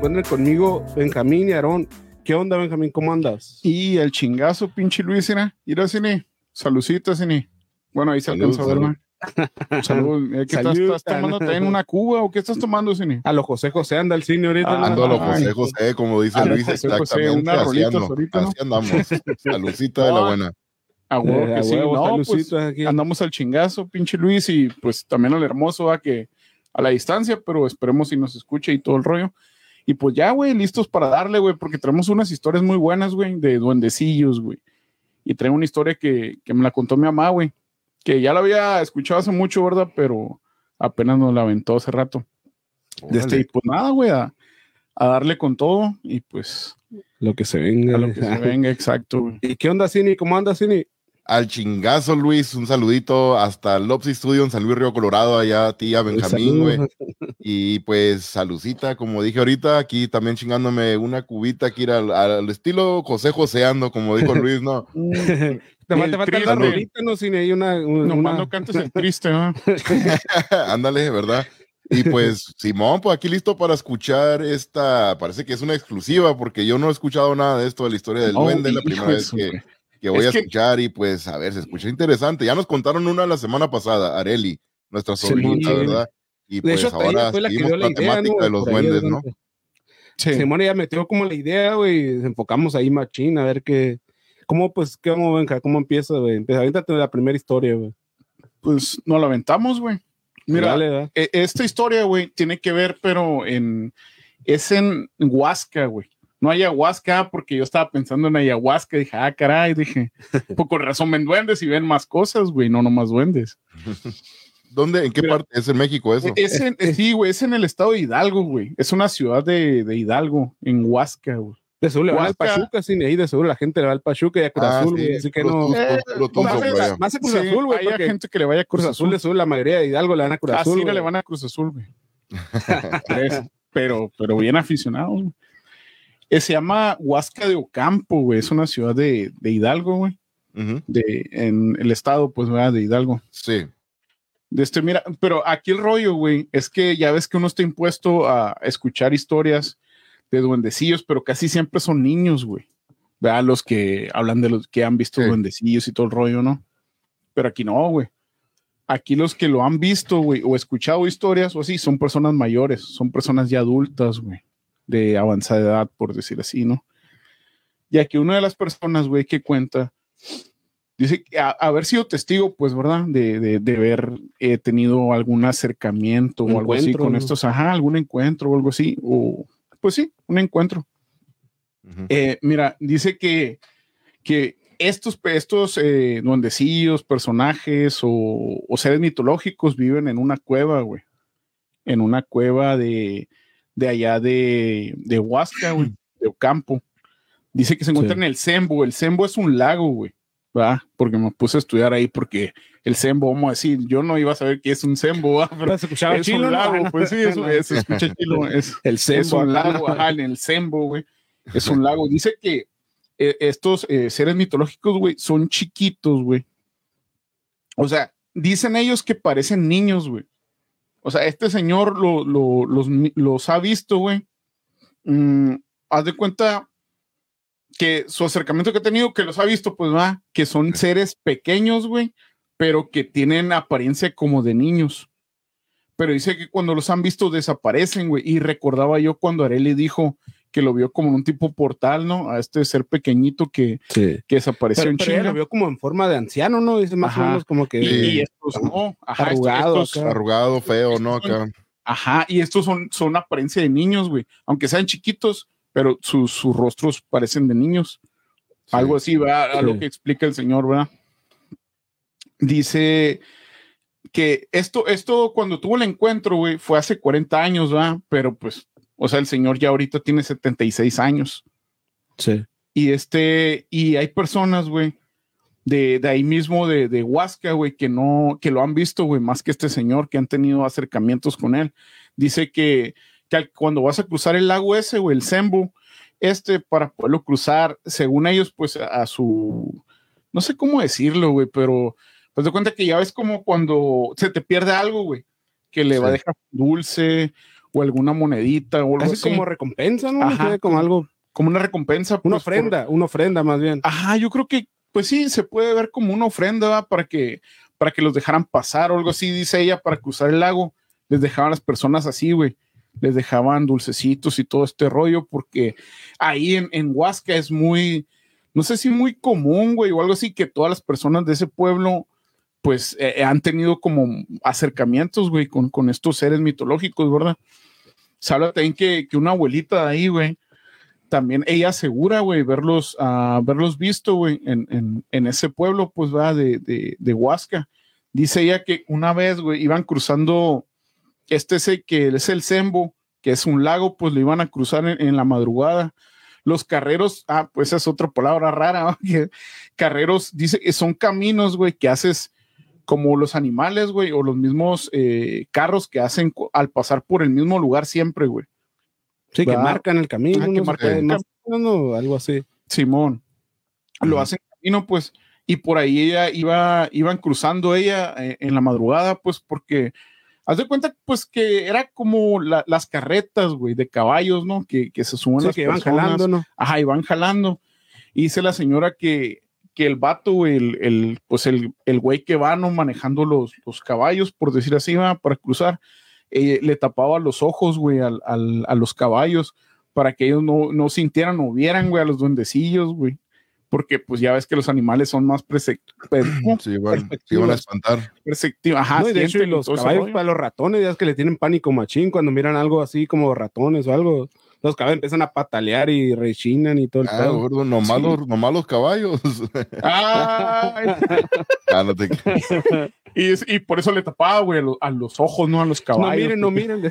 encuentren conmigo Benjamín y Aarón. ¿Qué onda, Benjamín? ¿Cómo andas? Y el chingazo, pinche Luis, mira, Cine. Saludcita, Cine. Bueno, ahí se alcanza a ver, man. Salud. ¿Qué estás tomando? ¿También una cuba o qué estás tomando, Cine? A lo José José anda el cine ahorita. Ando a lo José José, como dice Luis, exactamente. Así andamos. Saludcita de la buena. A huevo que sí. No, pues, aquí andamos al chingazo, pinche Luis, y pues también al hermoso, que a la distancia, pero esperemos si nos escuche y todo el rollo. Y pues ya, güey, listos para darle, güey, porque traemos unas historias muy buenas, güey, de duendecillos, güey. Y traigo una historia que me la contó mi mamá, güey, que ya la había escuchado hace mucho, ¿verdad? Pero apenas nos la aventó hace rato. Y pues nada, güey, a darle con todo y pues... Lo que se venga. A lo que se venga, exacto, güey. ¿Y qué onda, Cini? ¿Cómo anda, Cini? Al chingazo, Luis, un saludito hasta Lopsy Studio en San Luis Río Colorado, allá a ti, a Benjamín, güey. Y pues, saludcita, como dije ahorita, aquí también chingándome una cubita, aquí al estilo José Joseando, como dijo Luis, ¿no? Te falta la rolita, ¿no, Cini? Hay no cantes el triste, ¿no? Ándale, ¿verdad? Y pues, Simón, pues aquí listo para escuchar esta, parece que es una exclusiva, porque yo no he escuchado nada de esto de la historia del duende, la primera vez que voy a escuchar y pues a ver, se escucha interesante. Ya nos contaron una la semana pasada, Areli, nuestra sobrinita, ¿verdad? Y de pues hecho, ahora seguimos con la temática, ¿no? De los duendes, ¿no? Sí. Simón ya metió como la idea, güey, enfocamos ahí machín, a ver cómo venga, cómo empieza, güey. Avéntate la primera historia, güey. Pues nos la aventamos, güey. Mira, dale, esta historia, güey, tiene que ver, pero es en Huasca, güey. No ayahuasca, porque yo estaba pensando en ayahuasca. Dije, caray, pues con razón ven duendes y ven más cosas, güey, no nomás duendes. ¿Dónde? ¿En qué parte? ¿Es en México eso? Sí, güey, es en el estado de Hidalgo, güey. Es una ciudad de Hidalgo, en Huasca, güey. De seguro le va al Pachuca, sí, ahí de seguro la gente le va al Pachuca y a Cruz Azul, güey. Así que no. Más a Cruz Azul, güey. Hay gente que le vaya a Cruz Azul. De seguro la mayoría de Hidalgo le van a Cruz Azul. Sí, le van a Cruz Azul, güey. pero bien aficionados, güey. Se llama Huasca de Ocampo, güey. Es una ciudad de Hidalgo, güey. En el estado, pues, ¿verdad? De Hidalgo. Sí. Mira, pero aquí el rollo, güey, es que ya ves que uno está impuesto a escuchar historias de duendecillos, pero casi siempre son niños, güey. ¿Verdad? Los que hablan de los que han visto duendecillos y todo el rollo, ¿no? Pero aquí no, güey. Aquí los que lo han visto, güey, o escuchado historias o así, son personas mayores, son personas ya adultas, güey, de avanzada edad, por decir así, ¿no? Y aquí una de las personas, güey, que cuenta, dice haber sido testigo, pues, ¿verdad? De haber tenido algún acercamiento o algo así con estos, algún encuentro o algo así, o pues sí, un encuentro. Mira, dice que estos duendecillos, personajes o seres mitológicos viven en una cueva, güey. En una cueva de allá de Huasca, güey, de Ocampo. Dice que se encuentra en el Sembo. El Sembo es un lago, güey, ¿va? Porque me puse a estudiar ahí porque el Sembo, vamos a decir, yo no iba a saber qué es un Sembo, ¿va? Pero se escuchaba es chilo, un lago, ¿no? pues sí, se escucha chilo. El Sembo, es un lago, en el Sembo, güey. Es un lago. Dice que estos seres mitológicos, güey, son chiquitos, güey. O sea, dicen ellos que parecen niños, güey. O sea, este señor los ha visto, güey. Haz de cuenta que su acercamiento que ha tenido, que los ha visto, pues va, que son seres pequeños, güey, pero que tienen apariencia como de niños. Pero dice que cuando los han visto desaparecen, güey. Y recordaba yo cuando Areli dijo que lo vio como en un tipo portal, ¿no? A este ser pequeñito que desapareció en China. Lo vio como en forma de anciano, ¿no? Dice más o menos como que... Y estos no. Arrugado, feo, ¿no? Acá. Y estos son apariencia de niños, güey. Aunque sean chiquitos, pero sus rostros parecen de niños. Sí. Algo así, ¿verdad? A lo que explica el señor, ¿verdad? Dice que esto cuando tuvo el encuentro, güey, fue hace 40 años, ¿verdad? Pero pues, o sea, el señor ya ahorita tiene 76 años. Sí. Y hay personas, güey, de ahí mismo, de Huasca, güey, que lo han visto, güey, más que este señor, que han tenido acercamientos con él. Dice que cuando vas a cruzar el lago ese, güey, el Sembo, para poderlo cruzar, según ellos, pues a su, no sé cómo decirlo, güey, pero pues te cuenta que ya ves como cuando se te pierde algo, güey, que le va a dejar dulce o alguna monedita o algo así. Como recompensa, ¿no? Ajá, como algo. Como una recompensa. Una ofrenda más bien. Ajá, yo creo que, pues sí, se puede ver como una ofrenda, ¿va? Para que los dejaran pasar o algo así, dice ella, para cruzar el lago. Les dejaban a las personas así, güey. Les dejaban dulcecitos y todo este rollo, porque ahí en Huasca es muy, no sé si muy común, güey, o algo así, que todas las personas de ese pueblo, pues, han tenido como acercamientos, güey, con estos seres mitológicos, ¿verdad? Se habla también que una abuelita de ahí, güey, también ella asegura, güey, verlos visto, güey, en ese pueblo, pues, va, de Huasca. Dice ella que una vez, güey, iban cruzando que es el Sembo, que es un lago, pues lo iban a cruzar en la madrugada. Los carreros, pues es otra palabra rara, ¿no? Carreros, dice que son caminos, güey, que haces como los animales, güey, o los mismos carros que hacen al pasar por el mismo lugar siempre, güey. Sí, que marcan el camino. Que marcan algo así. Simón. Lo hacen camino, pues, y por ahí iban cruzando ella en la madrugada, pues, porque haz de cuenta, pues, que era como las carretas, güey, de caballos, ¿no? Que se suben las que iban jalando, ¿no? Ajá, iban jalando. Y dice la señora que el vato, güey, el güey que va, ¿no? Manejando los caballos, por decir así, va, para cruzar, le tapaba los ojos, güey, a los caballos, para que ellos no sintieran o vieran, güey, a los duendecillos, güey. Porque pues ya ves que los animales son más sí, iban a espantar. Ajá, no, y de hecho, los caballos para los ratones, ya es que le tienen pánico machín cuando miran algo así como ratones o algo. Los caballos empiezan a patalear y rechinan y todo el todo. Gordo, nomás los caballos. Y por eso le tapaba, güey, a los ojos, no a los caballos. No miren.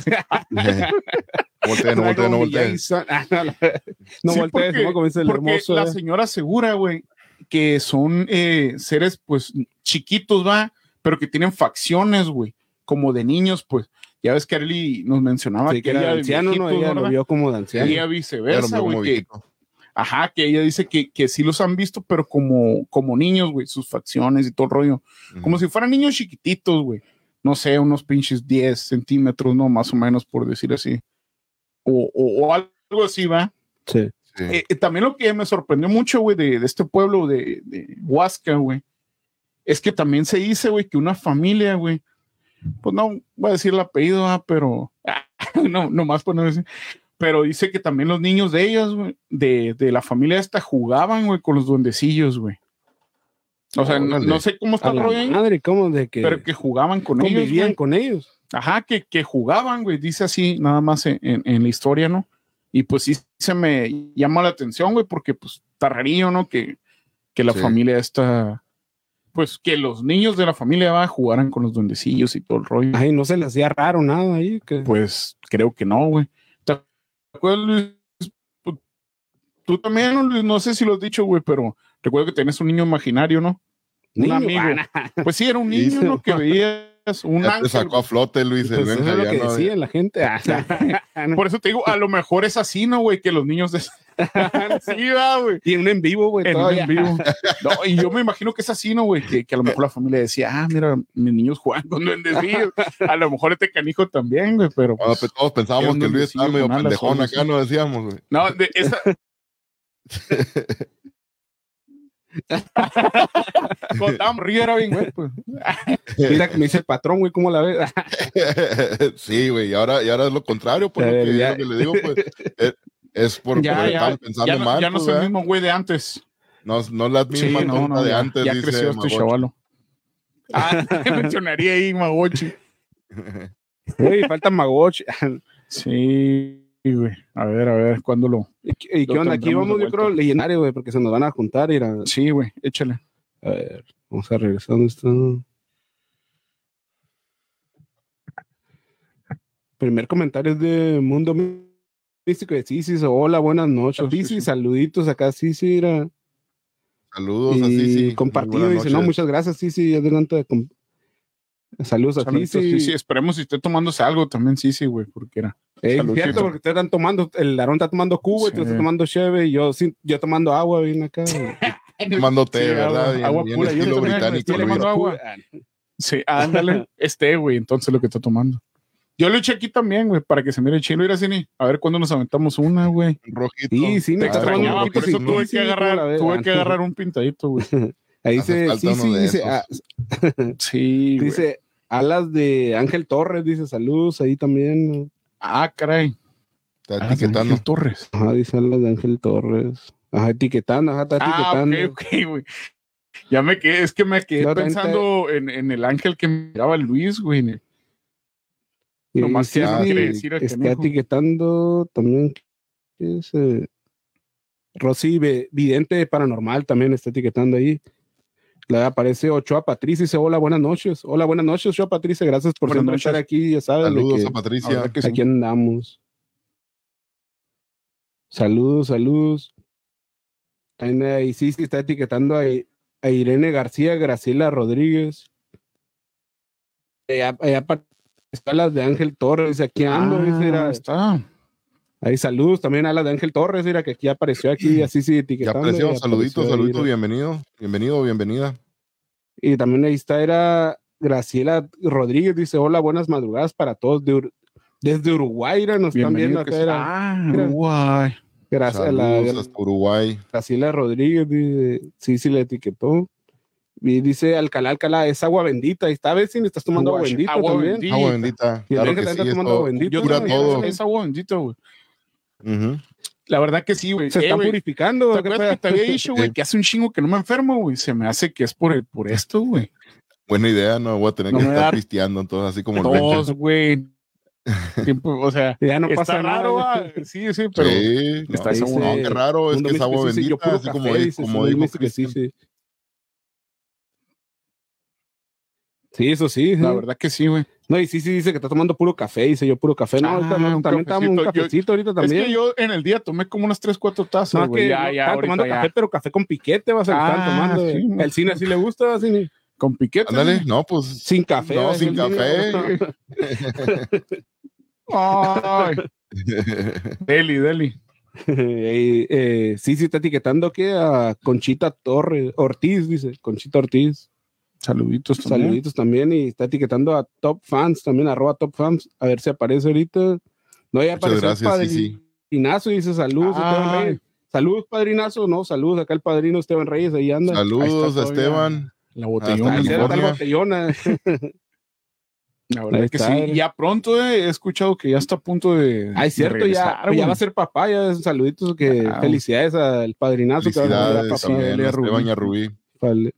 No volteen. No volteen, como dice el hermoso. La señora asegura, güey, que son seres, pues, chiquitos, va, pero que tienen facciones, güey, como de niños, pues. Ya ves que Arely nos mencionaba que era anciano, ¿no? Ella lo vio como de anciano. Y ella viceversa, güey, que ella dice que sí los han visto, pero como niños, güey, sus facciones y todo el rollo. Como si fueran niños chiquititos, güey. No sé, unos pinches 10 centímetros, ¿no? Más o menos, por decir así. O algo así, ¿va? Sí. También lo que me sorprendió mucho, güey, de este pueblo de Huasca, güey, es que también se dice, güey, que una familia, güey, pues no voy a decir el apellido, pero no más por no decir, pero dice que también los niños de ellos, güey, de la familia esta jugaban, güey, con los duendecillos, güey. O sea, no sé cómo está el rollo ahí. Madre, ¿cómo de que? Pero que jugaban con ellos. Convivían con ellos. Ajá, que jugaban, güey, dice así, nada más en la historia, ¿no? Y pues sí se me llama la atención, güey, porque pues está rarillo, ¿no? Que la familia esta, pues que los niños de la familia jugaran con los duendecillos y todo el rollo. Ay, no se les hacía raro nada ahí. Pues creo que no, güey. ¿Te acuerdas, Luis? Tú también, Luis, no sé si lo has dicho, güey, pero recuerdo que tenés un niño imaginario, ¿no? Un amigo. Pues sí, era un niño, ¿no? Que veías un ángel. Te sacó a flote, Luis. Pues eso es lo que decía la gente. Por eso te digo, a lo mejor es así, ¿no, güey? Que los niños de... Sí, va, güey. Y en vivo, güey. En vivo. No, y yo me imagino que es así, ¿no, güey? Que a lo mejor la familia decía, mira, mis niños juegan con duendecillos. A lo mejor este canijo también, güey, pero... Pues, todos pensábamos que Luis estaba medio pendejón acá, no decíamos, güey. No, de esa... Contábamos, Río era bien, güey, pues. Mira que me dice el patrón, güey, ¿cómo la ves? Sí, güey, y ahora es lo contrario, por lo que le digo, pues, es por estar pensando mal. Ya no soy el mismo güey de antes. No la misma tonta de antes, ya dice creció este chavalo. Mencionaría ahí Magochi. Güey, falta Magochi. Sí, güey. A ver, ¿cuándo lo...? ¿Y qué onda? Aquí vamos, yo creo, legendario, güey, porque se nos van a juntar y ir a... Sí, güey, échale. A ver, vamos a regresar donde está. Primer comentario es de Mundo Místico de Sisi. Hola, buenas noches. Sisi, saluditos acá, Sisi. Saludos a Sisi. Compartido, dice, no, muchas gracias, Sisi. Adelante. Saludos a Sisi. Sí, esperemos si esté tomándose algo también, Sisi, güey, porque era... cierto, porque ustedes están tomando, el Aarón está tomando cubo, y tú estás tomando cheve, y yo tomando agua, bien acá. Tomando té, ¿verdad? Agua pura, yo estilo británico. le mando agua. Sí, ándale, güey, entonces lo que está tomando. Yo lo eché aquí también, güey, para que se mire chino. Ir a Cine. A ver cuándo nos aventamos una, güey. Rojito. Sí, Te extrañaba, por eso tuve que agarrar un pintadito, güey. Ahí dice, dice, sí, dice, alas de Ángel Torres, dice, saludos ahí también. Ah, caray. Está etiquetando. Torres. Ajá, dice alas de Ángel Torres. Ajá, etiquetando, está etiquetando. Ok, güey. Ya me quedé pensando en el ángel que miraba Luis, güey. Nomás que no quiere decir está etiquetando también. Rosy Vidente Paranormal también está etiquetando ahí. Le aparece Ochoa Patricia y dice: hola, buenas noches. Hola, buenas noches, Ochoa Patricia. Gracias por siempre estar aquí. Ya sabes. Saludos a Patricia. Aquí andamos. Saludos. Y sí, está etiquetando a Irene García, Graciela Rodríguez. Está las de Ángel Torres. Dice: aquí ando. Dice, está. Ahí saludos también a la de Ángel Torres, mira que aquí apareció aquí, así sí, etiquetando. Ya apareció, saluditos, bienvenida. Y también ahí era Graciela Rodríguez, dice: hola, buenas madrugadas para todos desde Uruguay, nos están viendo acá. Uruguay. Gracias a Uruguay. Graciela Rodríguez, dice, sí, le etiquetó. Y dice: Alcalá, es agua bendita. Ahí está, ¿ves? Si estás tomando agua bendita también. Agua bendita. Y claro que sí, tomando agua bendita. Yo cura todo. Es agua bendita, güey. La verdad que sí, güey. Se está purificando. ¿Te acuerdas que te había dicho, güey, que hace un chingo que no me enfermo, güey? Se me hace que es por esto, güey. Buena idea, no voy a tener que estar pisteando, entonces así como todos, güey. O sea, ya no pasa raro, nada. Sí, pero sí, está qué raro, es que es agua bendita, así como dijo Cristian. Sí, eso sí. La verdad que sí, güey. No, y sí, dice que está tomando puro café, dice yo puro café. No, también estamos un cafecito ahorita también. Es que yo en el día tomé como unas 3-4 tazas, güey. Están tomando café, pero café con piquete vas a estar tomando. Sí, el cine sí le gusta, Cine. Con piquete. Ándale, no, pues. Sin café. No, sin café. Ay. Deli. Sí, está etiquetando que a Conchita Ortiz, dice. Conchita Ortiz. Saluditos también. Y está etiquetando a Top Fans también, @TopFans. A ver si aparece ahorita. No, ya apareció el padrinazo y dice: saludos, Esteban Reyes. Saludos, padrinazo. No, saludos. Acá el padrino Esteban Reyes, ahí anda. Saludos a Esteban. La botellona. La verdad es que sí. Ya pronto he escuchado que ya está a punto de. Es cierto, ya va a ser papá. Ya saluditos. Felicidades al padrinazo. Felicidades que también a Esteban y a Rubí. Vale.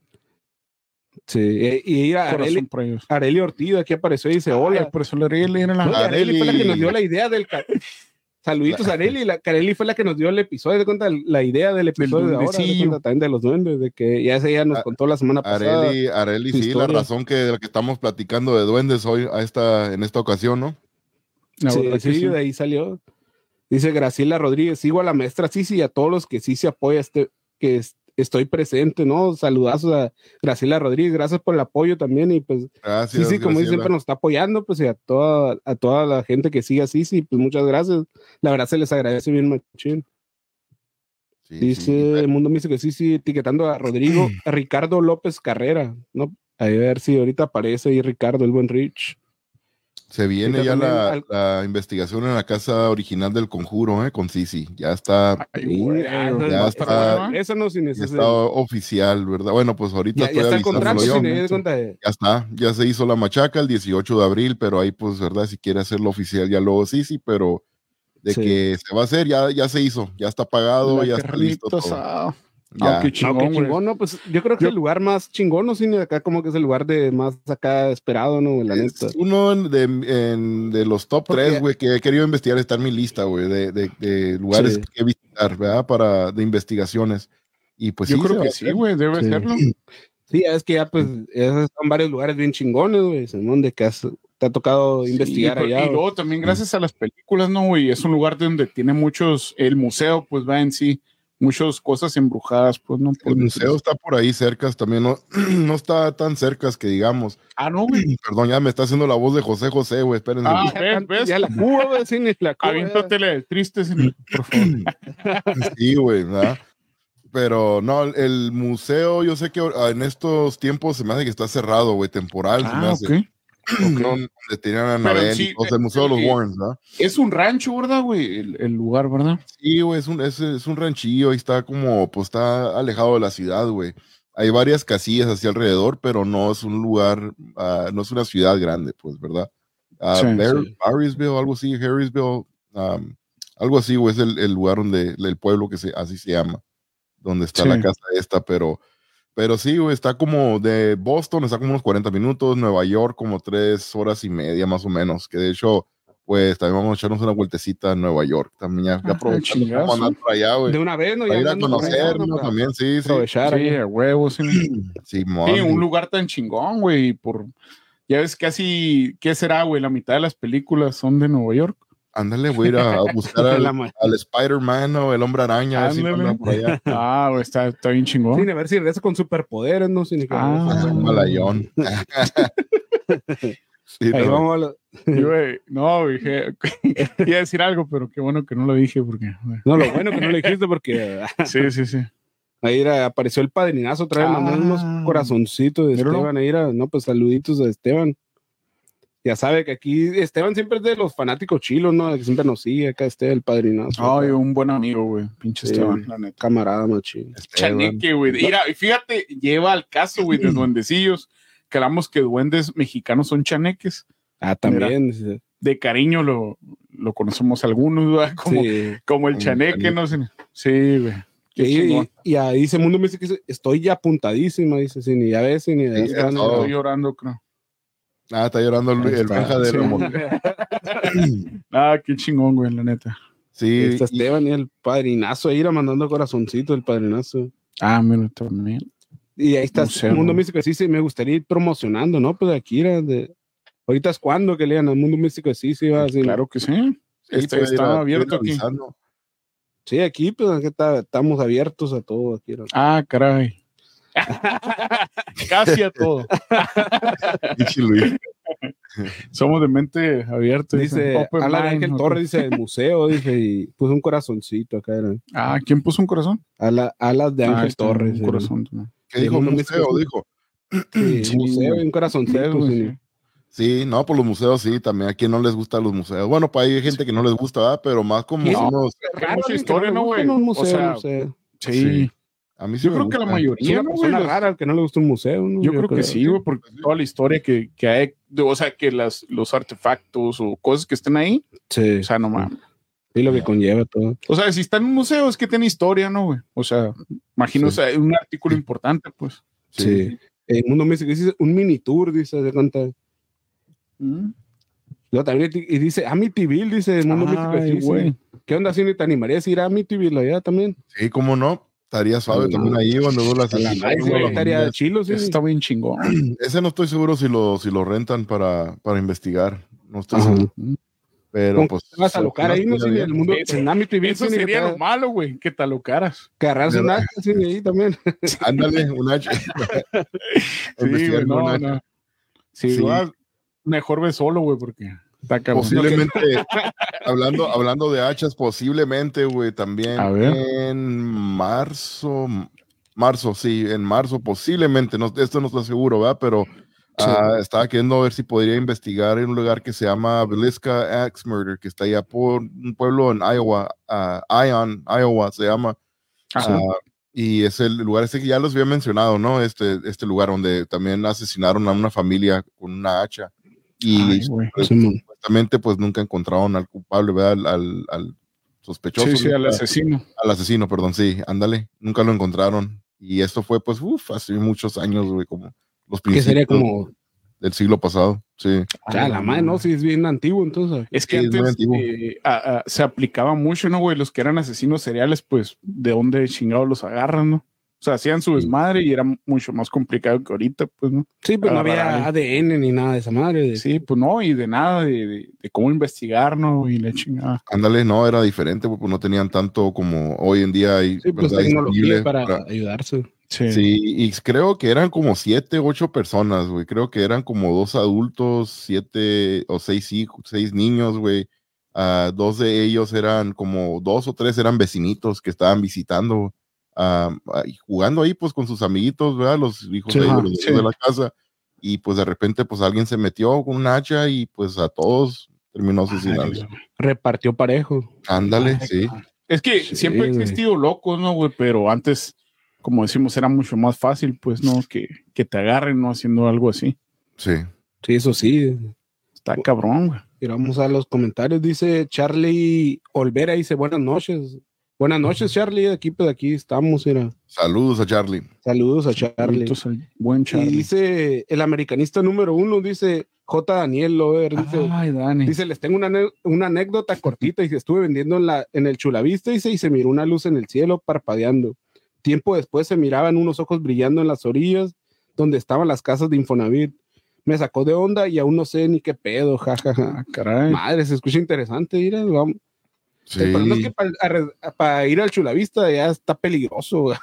Sí, y Areli Ortiz aquí apareció y dice: hola. Por eso Areli fue la que nos dio la idea del. Saluditos a Areli. Areli fue la que nos dio el episodio, de cuenta la idea del episodio de ahora, de cuenta, también de los duendes, de que ella nos contó la semana pasada. Areli, sí, la razón de la que estamos platicando de duendes hoy en esta ocasión, ¿no? Sí, de ahí salió. Dice Graciela Rodríguez: sigo a la maestra Cici y a todos los que sí se apoya estoy presente, ¿no? Saludazos a Graciela Rodríguez, gracias por el apoyo también, y pues gracias, sí, como siempre nos está apoyando, pues, y a toda la gente que sigue así, sí, pues muchas gracias, la verdad se les agradece bien machín. Sí, dice el Mundo Místico, sí, etiquetando a Ricardo López Carrera, ¿no? A ver si ahorita aparece ahí Ricardo, el buen Rich. Se viene ya la investigación en la casa original del Conjuro, con Sisi. Ya está. Ya está oficial, ¿verdad? Bueno, pues ahorita ya está el contrato. Ya se hizo la machaca el 18 de abril, pero ahí, pues, ¿verdad? Si quiere hacerlo oficial, ya luego Sisi, pero que se va a hacer, ya se hizo, ya está pagado, ya está listo todo. Qué chingón, ¿no? Pues yo creo que el lugar más chingón, ¿no? Cine acá como que es el lugar de más acá esperado, ¿no? La neta. Uno de los top 3, güey, que he querido investigar, está en mi lista, güey, de lugares que visitar, ¿verdad? De investigaciones. Y pues yo creo que sí, güey, debe serlo. Sí, es que ya pues son varios lugares bien chingones, güey, donde te ha tocado investigar allá. Y luego también gracias a las películas, ¿no, güey? Es un lugar donde tiene el museo, pues va en sí. Muchas cosas embrujadas, pues no. El museo está por ahí cerca, también no está tan cerca que digamos. No, güey. Perdón, ya me está haciendo la voz de José, güey, espérense. ¿Ves? Ya la cuba, güey, cine, la cuba. Aviéntatele triste, cine, por favor. Sí, güey, ¿verdad? Pero no, el museo, yo sé que en estos tiempos se me hace que está cerrado, güey, temporal. Se me hace. donde tenían a Anabel, sí, el Museo de los Warrens, ¿no? Es un rancho, ¿verdad, güey? El lugar, ¿verdad? Sí, güey, es un ranchillo y está como, pues está alejado de la ciudad, güey. Hay varias casillas hacia alrededor, pero no es un lugar, no es una ciudad grande, pues, ¿verdad? Harrisville, algo así, Harrisville, algo así, güey, es el lugar donde, el pueblo así se llama, donde está la casa esta, pero sí, güey, está como de Boston, está como unos 40 minutos, Nueva York como 3 horas y media más o menos, que de hecho, pues también vamos a echarnos una vueltecita a Nueva York, también ya aprovechamos andar por allá, güey. De una vez, ¿no? Para ir a conocernos también, sí. Aprovechar. Sí, a huevos. Sí, un lugar tan chingón, güey, ya ves casi, ¿qué será, güey? La mitad de las películas son de Nueva York. Ándale, voy a ir a buscar al Spider-Man o el Hombre Araña. Por allá. Güey, está bien chingón. Sin ver si regresa con superpoderes, ¿no? Sin malayón. Sí, ahí vamos a güey, no, dije, iba a decir algo, pero qué bueno que no lo dije porque... No, lo bueno que no lo dijiste porque... sí. Ahí apareció el padrinazo otra vez, mandando unos corazoncitos de Esteban. Ahí pues saluditos a Esteban. Ya sabe que aquí Esteban siempre es de los fanáticos chilos, ¿no? Que siempre nos sigue acá el padrinazo. Ay, un buen amigo, güey. Pinche Esteban, la neta. Camarada machín. Chaneque, güey. Mira, fíjate, lleva al caso, güey, de duendecillos. Que hablamos que duendes mexicanos son chaneques. También. Mira, de cariño lo conocemos algunos, ¿verdad? Como el chaneque, no sé. Sí, güey. Y ahí dice Mundo me dice que estoy ya apuntadísima, dice, ni ya ves, ni de estoy llorando, creo. Está llorando el Benja de Ramón. Qué chingón, güey, la neta. Sí. Está Esteban y el padrinazo ahí mandando corazoncito, el padrinazo. Mira, también. Y ahí está el Mundo Místico, sí, me gustaría ir promocionando, ¿no? Pues aquí ahorita es cuando que lean al Mundo Místico, sí, va así. Claro que sí. Está abierto aquí. Sí, aquí, pues, estamos abiertos a todo aquí. Caray. Casi a todo. Somos de mente abierta. Dice Alan Ángel Torres, dice el museo, dice, y puso un corazoncito acá. ¿Quién puso un corazón? Alas de Ángel Torres. Un corazón. ¿Qué dijo? Museo, dijo. Sí, museo y un corazoncito. Sí, no, por los museos sí, también a quien no les gustan los museos. Bueno, pues hay gente que no les gusta, ¿verdad? Pero más como unos... mucha historia, ¿no, güey? O sea, sí. A mí sí yo creo que la mayoría, es una persona rara al que no le gusta un museo, ¿no? Yo creo que sí, güey, porque toda la historia que hay, o sea, que los artefactos o cosas que estén ahí, sí. O sea, no mames. Sí, lo que conlleva todo. O sea, si está en un museo es que tiene historia, ¿no, güey? O sea, imagino, o sea, un artículo importante, pues. Sí. El Mundo Místico dice un mini tour, dice, de cuenta. Luego también y dice Amityville, dice el Mundo Místico. Güey. ¿Qué onda, si te animarías a ir a Amityville allá también? Sí, cómo no. Estaría suave también ahí cuando estaría chilo, sí. Está bien chingón. Ese no estoy seguro si lo rentan para investigar. No estoy seguro. Pero pues. Vas a alocar ahí, no sé, en el mundo. Eso sería lo malo, güey, que te alocaras. Que agarras un hacha, sí, ahí también. Ándale, un hacha. Sí, güey, no. Sí, mejor ve solo, güey, porque. Posiblemente, hablando de hachas, posiblemente, güey, también en marzo, sí, en marzo, posiblemente, esto no está seguro, ¿verdad? Pero estaba queriendo ver si podría investigar en un lugar que se llama Villisca Axe Murder, que está allá por un pueblo en Iowa, Ion, Iowa se llama. Y es el lugar que ya los había mencionado, ¿no? Este lugar donde también asesinaron a una familia con una hacha. Y supuestamente pues nunca encontraron al culpable, ¿verdad? Al sospechoso. Sí, al asesino. Al asesino, perdón, sí, ándale. Nunca lo encontraron. Y esto fue pues, hace muchos años, güey, como los principios. Que sería como del siglo pasado, sí. La madre, ¿no? Sí, es bien antiguo, entonces. Es que antes se aplicaba mucho, ¿no, güey? Los que eran asesinos seriales, pues, ¿de dónde chingados los agarran, no? O sea, hacían su desmadre y era mucho más complicado que ahorita, pues, ¿no? Sí, pues no había ADN ni nada de esa madre. Sí, pues no, y de nada, de cómo investigar, ¿no? Y la chingada. Ándale, no, era diferente, pues no tenían tanto como hoy en día hay. Sí, pues tecnología para ayudarse. Sí, y creo que eran como 7, 8 personas, güey. Creo que eran como 2 adultos, 7 o 6 hijos, 6 niños, güey. 2 de ellos eran como 2 o 3 eran vecinitos que estaban visitando. Y jugando ahí pues con sus amiguitos, ¿verdad? Los hijos de la casa, y pues de repente pues alguien se metió con un hacha y pues a todos terminó asesinando. Repartió parejo. Ándale, sí. Es que siempre ha existido locos, ¿no, güey? Pero antes, como decimos, era mucho más fácil, pues, ¿no? Que te agarren, ¿no? Haciendo algo así. Sí. Sí, eso sí. Está cabrón, güey. Y vamos a los comentarios. Dice Charlie Olvera, dice buenas noches. Buenas noches, Charlie. De aquí estamos. Mira. Saludos a Charlie. Saludos a Charlie. Buen Charlie. Y dice el americanista número 1, dice J. Daniel Lover. Dice, ay, Dani. Dice, les tengo una anécdota cortita. Dice, estuve vendiendo en el Chulavista, dice, y se miró una luz en el cielo parpadeando. Tiempo después se miraban unos ojos brillando en las orillas donde estaban las casas de Infonavit. Me sacó de onda y aún no sé ni qué pedo, jajaja. Caray. Madre, se escucha interesante, mira, vamos. Sí. El problema es que para ir al Chulavista ya está peligroso.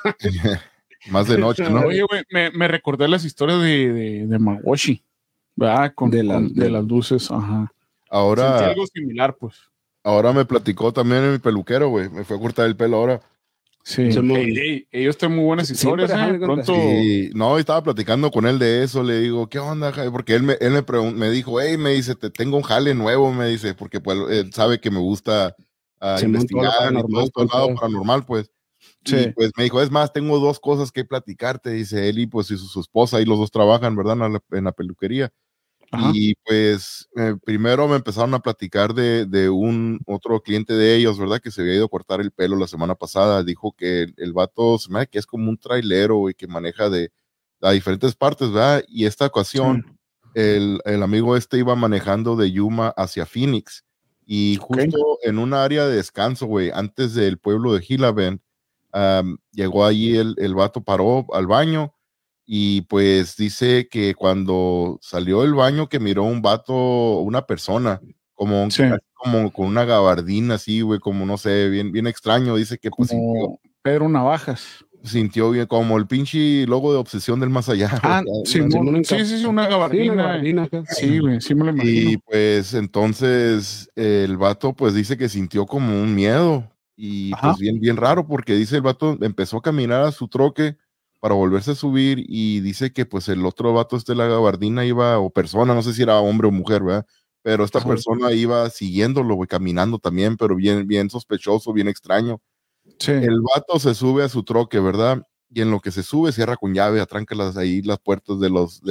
Más de noche, ¿no? Oye, güey, me recordé las historias de Magoshi, ¿verdad? De las luces, ajá. Ahora. Sentí algo similar, pues. Ahora me platicó también en mi peluquero, güey. Me fue a cortar el pelo ahora. Sí. Ellos tienen muy buenas historias, Pronto. Sí. No, estaba platicando con él de eso. Le digo, ¿qué onda, Javi? Porque él me dijo, hey, me dice, te tengo un jale nuevo, me dice, porque pues él sabe que me gusta investigar todo el lado paranormal, pues. Sí. Y pues me dijo, es más, tengo 2 cosas que platicarte, dice él y pues y su esposa, y los 2 trabajan, ¿verdad? En la peluquería. Ajá. Y pues primero me empezaron a platicar de otro cliente de ellos, ¿verdad? Que se había ido a cortar el pelo la semana pasada. Dijo que el vato se me da que es como un trailero y que maneja a diferentes partes, ¿verdad? Y esta ocasión el amigo iba manejando de Yuma hacia Phoenix y justo en un área de descanso, güey, antes del pueblo de Gila Bend, llegó allí el vato, paró al baño. Y pues dice que cuando salió del baño que miró un vato, una persona, como con una gabardina así, güey, como no sé, bien extraño. Dice que pues sintió Pedro Navajas. Sintió bien, como el pinche logo de Obsesión del Más Allá. Sí, una gabardina. Sí, güey, sí me lo imagino. Y pues entonces el vato pues dice que sintió como un miedo. Y pues bien raro, porque dice el vato empezó a caminar a su troque para volverse a subir y dice que pues el otro vato la gabardina iba, o persona, no sé si era hombre o mujer, ¿verdad? Pero esta persona iba siguiéndolo, güey, caminando también, pero bien sospechoso, bien extraño. Sí. El vato se sube a su troque, ¿verdad? Y en lo que se sube, cierra con llave, atranca ahí las puertas de los...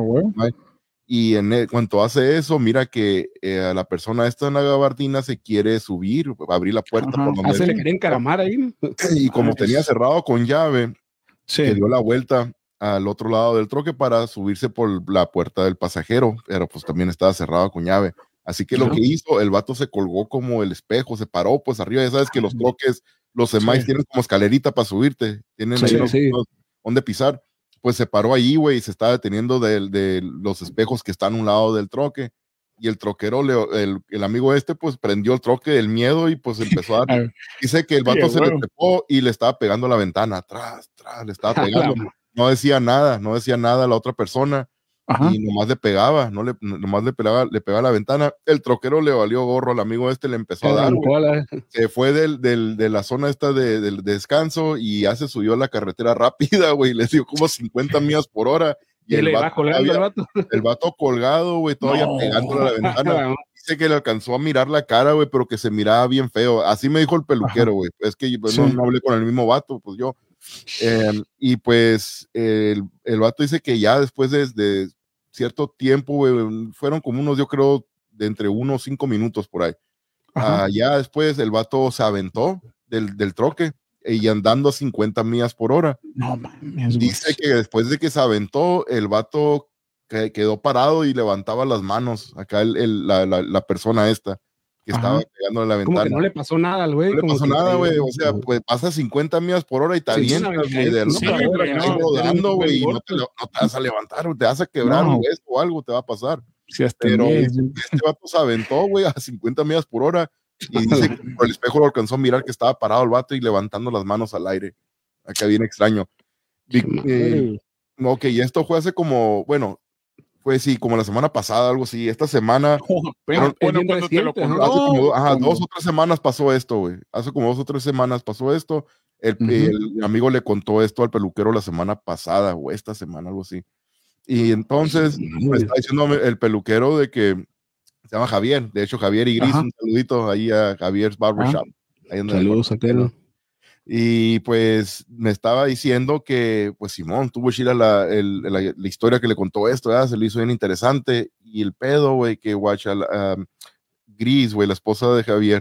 Y en cuanto hace eso, mira que la persona en la gabardina se quiere subir, abrir la puerta. Por donde se le quiere encaramar ahí. Y como tenía cerrado con llave, que dio la vuelta al otro lado del troque para subirse por la puerta del pasajero, pero pues también estaba cerrado con llave. Así que lo que hizo, el vato se colgó como el espejo, se paró pues arriba. Ya sabes que los troques, los semáis tienen como escalerita para subirte, tienen ahí donde pisar. Pues se paró ahí, güey, y se estaba deteniendo de los espejos que están a un lado del troque. Y el troquero, el amigo pues prendió el troque del miedo y pues empezó a dar. Dice que el vato se le trepó y le estaba pegando a la ventana, atrás, le estaba pegando. No decía nada a la otra persona. Y nomás le pegaba, nomás le pegaba a la ventana. El troquero le valió gorro al amigo le empezó a dar. Se fue de la zona del descanso y ya se subió a la carretera rápida, güey. Le dio como 50 millas por hora. Y el vato colgado, güey, todavía pegándole a la ventana. Dice que le alcanzó a mirar la cara, güey, pero que se miraba bien feo. Así me dijo el peluquero, güey. Es que pues, no hablé con el mismo vato, pues yo. Y pues el vato dice que ya después de cierto tiempo, güey, fueron como unos, yo creo, de entre 1 o 5 minutos por ahí. Ya después el vato se aventó del troque y andando a 50 millas por hora. No mames. Dice que después de que se aventó, el vato quedó parado y levantaba las manos. Acá la persona que estaba pegando en la ventana. Como que no le pasó nada al güey. No le pasó nada, güey. O sea, pues pasa 50 millas por hora y te avientas, rodando, güey, y no te vas a levantar, te vas a quebrar un hueso o algo te va a pasar. Sí, pero este vato se aventó, güey, a 50 millas por hora y dice que por el espejo lo alcanzó a mirar que estaba parado el vato y levantando las manos al aire. Acá bien extraño. Ok, y esto fue hace como, bueno, pues sí, como la semana pasada, algo así. Esta semana. Cuando te lo contó. Hace como 2 o 3 semanas pasó esto, güey. Hace como 2 o 3 semanas pasó esto. El amigo le contó esto al peluquero la semana pasada, o esta semana, algo así. Y entonces me está diciendo el peluquero de que se llama Javier, de hecho Javier y Gris, un saludito ahí a Javier's Barbershop. Saludos a Pedro. Y pues me estaba diciendo que pues Simón tuvo chida la historia que le contó esto, ¿verdad? Se le hizo bien interesante. Y el pedo, güey, que guacha, Gris, güey, la esposa de Javier,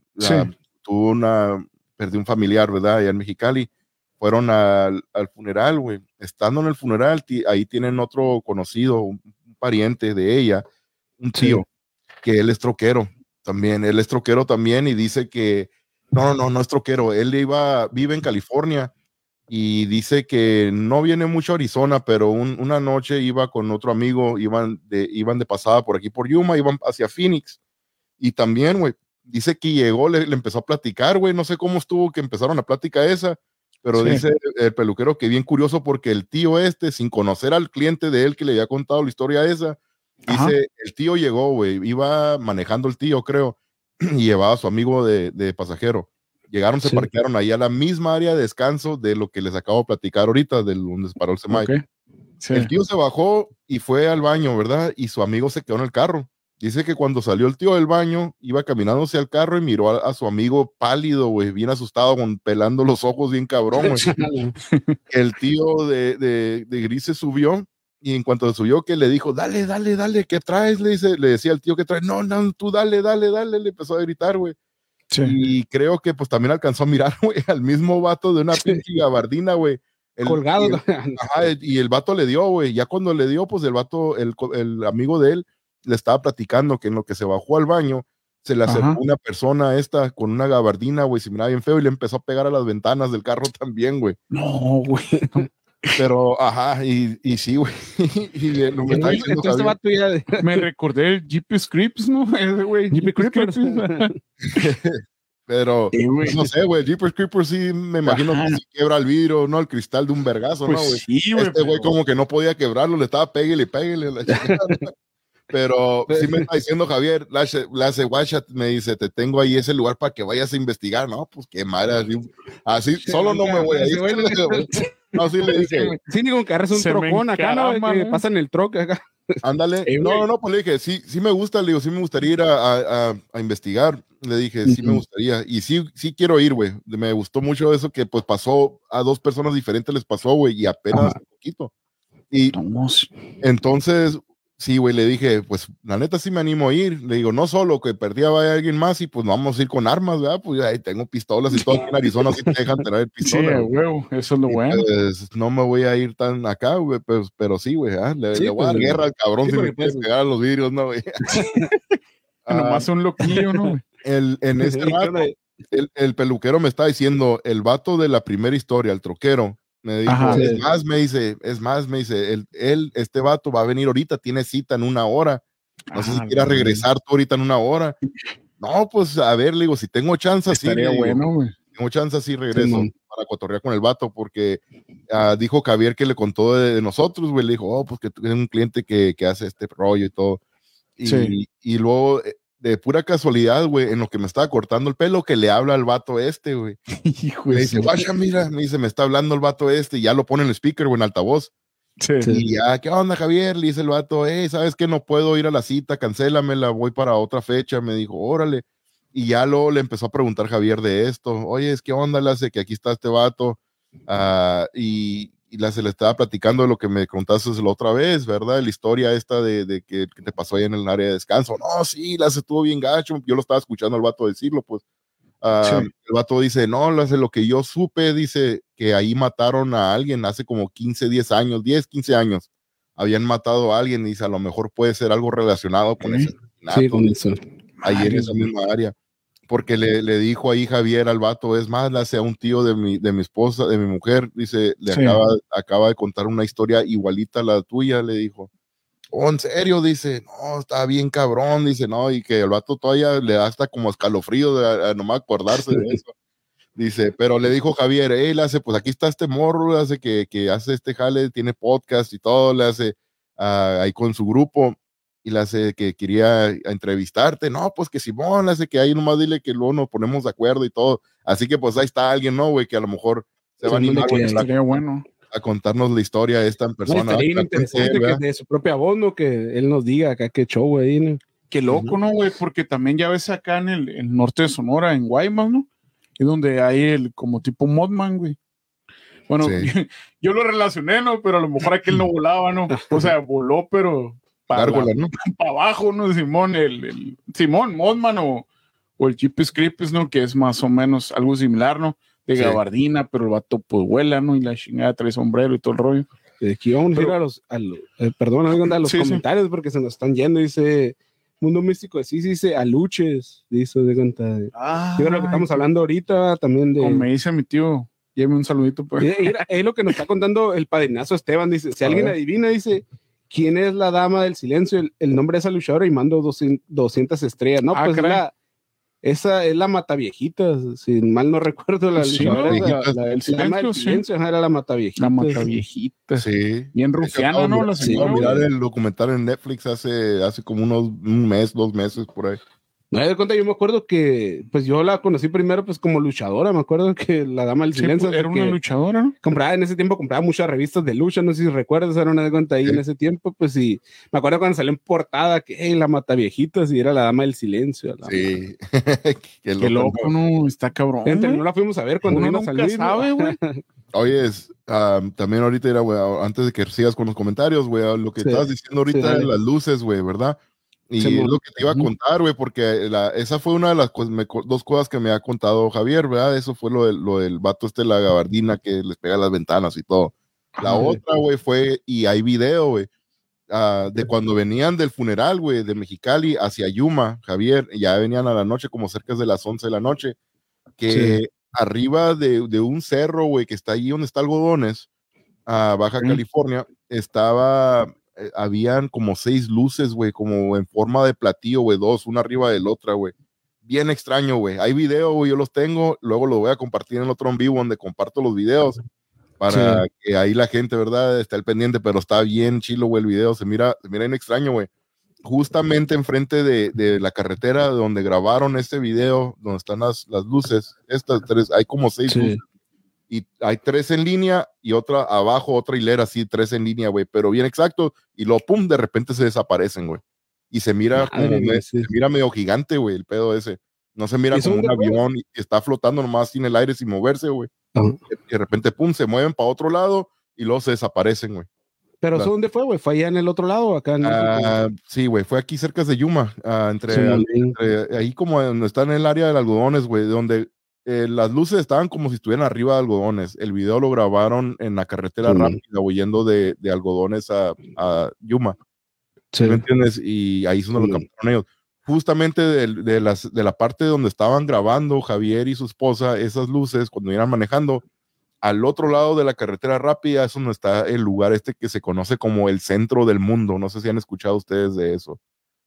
perdió un familiar, ¿verdad? Allá en Mexicali. Fueron al funeral, güey. Estando en el funeral, ahí tienen otro conocido, un pariente de ella, un tío, que él es troquero también, y dice que no es troquero, él vive en California, y dice que no viene mucho a Arizona, pero una noche iba con otro amigo, iban de pasada por aquí por Yuma, iban hacia Phoenix, y también, güey, dice que llegó, le empezó a platicar, güey, no sé cómo estuvo que empezaron la plática esa, pero dice el peluquero que bien curioso porque el tío sin conocer al cliente de él que le había contado la historia esa, dice, el tío llegó, güey, iba manejando el tío, creo, y llevaba a su amigo de pasajero. Llegaron, se parquearon ahí a la misma área de descanso de lo que les acabo de platicar ahorita, de donde se paró el semai. El tío se bajó y fue al baño, ¿verdad? Y su amigo se quedó en el carro. Dice que cuando salió el tío del baño, iba caminando hacia el carro y miró a su amigo pálido, güey, bien asustado, pelando los ojos bien cabrón, güey. El tío de Gris se subió, y en cuanto se subió, que le dijo, dale, ¿qué traes? Le decía al tío, ¿qué traes? No, tú dale, le empezó a gritar, güey. Y creo que pues también alcanzó a mirar, güey, al mismo vato de una pinche gabardina, güey. Colgado. Y el vato le dio, güey. Ya cuando le dio, pues el vato, el amigo de él, le estaba platicando que en lo que se bajó al baño, se le acercó una persona con una gabardina, güey, se miraba bien feo y le empezó a pegar a las ventanas del carro también, güey. No, güey. Pero, y sí, güey. Me recordé el Jeepers Creeps, ¿no? Ese güey, Jeepers Creeps. Pero, pues, no sé, güey, Jeepers Creepers sí me imagino que si quiebra el vidrio, ¿no? El cristal de un vergazo, pues ¿no, güey? Sí, güey. Güey como que no podía quebrarlo, le estaba péguele la chica. Pero sí me está diciendo Javier, Lace Guacha, me dice, te tengo ahí ese lugar para que vayas a investigar, ¿no? Pues qué madre, así solo no me voy a ir. No, sí le dije. Sí, digo que agarras un trocón acá, ¿no? Que pasan el troque acá. Ándale. No, pues le dije, sí me gusta, le digo, sí me gustaría ir a investigar. Le dije, sí me gustaría. Y sí quiero ir, güey. Me gustó mucho eso que pues pasó, a dos personas diferentes les pasó, güey, y apenas un poquito. Y entonces, sí, güey, le dije, pues la neta sí me animo a ir. Le digo, no solo que perdía vaya alguien más y pues vamos a ir con armas, ¿verdad? Pues ahí tengo pistolas y todo aquí en Arizona, sí te dejan tener pistolas. Sí, güey, eso es lo bueno. Pues no me voy a ir tan acá, güey, pues, pero sí, güey, le voy a dar guerra al cabrón si me quiere pegar a los vidrios, ¿no, güey? Nomás un loquillo, ¿no, güey? En ese rato, el peluquero me está diciendo, el vato de la primera historia, el troquero, me dijo, es más, me dice, este vato va a venir ahorita, tiene cita en 1 hora. No sé si quiera regresar tú ahorita en 1 hora. No, pues a ver, le digo, si tengo chance, estaría bueno, güey. Tengo chance, sí regreso para cotorrear con el vato, porque dijo Javier que le contó de nosotros, güey. Le dijo, pues que tú eres un cliente que hace este rollo y todo. Y luego, de pura casualidad, güey, en lo que me estaba cortando el pelo, que le habla al vato güey. Le dice, guacha, mira, me dice, me está hablando el vato y ya lo pone en el speaker, güey, en altavoz. Y ya, ¿qué onda, Javier? Le dice el vato, ¿sabes qué? No puedo ir a la cita, cancélamela, voy para otra fecha. Me dijo, órale. Y ya luego le empezó a preguntar Javier de esto. Oye, ¿qué onda? Le hace que aquí está este vato. Y se le estaba platicando de lo que me contaste la otra vez, ¿verdad? La historia esta de que te pasó ahí en el área de descanso. No, sí, la estuvo bien gacho. Yo lo estaba escuchando al vato decirlo, pues. El vato dice, no, lo que yo supe, dice que ahí mataron a alguien hace como 15 años. Habían matado a alguien y dice, a lo mejor puede ser algo relacionado con ese asesinato. Sí, con eso. Ahí en esa misma área. Porque le dijo ahí Javier al vato, es más, le hace a un tío de mi esposa, de mi mujer, dice, acaba de contar una historia igualita a la tuya, le dijo. Oh, ¿en serio? Dice, no, está bien cabrón, dice, no, y que el vato todavía le da hasta como escalofrío de nomás acordarse de eso. Dice, pero le dijo Javier, le hace, pues aquí está este morro, le hace que hace este jale, tiene podcast y todo, le hace ahí con su grupo, y le hace que quería entrevistarte, no, pues que Simón, le hace que ahí nomás dile que luego nos ponemos de acuerdo y todo, así que pues ahí está alguien, ¿no, güey? Que a lo mejor se va a animar, estaría bueno. a contarnos la historia esta en persona. Estaría interesante que de su propia voz, ¿no? Que él nos diga acá qué show, güey, ¿no? Qué loco, ¿no, güey? Porque también ya ves acá en el norte de Sonora, en Guaymas, ¿no? Es donde hay como tipo Mothman, güey. Bueno, sí. yo lo relacioné, ¿no? Pero a lo mejor aquel no volaba, ¿no? O sea, voló, pero para abajo, ¿no? Simón, Simón, Mothman o el Jeepers Creepers, ¿no? Que es más o menos algo similar, ¿no? De gabardina, pero el vato pues vuela, ¿no? Y la chingada trae sombrero y todo el rollo. Aquí vamos a ir a los comentarios porque se nos están yendo, dice... Mundo Místico, sí, dice Aluches, dice de cuenta. Yo creo que estamos hablando ahorita también de. Como me dice mi tío, lléveme un saludito. Pues. Es lo que nos está contando el padrinazo Esteban, dice: si alguien adivina, dice, ¿quién es la dama del silencio? El nombre de esa luchadora y mando 200 estrellas. No, pues esa es la Mataviejitas, si mal no recuerdo, la luchadora. La del silencio, era la Mataviejitas. La Mataviejitas. Sí. Bien rufiana, ¿no? La señora. Mirar el documental en Netflix hace como un mes, 2 meses por ahí. No, de cuenta, yo me acuerdo que pues yo la conocí primero pues como luchadora, me acuerdo que la dama del silencio era una luchadora, ¿no? En ese tiempo compraba muchas revistas de lucha, no sé si recuerdas, era una de cuenta ahí en ese tiempo, pues sí, me acuerdo cuando salió en portada que la Mataviejitas y era la dama del silencio. Sí. Qué loco, no, está cabrón. No la fuimos a ver cuando uno nunca sabe, güey. Oye, también ahorita, güey, antes de que sigas con los comentarios, güey, lo que estabas diciendo ahorita de las luces, güey, ¿verdad? Y es lo que te iba a contar, güey, porque esa fue una de las 2 cosas que me ha contado Javier, ¿verdad? Eso fue lo del vato la gabardina que les pega las ventanas y todo. La otra, güey, fue, y hay video, güey, de cuando venían del funeral, güey, de Mexicali hacia Yuma, Javier, ya venían a la noche, como cerca de las 11 de la noche, que arriba de un cerro, güey, que está allí donde está Algodones, Baja California, habían como 6 luces, güey, como en forma de platillo, güey, 2, una arriba de la otra, güey. Bien extraño, güey. Hay video, güey, yo los tengo, luego los voy a compartir en el otro en vivo donde comparto los videos para que ahí la gente, ¿verdad? Está al pendiente, pero está bien chilo, güey, el video, se mira bien extraño, güey. Justamente enfrente de la carretera donde grabaron este video, donde están las luces, estas 3, hay como 6 luces. Y hay 3 en línea y otra abajo, otra hilera, así 3 en línea, güey, pero bien exacto, y luego pum, de repente se desaparecen, güey, y se mira se mira medio gigante, güey, el pedo ese, no se mira como un avión y está flotando nomás sin el aire, sin moverse, güey, y de repente pum, se mueven para otro lado y luego se desaparecen, güey. ¿Pero eso dónde fue, güey? ¿Fue allá en el otro lado? Acá en sí, güey, fue aquí cerca de Yuma, entre ahí como donde está en el área de algodones, güey, donde las luces estaban como si estuvieran arriba de algodones. El video lo grabaron en la carretera rápida, huyendo de algodones a Yuma. ¿Me entiendes? Y ahí es donde lo captaron ellos. Justamente de la parte donde estaban grabando Javier y su esposa, esas luces, cuando iban manejando, al otro lado de la carretera rápida es donde está el lugar que se conoce como el centro del mundo. No sé si han escuchado ustedes de eso.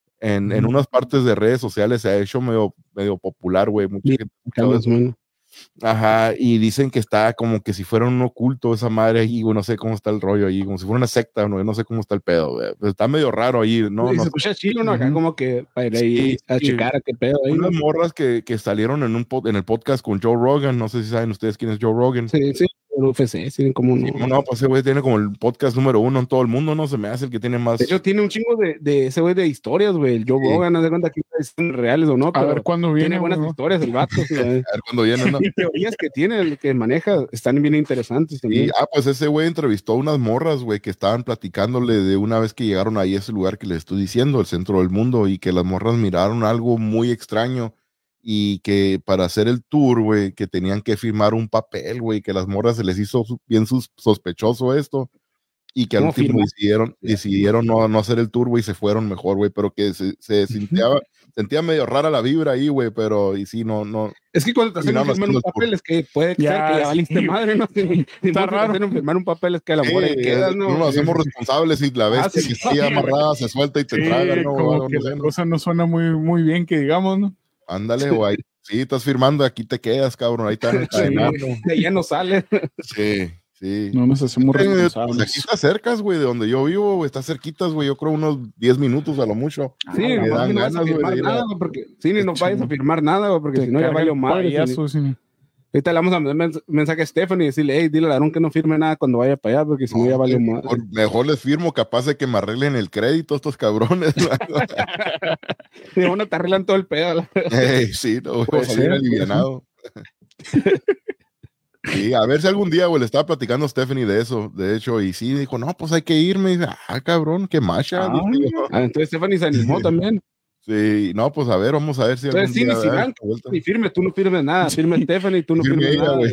En unas partes de redes sociales se ha hecho medio popular, güey. Mucha gente. Ajá, y dicen que está como que si fuera un oculto esa madre ahí, güey, no sé cómo está el rollo ahí, como si fuera una secta, no sé cómo está el pedo, güey. Pues está medio raro ahí, ¿no? Se escucha chilo, ¿no? Acá como que para ir ahí a checar a qué pedo ahí. Unas morras que salieron en el podcast con Joe Rogan, no sé si saben ustedes quién es Joe Rogan. Sí, el UFC, tienen como no, pues ese güey tiene como el podcast número 1 en todo el mundo, ¿no? Se me hace el que tiene más. De hecho, tiene un chingo de ese güey de historias, güey. El Joe Rogan, no sé cuántas son reales o no. A ver cuándo viene. Tiene buenas historias el vato. A ver cuándo viene, ¿no? Las teorías que tiene, el que maneja, están bien interesantes también. Y, pues ese güey entrevistó a unas morras, güey, que estaban platicándole de una vez que llegaron ahí a ese lugar que les estoy diciendo, el centro del mundo, y que las morras miraron algo muy extraño. Y que para hacer el tour, güey, que tenían que firmar un papel, güey, que las morras se les hizo bien sospechoso esto, y que al último decidieron no hacer el tour, güey, y se fueron mejor, güey, pero que se sentía medio rara la vibra ahí, güey, pero y sí, no. Es que cuando te hacen firmar un papel es que puede ser que ya valiste madre, ¿no? Está raro. Firmar un papel es que la morra queda, ¿no? No nos hacemos responsables y la vez que esté amarrada se suelta y te traga, ¿no? Como que la cosa no suena muy bien, que digamos, ¿no? Ándale, güey. Sí, estás firmando, aquí te quedas, cabrón. Ahí están encadenando. De ya no sale. Sí. No nos hacemos responsables. Pues aquí está cerca, güey, de donde yo vivo, güey. Está cerquitas, güey. Yo creo unos 10 minutos a lo mucho. Sí, no vas a firmar nada, porque sí, ni no vayas a firmar nada, güey, porque si no ya valió mal. Ahorita le vamos a mandar mensaje a Stephanie y decirle, hey, dile al Aarón que no firme nada cuando vaya para allá, porque si no ya valió más. Mejor les firmo, capaz de que me arreglen el crédito estos cabrones. Y bueno, te arreglan todo el pedo. Sí, no voy a salir alivianado. Sí, a ver si algún día, güey, le estaba platicando a Stephanie de eso, de hecho, y sí, dijo, no, pues hay que irme. Y dice, cabrón, qué macha. Entonces Stephanie se animó también. Sí, no, pues a ver, vamos a ver si entonces, algún sí, día... ni si van, ni firme, tú no firmes nada, firme Stephanie, tú no firmes nada. Güey.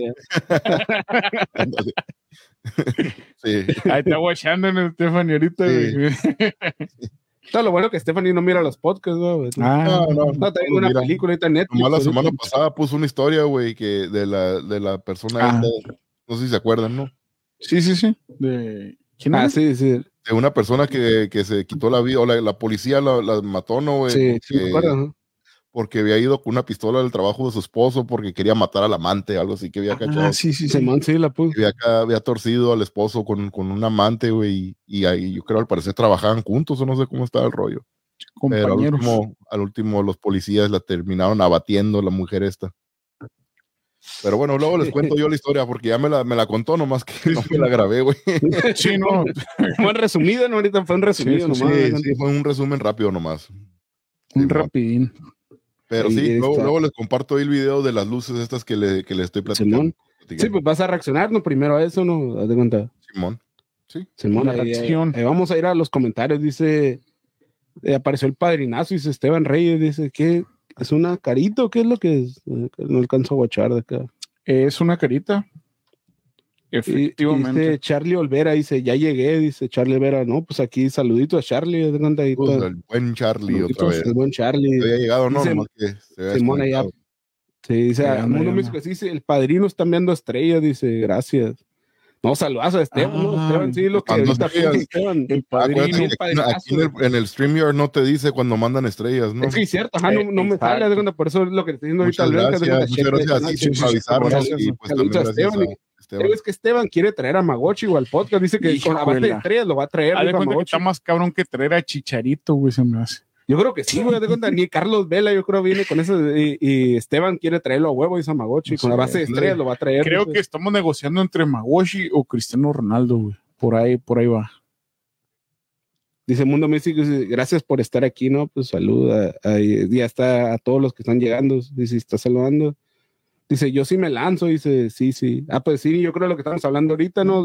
Sí. Ahí está guachando en el Stephanie ahorita, güey. Todo lo bueno que Stephanie no mira los podcasts, güey. No, está viendo una película ahorita en Netflix. La semana pasada puso una historia, güey, que de la persona, no sé si se acuerdan, ¿no? Sí. ¿De quién era? Sí. De una persona que se quitó la vida, o la policía la mató, ¿no, güey? Sí, me acuerdo. Porque había ido con una pistola al trabajo de su esposo porque quería matar al amante, algo así que había cachado. Sí, la puso. Había torcido al esposo con un amante, güey, y ahí yo creo al parecer trabajaban juntos o no sé cómo estaba el rollo. Compañeros. Pero al último los policías la terminaron abatiendo, la mujer esta. Pero bueno, luego les cuento yo la historia porque ya me la contó, nomás que no me la grabé, güey. Sí, no. Fue en resumido, ¿no? Ahorita fue en resumido nomás. Sí, fue un resumen rápido nomás. Un rapidín. Pero sí, luego les comparto ahí el video de las luces estas que le estoy platicando. Sí, pues vas a reaccionar, ¿no? Primero a eso, ¿no? Haz de cuenta. Simón. Sí. Simón, ahí vamos a ir a los comentarios. Dice, apareció el padrinazo, dice Esteban Reyes, dice, ¿qué? ¿Es una carita o qué es lo que es? No alcanzo a guachar de acá. Es una carita. Efectivamente. Dice Charlie Olvera, dice, ya llegué, dice Charlie Olvera, no, pues aquí saludito a Charlie, de cuenta ahí. Pues el buen Charlie otra vez. El buen Charlie. Había llegado, ¿no? Nomás que se Simón allá. Sí, dice, uno mismo que dice, el padrino está enviando estrellas, dice, gracias. No, saludazo a Esteban, ¿no? Esteban, sí, lo que ahorita Esteban, el padrino. Aquí en el StreamYard no te dice cuando mandan estrellas, ¿no? Es que es cierto, no me sale, de cuenta, por eso es lo que te estoy diciendo ahorita. Muchas gracias a avisarnos y pues también gracias a Esteban. Es que Esteban quiere traer a Magochi o al podcast, dice que con la base de estrellas lo va a traer. Está más cabrón que traer a Chicharito, güey, se me hace. Yo creo que sí, güey, de cuenta, ni Carlos Vela, yo creo viene con eso, y Esteban quiere traerlo a huevo, dice Magochi, con la base de estrellas lo va a traer. Creo que estamos negociando entre Magochi o Cristiano Ronaldo, güey. Por ahí va. Dice Mundo Messi, gracias por estar aquí, ¿no? Pues saluda, ya está a todos los que están llegando, dice, está saludando. Dice, yo sí me lanzo, dice, sí. Pues sí, yo creo lo que estamos hablando ahorita, ¿no?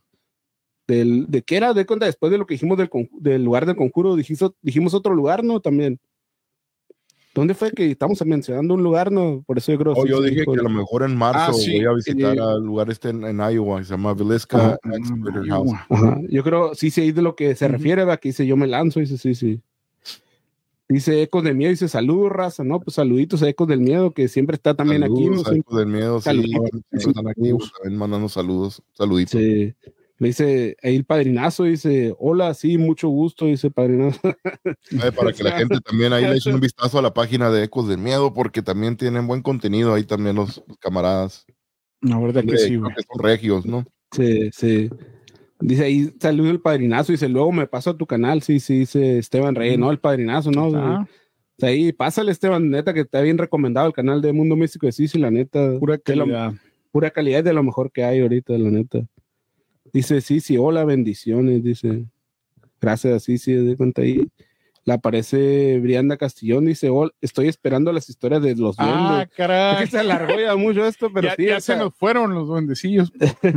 ¿De qué era? De cuenta, después de lo que dijimos del lugar del conjuro, dijimos otro lugar, ¿no? También. ¿Dónde fue que estamos mencionando un lugar, no? Por eso yo creo yo dije que a lo mejor en marzo voy a visitar al lugar en Iowa, se llama Villisca Excavator House. Yo creo, sí, de lo que se refiere, va, que dice, yo me lanzo, dice, sí. Dice Ecos del Miedo, dice, saludos, raza, ¿no? Pues saluditos a Ecos del Miedo, que siempre está también aquí, ¿no? Ecos del Miedo, sí, están aquí, también mandando saluditos. Sí. Le dice ahí el padrinazo, dice, hola, sí, mucho gusto, dice padrinazo. Para que la gente también ahí le eche un vistazo a la página de Ecos del Miedo, porque también tienen buen contenido ahí también los camaradas. La verdad que sí, güey. Que son regios, ¿no? Sí. Dice ahí, saludo el padrinazo, dice, luego me paso a tu canal, sí, dice Esteban Reyes, ¿no? El padrinazo, ¿no? O sea, ahí, pásale, Esteban, neta, que está bien recomendado el canal de Mundo Místico de Sisi, la neta. Pura calidad. Pura calidad, de lo mejor que hay ahorita, la neta. Dice, sí, hola, bendiciones, dice. Gracias, sí, de cuenta ahí. Le aparece Brianda Castillón, dice, estoy esperando las historias de los duendes. Caray. Es que se alargó ya mucho esto, pero ya se nos fueron los duendecillos.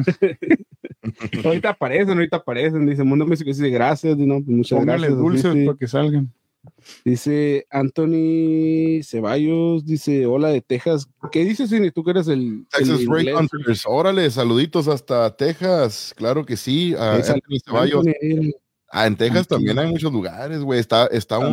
ahorita aparecen, dice Mundo Místico, dice, gracias, no, pues muchas gracias. Dulces para que salgan. Dice Anthony Ceballos, dice, hola de Texas. ¿Qué dices, Cine? Tú que eres el Texas Ray Hunters. Órale, saluditos hasta Texas. Claro que sí. Anthony Ceballos. En Texas también hay muchos lugares, güey. Está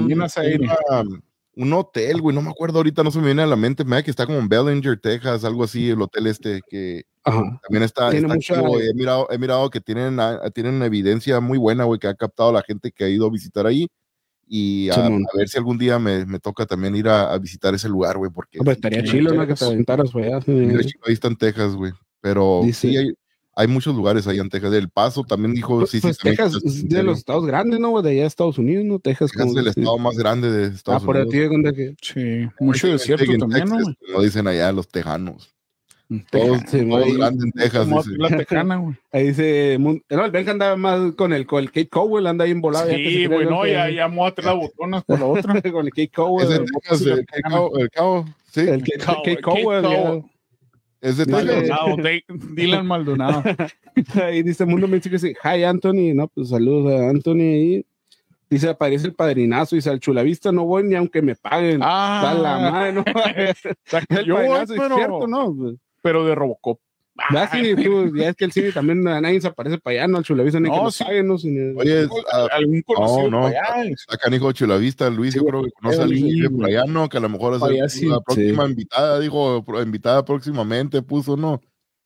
un hotel, güey. No me acuerdo ahorita, no se me viene a la mente. Me da que está como en Bellinger, Texas, algo así, el hotel que también está chido. He mirado que tienen evidencia muy buena, güey, que ha captado a la gente que ha ido a visitar ahí. Y a ver si algún día me toca también ir a visitar ese lugar, güey, porque pues estaría chido, ¿no? Que te aventaras, güey. Ahí está en Texas, güey. Pero sí hay muchos lugares ahí en Texas. El Paso también dijo, pues Texas es de los estados grandes, ¿no? De allá de Estados Unidos, ¿no? Texas es el estado más grande de Estados Unidos. Por aquí, sí, mucho desierto también, ¿no? Como dicen allá los tejanos. Todos andan en Texas. La tejana, güey. Ahí dice, no, el Benja andaba más con el Kate Cowell, anda ahí volado. Sí, güey, no, ya me voy a traer las botonas por la otra. Con el Kate Cowell. Es de Texas, el Cabo, sí. El Kate Cowell. Es de Maldonado, Dylan Maldonado. Ahí dice Mundo Místico, dice, hi Anthony, no, pues saludos a Anthony ahí. Dice, aparece el padrinazo, dice, al Chulavista no voy ni aunque me paguen. Ah, la madre, no. El yo padrinazo voy, es cierto, ¿no? Pero de Robocop. Ya, ya es que el cine también a nadie se aparece para allá, ¿no? Al Chulavista ni que lo paguen, ¿no? Oye, algún conocido no, para allá. Acá hijo Chulavista, Luis, yo creo que conoce a alguien por allá, ¿no? Que a lo mejor es la próxima invitada, dijo, invitada próximamente, puso, ¿no?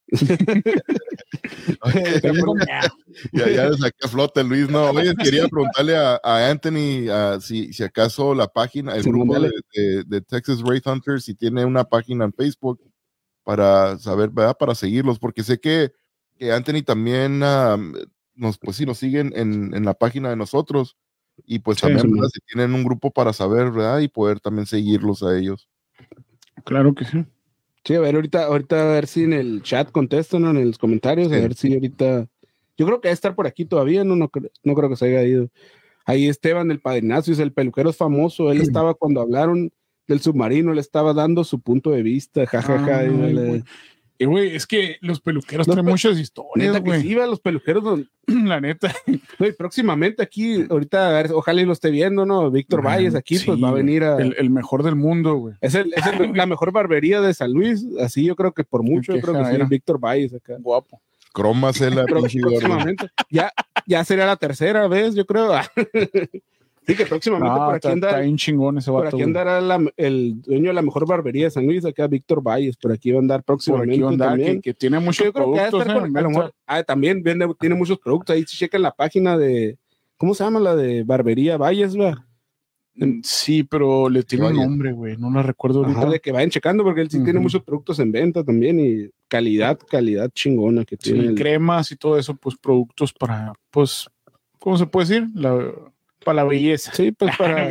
ya le saqué a flote, Luis, ¿no? Oye, quería preguntarle a Anthony si acaso la página, el grupo de Texas Wraith Hunters, si tiene una página en Facebook para saber, ¿verdad? Para seguirlos, porque sé que Anthony también nos siguen en la página de nosotros, y pues también si tienen un grupo para saber, ¿verdad? Y poder también seguirlos a ellos. Claro que sí. Sí, a ver, ahorita a ver si en el chat contestan, ¿no? En los comentarios, a ver si ahorita, yo creo que debe estar por aquí todavía, no creo que se haya ido. Ahí Esteban, el padrinazo, es el peluquero, es famoso, él estaba cuando hablaron del submarino, le estaba dando su punto de vista, jajaja. Güey, es que los peluqueros traen muchas historias, neta, que sí, los peluqueros, la neta. Güey, próximamente aquí, ahorita, a ver, ojalá y lo esté viendo, ¿no? Víctor Valles aquí, pues va a venir el mejor del mundo, güey. Es la mejor barbería de San Luis, así yo creo que por mucho, yo creo que sí, Víctor Valles acá. Guapo. Cromas en la próximamente. Ya sería la tercera vez, yo creo. Sí, que próximamente por aquí andará. Está chingón ese vato. Por aquí andará el dueño de la mejor barbería de San Luis, acá Víctor Valles, por aquí va a andar próximamente. Por aquí también. Que tiene muchos productos. También tiene muchos productos. Ahí se checa la página de, ¿cómo se llama la de barbería Valles, va? Sí, pero le tiene un nombre, güey. No la recuerdo ahorita. De que vayan checando porque él sí tiene muchos productos en venta también y calidad chingona que tiene. Cremas y todo eso, pues productos para, pues, ¿cómo se puede decir? Para la belleza. Sí, pues para.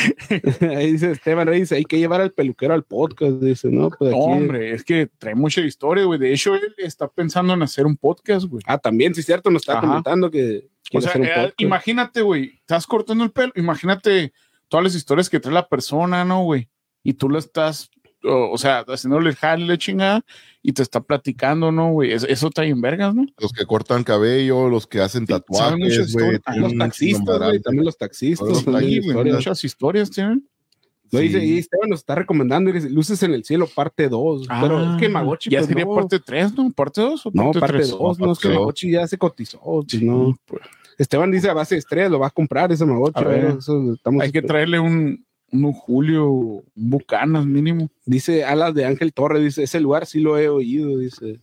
Ahí dice Esteban, ahí dice, hay que llevar al peluquero al podcast. Dice, no, pues aquí. Hombre, es que trae mucha historia, güey. De hecho, él está pensando en hacer un podcast, güey. También, sí, cierto, nos está comentando que. O sea, imagínate, güey, estás cortando el pelo, imagínate todas las historias que trae la persona, ¿no, güey? Y tú la estás, o sea, haciéndole el jale, la chingada, y te está platicando, ¿no, güey? Eso está en vergas, ¿no? Los que cortan cabello, los que hacen tatuajes, güey. Los taxistas, güey, también los taxistas. Muchas historias tienen. Dice, y Esteban nos está recomendando Luces en el Cielo, parte 2. Pero es que Magochi. Ya sería parte 3, ¿no? ¿Parte 2 o parte 3? No, parte 2. No, es que Magochi ya se cotizó. Sí, no. Pues. Esteban dice a base de estrellas, lo va a comprar ese Magochi. Hay que traerle un Julio, un Bucanas mínimo. Dice Alas de Ángel Torres, dice, ese lugar sí lo he oído,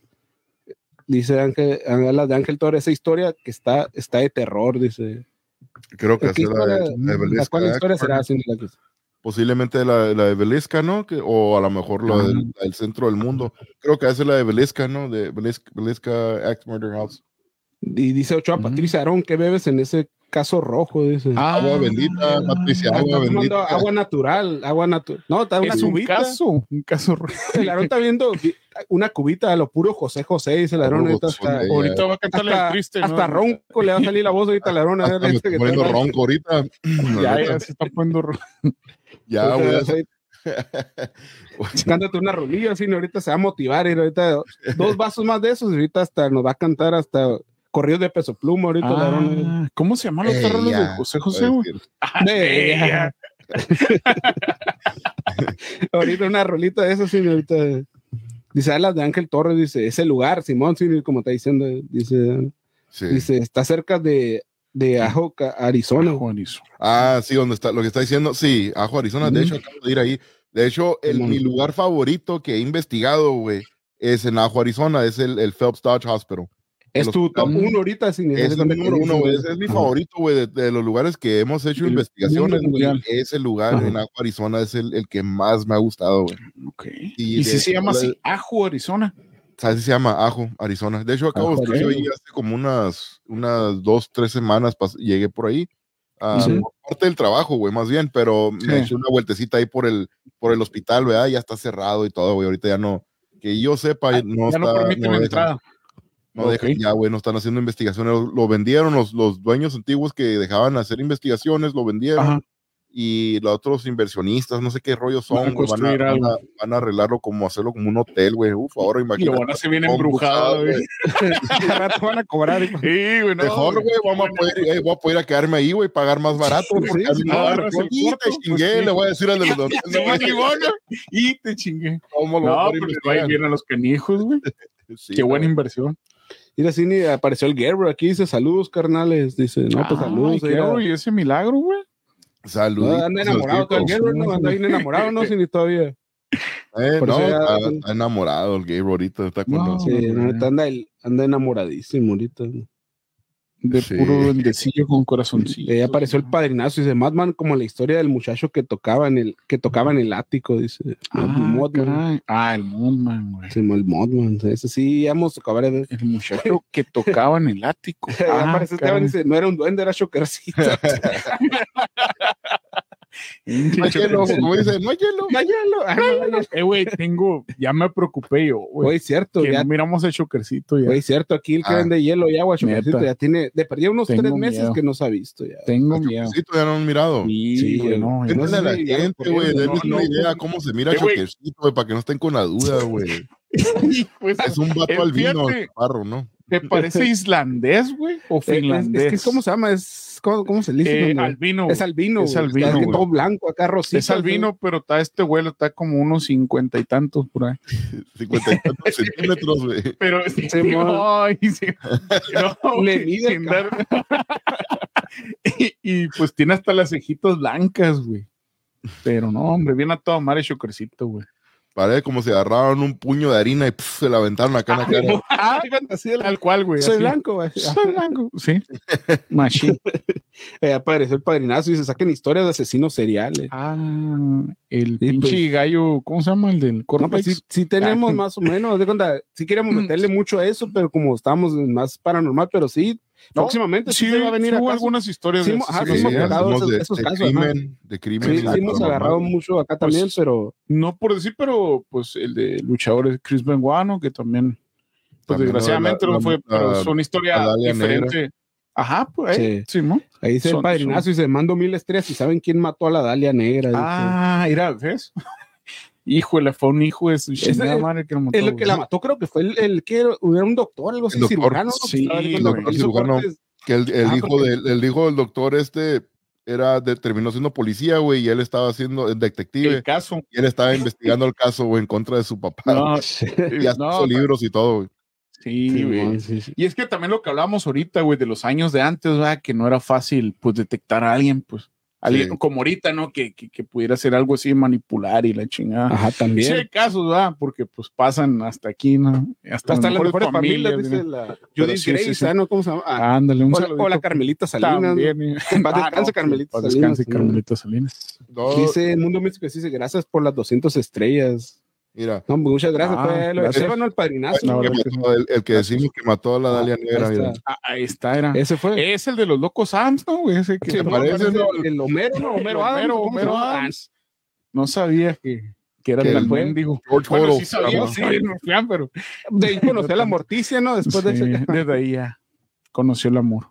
dice Alas de Ángel Torres, esa historia que está de terror, dice. Creo que ¿Cuál historia será? Posiblemente la de Velesca, ¿no? O a lo mejor la del centro del mundo. Creo que esa es la de Velesca, ¿no? De Velesca Axe Murder House. Y dice Ochoa, Patricia Aarón, ¿qué bebes en ese caso rojo? Dice. Agua bendita, Patricia, agua bendita. Agua natural. No, está una cubita. Un caso rojo. El Aarón está viendo una cubita a lo puro José, dice el Aarón. Ahorita va a cantarle el triste, ¿no? Hasta ronco le va a salir la voz ahorita al Aarón. Me está poniendo ronco ahorita. Ya se está poniendo ronco. Ya, güey. Cántate una rolilla, así, ahorita se va a motivar. Y ahorita 2 vasos más de esos, y ahorita hasta nos va a cantar hasta corridos de Peso Pluma. Ahorita ¿cómo se llaman los terrenos de José, güey? Ahorita una rolita de eso, sí, ahorita. Dice Alas de Ángel Torres, dice, ese lugar, Simón, sí, como está diciendo, dice, está cerca de Ajo, Arizona. Sí, donde está, lo que está diciendo, sí, Ajo, Arizona, de hecho, acabo de ir ahí. De hecho, mi lugar favorito que he investigado, güey, es en Ajo, Arizona, es el Phelps Dodge Hospital. Es tu top 1 ahorita, sin es el número 1, güey. Ese es mi favorito, güey, de los lugares que hemos hecho investigaciones, güey. Ese lugar en Ajo, Arizona es el que más me ha gustado, güey. Okay. ¿Y si se llama así, Ajo, Arizona? Así se llama, Ajo, Arizona. De hecho, acabo de estar ahí hace como unas 2-3 semanas, llegué por ahí. Por parte del trabajo, güey, más bien, pero me eché una vueltecita ahí por el hospital, ¿verdad? Ya está cerrado y todo, güey. Ahorita Que yo sepa, no ya está, no permiten entrada. No dejan, ya, güey, no están haciendo investigaciones. Lo vendieron los dueños antiguos que dejaban hacer investigaciones, lo vendieron. Ajá. Y los otros inversionistas, no sé qué rollo son, van a arreglarlo como hacerlo como un hotel, güey. Uf, ahora imagínate. Y lo van a hacer bien embrujado, güey. Van a cobrar. Sí, güey, no, mejor, güey, voy a poder quedarme ahí, güey, pagar más barato. Porque te chingué, le voy a decir al de los dos. Y te chingué. No, pues ahí vienen los canijos, güey. Qué buena inversión. Mira, sí, apareció el Gerber aquí, dice, saludos, carnales. Dice, no, pues saludos. Y ese milagro, güey. Saludos. No, anda enamorado todo el Gerber, ¿no? Anda bien enamorado, no, si ni todavía. Está enamorado el Gabe ahorita, está con nosotros. Sí, anda enamoradísimo ahorita. De puro duendecillo con corazoncillo. Ahí apareció el padrinazo, dice Madman, como la historia del muchacho que tocaba en el ático, dice. El Modman, güey. Sí, el Modman, ese sí, ya hemos tocado. El muchacho que tocaba en el ático. Dice, no era un duende, era Shokercito. No hay hielo, como dice, no hay hielo. Güey, ya me preocupé yo, güey. Cierto, que ya no miramos el Shokercito ya. Güey, cierto, aquí el que vende hielo y agua, Shokercito, ya tiene, de perdí unos 3 meses que no se ha visto ya. Tengo miedo. Shokercito ya no han mirado. Sí, güey, no. Entonces la gente, güey, denles una idea cómo se mira Shokercito, güey, para que no estén con la duda, güey. Pues, es un vato albino, parro, ¿no? ¿Te parece islandés, güey? ¿O finlandés? Es que, ¿cómo se llama? ¿Cómo se dice? Albino. Es albino. Es albino. Está todo blanco, acá rosita. Es albino, pero está este vuelo, está como unos 50 y tantos por ahí. 50 y tantos centímetros, güey. Pero le mide. y pues tiene hasta las cejitas blancas, güey. Pero no, hombre, viene a toda madre Shokercito, güey. Parece como si agarraron un puño de harina y se la aventaron acá en la cara. Tal cual, güey. Soy blanco, güey. Soy blanco. Sí. Machine. Apareció el padrinazo y se saquen historias de asesinos seriales. El pinche gallo, ¿cómo se llama? El del Corpex. No, pues sí tenemos más o menos. De cuenta, sí queremos meterle mucho a eso, pero como estamos más paranormal, pero sí. Próximamente sí va a venir hubo algunas historias de esos casos de crimen. Sí, hemos agarrado mucho acá también, pues, pero no por decir, pero pues el de luchadores Chris Benoit, que también, pues desgraciadamente no fue, pero son historias diferentes. Ajá, pues sí, ¿no? Ahí dice el padrinazo y se mandó 1000 estrellas y saben quién mató a la Dalia Negra. Mira, ¿ves? Híjole, fue un hijo de su chingada madre que lo mató. El que la mató, creo que fue el que era un doctor, algo así, cirujano. Sí, el doctor cirujano. Que el hijo del doctor terminó siendo policía, güey, y él estaba siendo detective. El caso. Y él estaba investigando el caso, güey, en contra de su papá. Y hasta hizo libros y todo, güey. Sí, güey. Sí. Y es que también lo que hablábamos ahorita, güey, de los años de antes, ¿verdad? Que no era fácil, pues, detectar a alguien, pues. Alguien como ahorita, ¿no? Que pudiera hacer algo así, manipular y la chingada. Ajá, también. Sí hay casos, ¿verdad? Porque pues pasan hasta aquí, ¿no? Hasta las mejores familias, dice la Judith Grace, ¿no? ¿Cómo se llama? Ándale, o la Carmelita Salinas. También. Descanse, Carmelita Salinas. Descanse, Carmelita Salinas. Dice Mundo Místico, dice, gracias por las 200 estrellas. Mira. No, muchas gracias. Ese el padrinazo. El que decimos que mató a la Dalia Negra. Ahí está. Ese fue. Es el de los locos Adams, ¿no, güey? Ese que parece el Homero Adams. No sabía que era el mendigo. Bueno, sí sabía, pero de ahí conoció a la Morticia, ¿no? Después de ese. Desde ahí ya conoció el amor.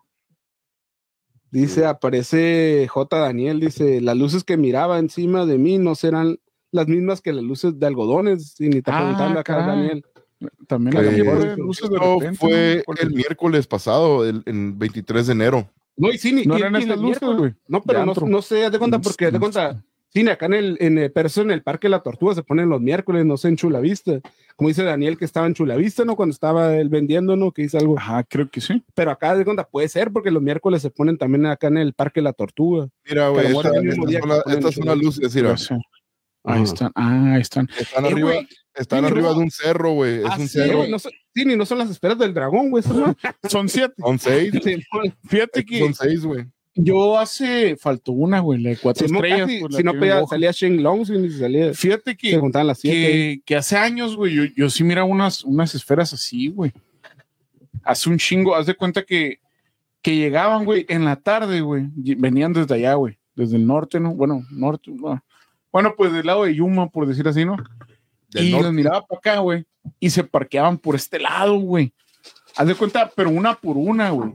Dice, aparece J. Daniel, dice, las luces que miraba encima de mí no serán las mismas que las luces de algodones, y ni te preguntando acá, Daniel. También luces de repente, fue el miércoles pasado, el 23 de enero. No, y sí, no eran estas luces, güey. No, pero no sé, de cuenta, porque de cuenta, sí, acá en el Parque La Tortuga se ponen los miércoles, no sé, en Chulavista. Como dice Daniel, que estaba en Chulavista, ¿no? Cuando estaba él vendiendo, ¿no? Que hizo algo. Ajá, creo que sí. Pero acá de cuenta puede ser, porque los miércoles se ponen también acá en el Parque La Tortuga. Mira, güey, estas son las luces, mira. Ahí están. Ahí están. Están arriba de un cerro, güey. Es un cerro. Sí, no son las esferas del dragón, güey. Son 7. Son 6. Fíjate que. Son 6, güey. Yo faltó una, güey, la de 4 estrellas. Si no salía Shane Long, si salía. Fíjate que. Se juntaban las 7. Que hace años, güey, yo sí miraba unas esferas así, güey. Hace un chingo. Haz de cuenta que llegaban, güey, en la tarde, güey. Venían desde allá, güey. Desde el norte, ¿no? Bueno, pues del lado de Yuma, por decir así, ¿no? Y los miraba para acá, güey. y se parqueaban por este lado, güey. Haz de cuenta, pero una por una, güey.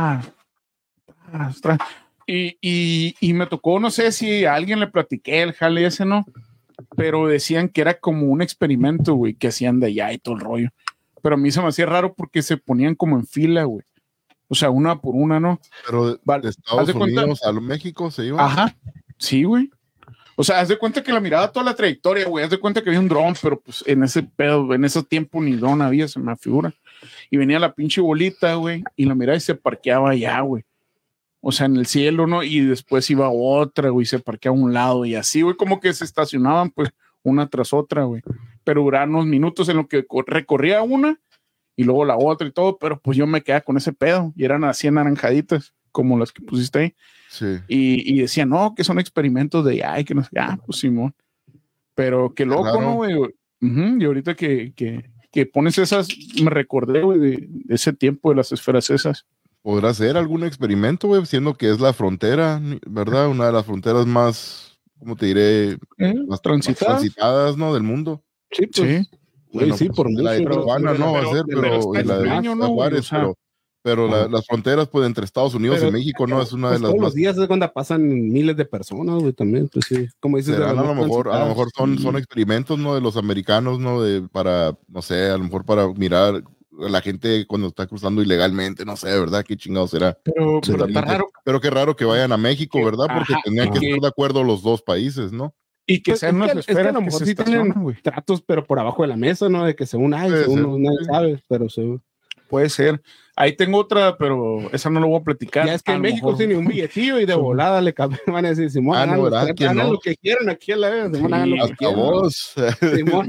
Y me tocó, no sé si a alguien le platiqué el jale ese, ¿no? Pero decían que era como un experimento, güey, que hacían de allá y todo el rollo. Pero a mí se me hacía raro porque se ponían como en fila, güey. O sea, una por una, ¿no? Pero de Estados Unidos a México se iban. Ajá, sí, güey. O sea, haz de cuenta que la miraba toda la trayectoria, güey. Haz de cuenta que había un dron, pero pues en ese pedo, en ese tiempo ni dron había, se me figura. Y venía la pinche bolita, güey, y la miraba y se parqueaba allá, güey. O sea, en el cielo, ¿no? Y después iba otra, güey, se parqueaba a un lado y así, güey, como que se estacionaban, pues, una tras otra, güey. Pero duraban unos minutos en lo que recorría una y luego la otra y todo, pero pues yo me quedaba con ese pedo y eran así anaranjaditas, como las que pusiste ahí. Sí. Y decían, no, que son experimentos de ay, que no sé, pues Simón. Pero qué loco, claro. ¿No, güey? Y ahorita que pones esas, me recordé, güey, de ese tiempo de las esferas esas. Podrá ser algún experimento, güey, siendo que es la frontera, ¿verdad? Una de las fronteras más, ¿cómo te diré? Más transitadas, ¿no? Del mundo. Sí, pues. Sí. Bueno, sí, pues, por la de Tijuana no va a ser, pero y la de Juárez, pero las fronteras, pues, entre Estados Unidos y México, ¿no? Es una pues de las todos más... los días es cuando pasan miles de personas, güey, también, pues sí. Como dices, a lo mejor son experimentos, ¿no? De los americanos, ¿no? Para, no sé, a lo mejor para mirar a la gente cuando está cruzando ilegalmente, no sé, ¿verdad? Qué chingados será. Pero está raro. Pero qué raro que vayan a México, ¿verdad? Porque tendrían que estar de acuerdo los dos países, ¿no? Y que sean unas esferas que a lo mejor sí tienen tratos, pero por abajo de la mesa, ¿no? De que según nadie sabe, pero según... Puede ser. Ahí tengo otra, pero esa no lo voy a platicar. Ya es que en México tiene un billetillo y de volada le van a decir, Simón, hagan lo que quieran aquí a la vez. Simón, hagan lo que quieran. Vos. Simón.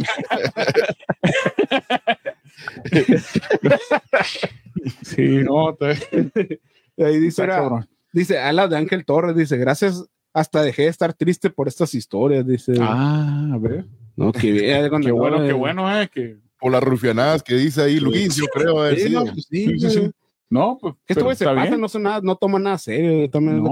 Sí, no. Ahí dice Ala de Ángel Torres, dice, gracias, hasta dejé de estar triste por estas historias, dice. A ver. No, qué bien. Qué bueno, que... O las rufianadas que dice ahí Luis, yo creo. Sí. No, pues esto se pasa, no son nada, no toman nada serio.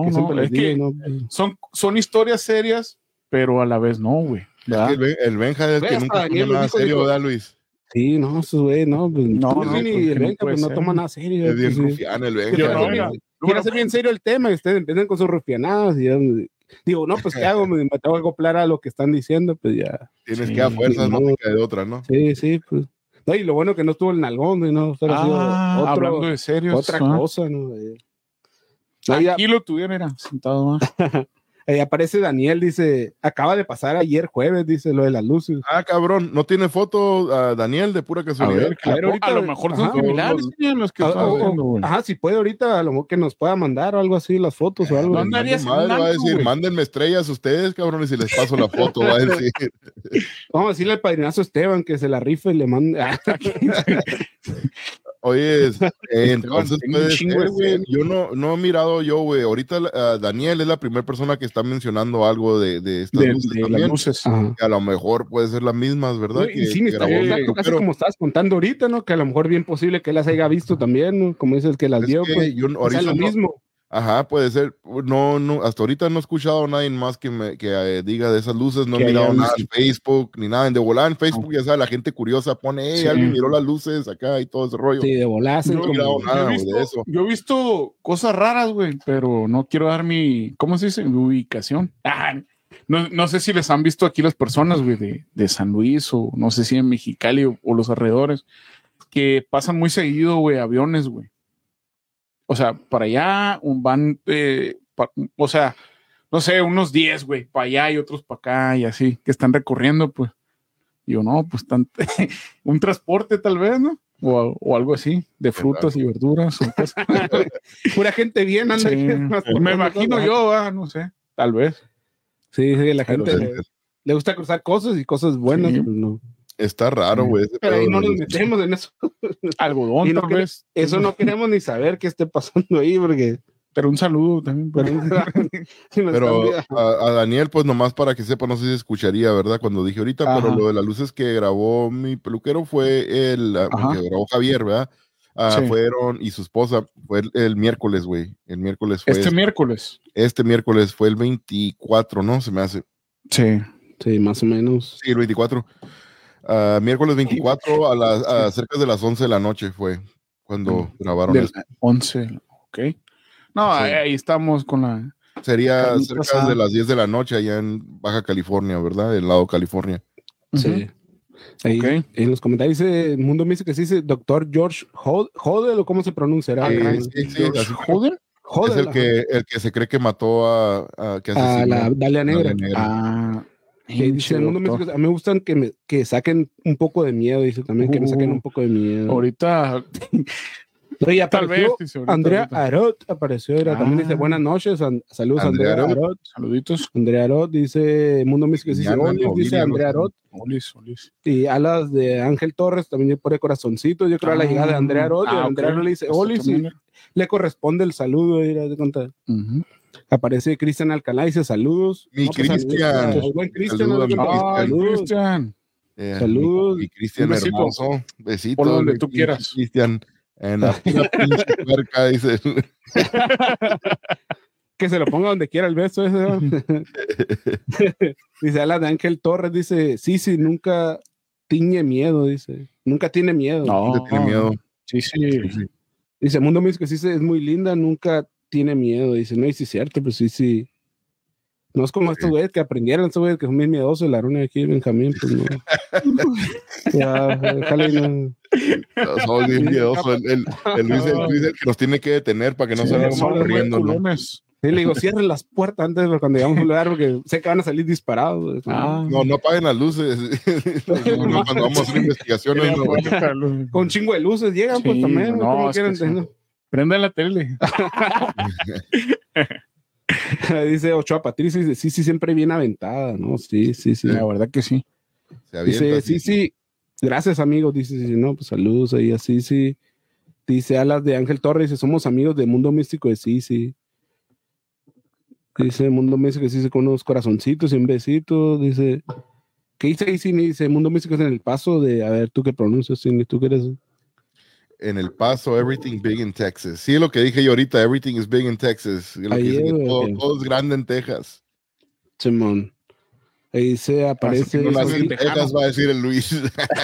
Son historias serias, pero a la vez no, güey. El Benja es que nunca toma nada serio, ¿verdad, Luis? Sí, no, güey, no. El Benja pues no toma nada serio. Es bien rufiano el Benja. Quiere hacer bien serio el tema y ustedes empiezan con sus rufianadas y yo digo, no, pues ¿qué hago? Me tengo que acoplar a lo que están diciendo, pues ya. Tienes que a fuerzas, no te cae de otra, ¿no? Sí, pues. No, y lo bueno que no estuvo el nalgón, ¿no? Hablando de serio. Otra cosa, ¿no? Aquí lo tuvieron, sentado más. Ahí aparece Daniel, dice, acaba de pasar ayer jueves, dice lo de las luces. Cabrón, ¿no tiene foto Daniel de pura casualidad? A lo mejor son similares los que están haciendo, güey. Si puede ahorita, a lo mejor que nos pueda mandar o algo así, las fotos o algo. No andarías va a decir, mándenme estrellas ustedes, cabrones, y les paso la foto, va a decir. Vamos a decirle al padrinazo Esteban que se la rife y le mande. Oye, entonces puede ser, güey. Yo no he mirado güey. Ahorita Daniel es la primera persona que está mencionando algo de estas luces también. Las luces. Que a lo mejor puede ser las mismas, ¿verdad? Sí, casi como estabas contando ahorita, ¿no? Que a lo mejor bien posible que las haya visto también, ¿no? Como dices que las dio, pues. Ahorita lo mismo. Ajá, puede ser. No, hasta ahorita no he escuchado a nadie más que diga de esas luces. No he mirado nada en Facebook ni nada. De volada en Facebook, ya sabes, la gente curiosa pone, alguien miró las luces acá y todo ese rollo. Sí, de volada. No he mirado nada de eso. Yo he visto cosas raras, güey, pero no quiero dar ¿cómo se dice? Mi ubicación. No sé si les han visto aquí las personas, güey, de San Luis o no sé si en Mexicali o los alrededores, que pasan muy seguido, güey, aviones, güey. O sea, para allá van, o sea, no sé, unos 10, güey, para allá y otros para acá y así, que están recorriendo, pues. Digo, no, pues un transporte tal vez, ¿no? O algo así, de frutas y verduras. O cosas. Pura gente bien, anda. Sí. Me imagino yo, no sé, tal vez. Sí, la gente le gusta cruzar cosas y cosas buenas, pues no. Está raro, güey. Pero ahí no nos metemos en eso. Algodón, tal vez. Eso no queremos ni saber qué esté pasando ahí, porque... Pero un saludo también. Pero a Daniel, pues nomás para que sepa, no sé si escucharía, ¿verdad? Cuando dije ahorita, pero lo de las luces que grabó mi peluquero fue que grabó Javier, ¿verdad? Fueron, y su esposa, fue el miércoles, güey. El miércoles fue... Este miércoles fue el 24, ¿no? Se me hace. Sí, más o menos. Sí, el 24. Miércoles 24 cerca de las 11 de la noche fue cuando grabaron eso. 11, ok. No, sí. ahí estamos con la... Sería cerca de las 10 de la noche allá en Baja California, ¿verdad? El lado California. Sí. Ahí, okay. En los comentarios dice Mundo Místico que sí dice Dr. George Hodel o cómo se pronunciará. Sí, Hodel. Es el que se cree que mató a la Dalia Negra. Dice el Mundo Místico, a mí me gustan que saquen un poco de miedo, dice también, que me saquen un poco de miedo. Ahorita... No, y apareció Andrea Arot, también dice buenas noches, saludos Andrea Arot. Saluditos. Andrea Arot dice Mundo Místico, dice dice Andrea Arot. Olis. Y alas de Ángel Torres, también pone corazoncitos, yo creo a la llegada de Andrea Arot, y Andrea Arot le dice Olis, y le corresponde el saludo, de contar. Aparece Cristian Alcalá, dice saludos. Mi Cristian. Buen Cristian. Saludos. Mi Cristian hermoso. Besito. Por donde tú quieras. Cristian. En la pinche puerca, dice. Que se lo ponga donde quiera el beso ese, ¿no? Dice Alan de Ángel Torres, dice, sí, nunca tiene miedo, dice. Nunca tiene miedo. No, tiene miedo. Sí. Dice, Mundo Místico, sí, es muy linda, nunca tiene miedo. Dice, no, y sí es cierto, pues sí. No es como estos güeyes que aprendieron, estos güeyes que son bien miedosos, la runa de aquí, Benjamín, pues no. Ya, déjale, no. Somos bien miedosos. El Luis es el que nos tiene que detener para que no salgamos corriendo, ¿no? Sí, le digo, cierren las puertas antes de cuando llegamos a un lugar porque sé que van a salir disparados. No apaguen las luces. Cuando vamos a hacer investigaciones. Con chingo de luces llegan, pues también. No, prendan la tele. Dice Ochoa Patricia, dice, sí, siempre bien aventada, ¿no? Sí. La verdad que sí. Dice, sí. Gracias, amigos. Dice, no, pues saludos ahí, así, sí. Dice Alas de Ángel Torres, dice, somos amigos de Mundo Místico de sí. Dice Mundo Místico de sí, con unos corazoncitos y un besito. Dice, ¿qué dice ahí, Cine? Dice, Mundo Místico es en El Paso de, a ver, ¿tú qué pronuncias, Cine? ¿Tú qué eres? En El Paso, everything big in Texas. Sí, lo que dije yo ahorita, everything is big in Texas. Lo que dice que todo es grande en Texas. Simón. Ahí se aparece. Texas va a decir el Luis.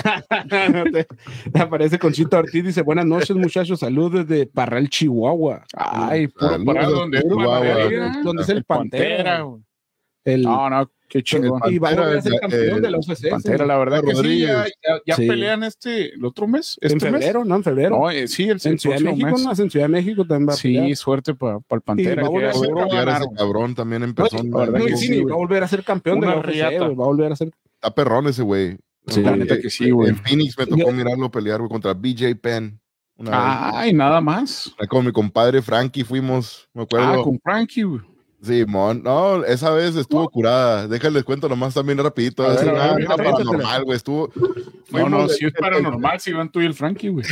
Aparece Conchita Ortiz, dice, buenas noches, muchachos, saludos desde Parral, Chihuahua. Ay, puro Parral, donde es el Pantera. No, qué chingón. Y va a volver a ser campeón de la UFC. Pantera, la verdad que sí, ya pelean el otro mes. En febrero. No, sí, el Ciudad de México, ¿no? En Ciudad de México también va a pelear. Sí, suerte para el Pantera. Va a volver a ser cabrón también en persona. Va a volver a ser campeón de la UFC, va a volver a ser. Está perrón ese güey. Sí, la neta que sí, güey. En Phoenix me tocó mirarlo pelear, güey, contra BJ Penn. Ay, nada más. Con mi compadre Frankie fuimos, me acuerdo. Con Frankie, güey. Sí, no, esa vez estuvo curada. Déjales cuento nomás también rapidito. Es paranormal, güey. No, si es paranormal, si van tú y el Frankie, güey.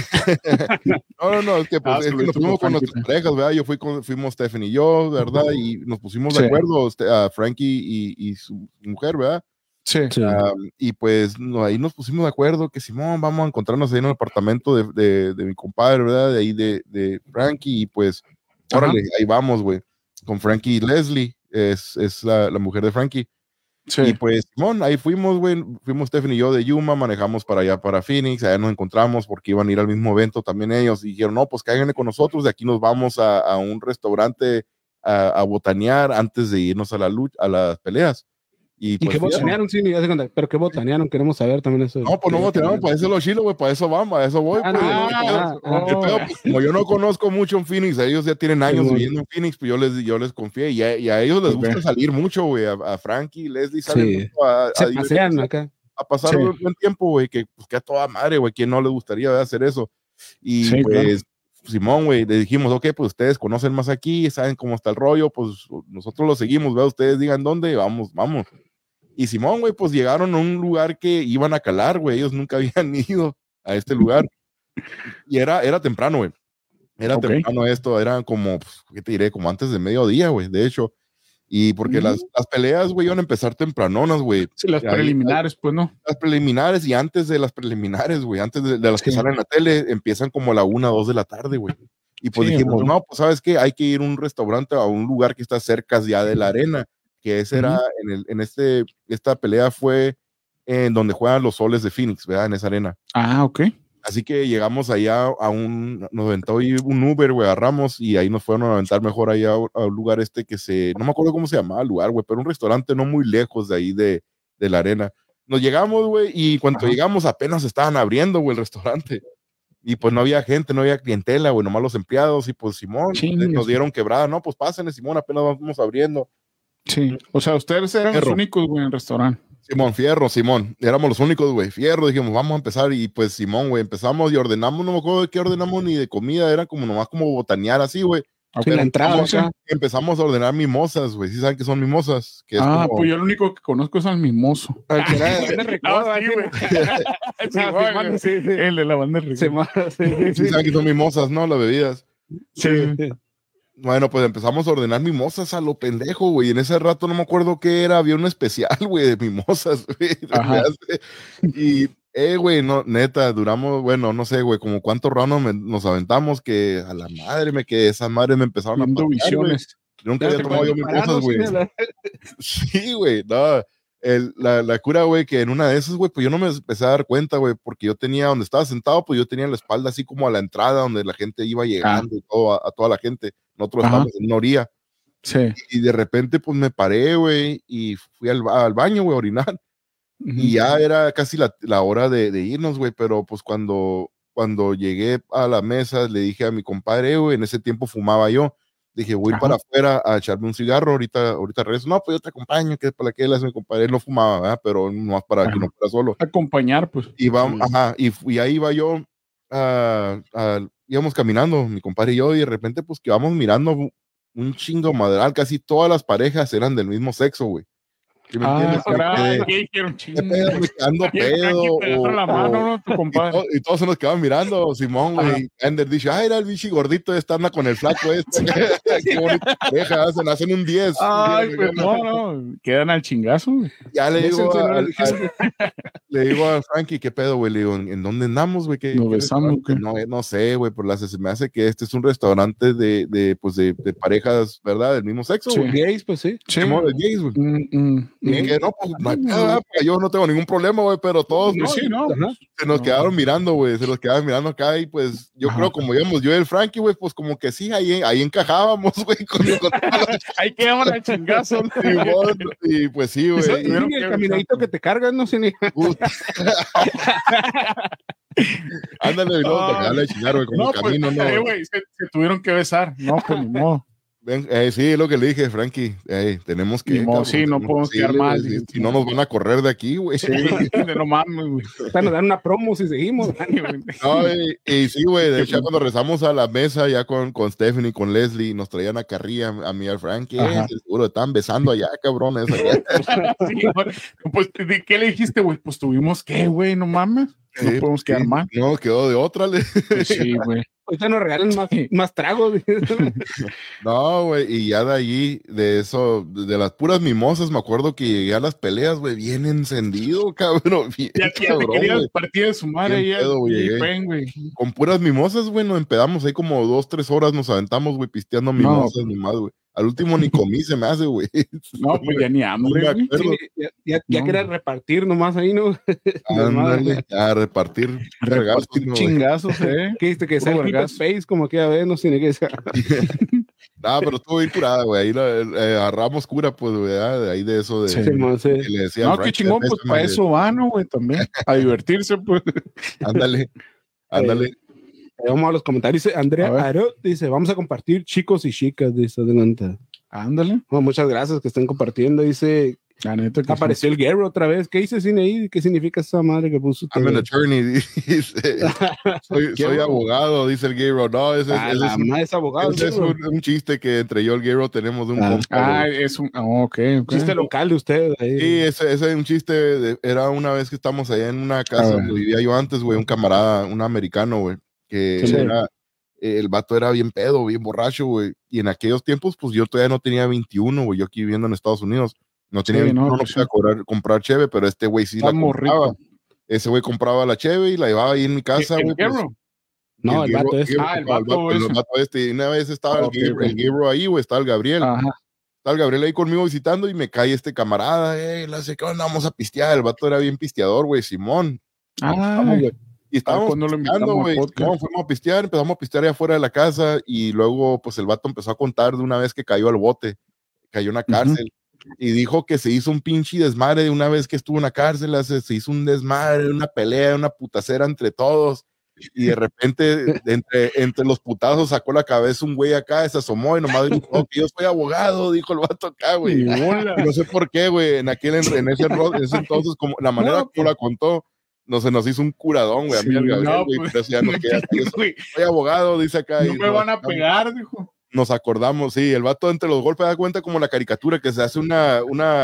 No, es que pues, nos fuimos con nuestras parejas, ¿verdad? Fuimos Stephanie y yo, ¿verdad? Y nos pusimos de acuerdo, a Frankie y su mujer, ¿verdad? Sí. Y pues ahí nos pusimos de acuerdo que Simón, vamos a encontrarnos ahí en el apartamento de mi compadre, ¿verdad? De ahí de Frankie, y pues, órale, ahí vamos, güey. Con Frankie y Leslie, es la mujer de Frankie. Sí. Y pues, Simón, ahí fuimos, güey. Fuimos Stephanie y yo de Yuma, manejamos para allá, para Phoenix. Allá nos encontramos porque iban a ir al mismo evento también ellos. Y dijeron, no, pues cáiganle con nosotros. De aquí nos vamos a un restaurante a botanear antes de irnos a las peleas. ¿Y pues, qué botanearon? Sí, ya se cuenta. Pero qué botanearon, queremos saber también eso. No, pues no botanearon, para eso lo chilo, güey, para eso vamos, a eso voy. Pues, como yo no conozco mucho en Phoenix, ellos ya tienen años viviendo en Phoenix, pues yo les confié, y a ellos les gusta salir mucho, güey, a Frankie, Leslie salen mucho se pasean acá. A pasar un buen tiempo, güey, que a toda madre, güey, ¿quién no le gustaría hacer eso? Y pues, Simón, güey, le dijimos, ok, pues ustedes conocen más aquí, saben cómo está el rollo, pues nosotros lo seguimos, ¿verdad? Ustedes digan dónde, vamos. Y Simón, güey, pues llegaron a un lugar que iban a calar, güey. Ellos nunca habían ido a este lugar. Y era temprano, güey. Era temprano esto. Era como, pues, ¿qué te diré? Como antes de mediodía, güey, de hecho. Y porque las peleas, güey, iban a empezar tempranonas, güey. Sí, las preliminares, pues, ¿no? Las preliminares, y antes de las preliminares, güey, antes de las que salen en la tele, empiezan como a la 1, 2 de la tarde, güey. Y pues dijimos, no, pues, ¿sabes qué? Hay que ir a un restaurante, a un lugar que está cerca ya de la arena. Que ese era, esta pelea fue en donde juegan los Soles de Phoenix, ¿verdad? En esa arena. Ah, ok. Así que llegamos allá nos aventó un Uber, güey, agarramos y ahí nos fueron a aventar mejor allá a un lugar no me acuerdo cómo se llamaba el lugar, güey, pero un restaurante no muy lejos de ahí de la arena. Nos llegamos, güey, y cuando llegamos apenas estaban abriendo, güey, el restaurante. Y pues no había gente, no había clientela, güey, nomás los empleados. Y pues Simón, nos dieron quebrada. No, pues pásenle, Simón, apenas vamos abriendo. Sí, o sea, ustedes eran los únicos, güey, en el restaurante. Simón, éramos los únicos, güey, fierro, dijimos, vamos a empezar. Y pues Simón, güey, empezamos y ordenamos, no me acuerdo de qué ordenamos ni de comida, era como nomás como botanear así, güey. Sí, la entrada, empezamos a ordenar mimosas, güey. ¿Sí saben qué son mimosas? Que es pues yo lo único que conozco es al mimoso. El que era de Recodo, el de la banda de Recodo. Sí saben que son mimosas, ¿no? Las bebidas. Sí. Bueno, pues empezamos a ordenar mimosas a lo pendejo, güey. En ese rato no me acuerdo qué era, había un especial, güey, de mimosas, güey. Y güey, no, neta, duramos, bueno, no sé, güey, como cuántos rounds nos aventamos que a la madre esas madres me empezaron a patear, visiones. Nunca había tomado yo mimosas, güey. Sí, güey, no. La cura, güey, que en una de esas, güey, pues yo no me empecé a dar cuenta, güey, porque yo tenía, donde estaba sentado, pues yo tenía la espalda así como a la entrada, donde la gente iba llegando y todo, a toda la gente. Nosotros estábamos en una orilla. Sí. Y de repente, pues me paré, güey, y fui al baño, güey, a orinar. Y ya era casi la hora de irnos, güey, pero pues cuando llegué a la mesa, le dije a mi compadre, güey, en ese tiempo fumaba yo, dije, voy para afuera a echarme un cigarro, ahorita regreso. No, pues yo te acompaño, que para qué le hace mi compadre, él no fumaba, ¿verdad? Pero no más para que no fuera solo. Acompañar, pues. Y vamos, y ahí iba yo, íbamos caminando, mi compadre y yo, y de repente, pues que vamos mirando un chingo madral, casi todas las parejas eran del mismo sexo, güey. ¿Sí me entiendes? Y todos se nos quedaban mirando, Simón, güey. Ender dice, era el bichi gordito, anda con el flaco este. Qué bonita pareja, hacen un 10. Ay, pues no, quedan al chingazo, güey. Ya le digo a Frankie, ¿qué pedo, güey? Le digo, ¿en dónde andamos, güey? ¿Nos besamos? No sé, güey, por se me hace que este es un restaurante de parejas, ¿verdad? Del mismo sexo, güey. Gays, pues sí. Simón, de gays, güey. Y que no, pues yo no tengo ningún problema, güey, pero todos se nos quedaron mirando, güey, se nos quedaban mirando acá y pues yo creo como íbamos yo y el Frankie, güey, pues como que sí, ahí encajábamos, güey. Ahí quedamos al chingazo. Y pues sí, güey. El caminadito que te cargas, no sé ni. Ándale, no, te quedas a chingar, güey, como camino, pues, no. Güey, se tuvieron que besar, no, pues no. Sí, es lo que le dije, Frankie. Tenemos que. No podemos quedar mal. Si no, nos van a correr de aquí, güey. Sí, no mames, güey. Nos dan una promo si seguimos. No, y sí, güey. De hecho, cuando rezamos a la mesa, ya con Stephanie, con Leslie, nos traían a Carrilla, a mí, al Frankie. Seguro, estaban besando allá, cabrones. Sí, pues, ¿qué le dijiste, güey? Pues tuvimos que, güey, no mames. No podemos quedar mal. No, quedó de otra. Sí, güey. Ahorita nos regalan más tragos. No, güey, y ya de allí, de eso, de las puras mimosas, me acuerdo que llegué a las peleas, güey, bien encendido, cabrón. Bien, ya te quería partir de su madre, ya. Güey. Con puras mimosas, güey, nos empedamos ahí como 2-3 horas, nos aventamos, güey, pisteando mimosas nomás, güey. Al último ni comí, se me hace, güey. No, pues ya ni hambre, güey. Sí, ya quería repartir nomás ahí, ¿no? A repartir regalos. Chingazos, ¿Qué dijiste? Que sea el face, como que a ver, no tiene que ser. No, pero estuvo bien curada, güey. Ahí agarramos cura, pues, güey, de ahí de eso. Sí. Le decían, no, qué chingón, pues para eso va, ¿no, güey? También, a divertirse, pues. Ándale. Vamos a los comentarios. Dice Andrea Arot, dice, vamos a compartir chicos y chicas, dice, adelante. Ándale. Muchas gracias que estén compartiendo. Dice, apareció el Guerrero otra vez. ¿Qué dice cine ahí? ¿Qué significa esa madre que puso? I'm an attorney, dice. soy abogado, dice el Guerrero. No, ese es abogado. Ese es un chiste que entre yo y el Guerrero tenemos de un es un chiste local de ustedes. Sí, ese es un chiste. Era una vez que estamos allá en una casa donde vivía yo antes, güey, un camarada, un americano, güey, que el vato era bien pedo, bien borracho, güey. Y en aquellos tiempos, pues yo todavía no tenía 21, güey. Yo aquí viviendo en Estados Unidos. No tenía 21, no podía comprar cheve, pero este güey sí la compraba. Ese güey compraba la cheve y la llevaba ahí en mi casa, güey. No, el vato este. El vato este. Y una vez estaba el Gabriel ahí, güey, estaba el Gabriel. está el Gabriel ahí conmigo visitando y me cae este camarada, le hace, ¿qué onda? Vamos a pistear. El vato era bien pisteador, güey, Simón. Y estábamos pisteando, güey. Fuimos a pistear, empezamos a pistear allá afuera de la casa y luego, pues, el vato empezó a contar de una vez que cayó al bote, cayó en la cárcel. Y dijo que se hizo un pinche desmadre de una vez que estuvo en la cárcel, se hizo un desmadre, una pelea, una putacera entre todos, y de repente entre los putazos sacó la cabeza un güey acá, se asomó y nomás dijo, que yo soy abogado, dijo el vato acá, güey. No sé por qué, güey, en ese entonces, como la manera como la contó, no se nos hizo un curadón, güey, a mí el Gabriel, güey, pero ya nos queda, soy abogado, dice acá. No me van a pegar, dijo. Nos acordamos, sí, el vato entre los golpes da cuenta como la caricatura que se hace una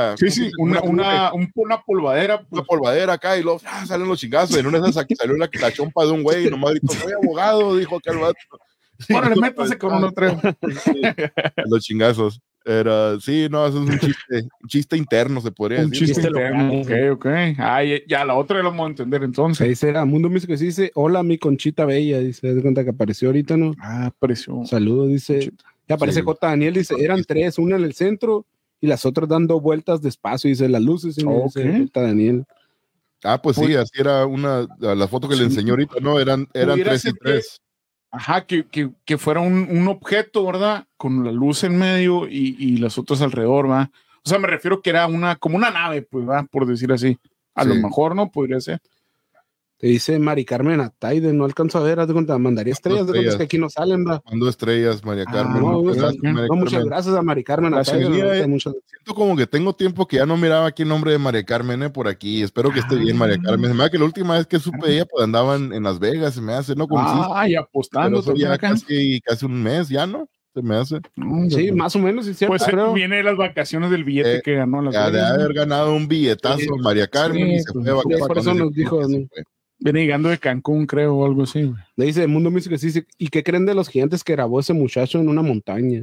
polvadera. Una polvadera acá y luego salen los chingazos. En una de esas salió la chompa de un güey y nomás gritó, soy abogado, dijo acá el vato. Órale, métase con uno tres. Los chingazos. Sí, no, eso es un chiste interno, se podría decir. Un chiste interno, ok. Ya la otra la vamos a entender entonces. Ahí será, Mundo Místico que dice, hola mi Conchita Bella, dice, de cuenta que apareció ahorita, ¿no? Apareció. Saludos, dice. Ya aparece J. Daniel, dice, eran tres, una en el centro y las otras dando vueltas despacio, dice, las luces, y dice J. Daniel. Pues sí, así era la foto que le enseñó ahorita, ¿no? Eran 3 y 3. Ajá, que fuera un objeto, ¿verdad? Con la luz en medio y las otras alrededor, ¿verdad? O sea, me refiero que era como una nave, pues, ¿verdad? Por decir así. A lo mejor, ¿no? Podría ser. Te dice Mari Carmen Ataide, no alcanzo a ver, haz de cuenta, mandaría estrellas, de cuenta que aquí no salen, ¿verdad? Mando estrellas, María Carmen. Muchas gracias a Mari Carmen Ataide. Siento como que tengo tiempo que ya no miraba aquí el nombre de María Carmen por aquí. Espero que esté bien, María Carmen. Se me da que la última vez que supe de ella, pues andaban en Las Vegas, se me hace, ¿no? Y apostando. Ya casi un mes, ¿ya no? Se me hace. Sí, más o menos, sí, cierto. Pues creo. Viene de las vacaciones del billete que ganó. De haber ganado un billetazo María Carmen y se fue de vacaciones. Por eso nos dijo, ¿no? Viene llegando de Cancún, creo, o algo así. Le dice Mundo Místico que sí, ¿y qué creen de los gigantes que grabó ese muchacho en una montaña?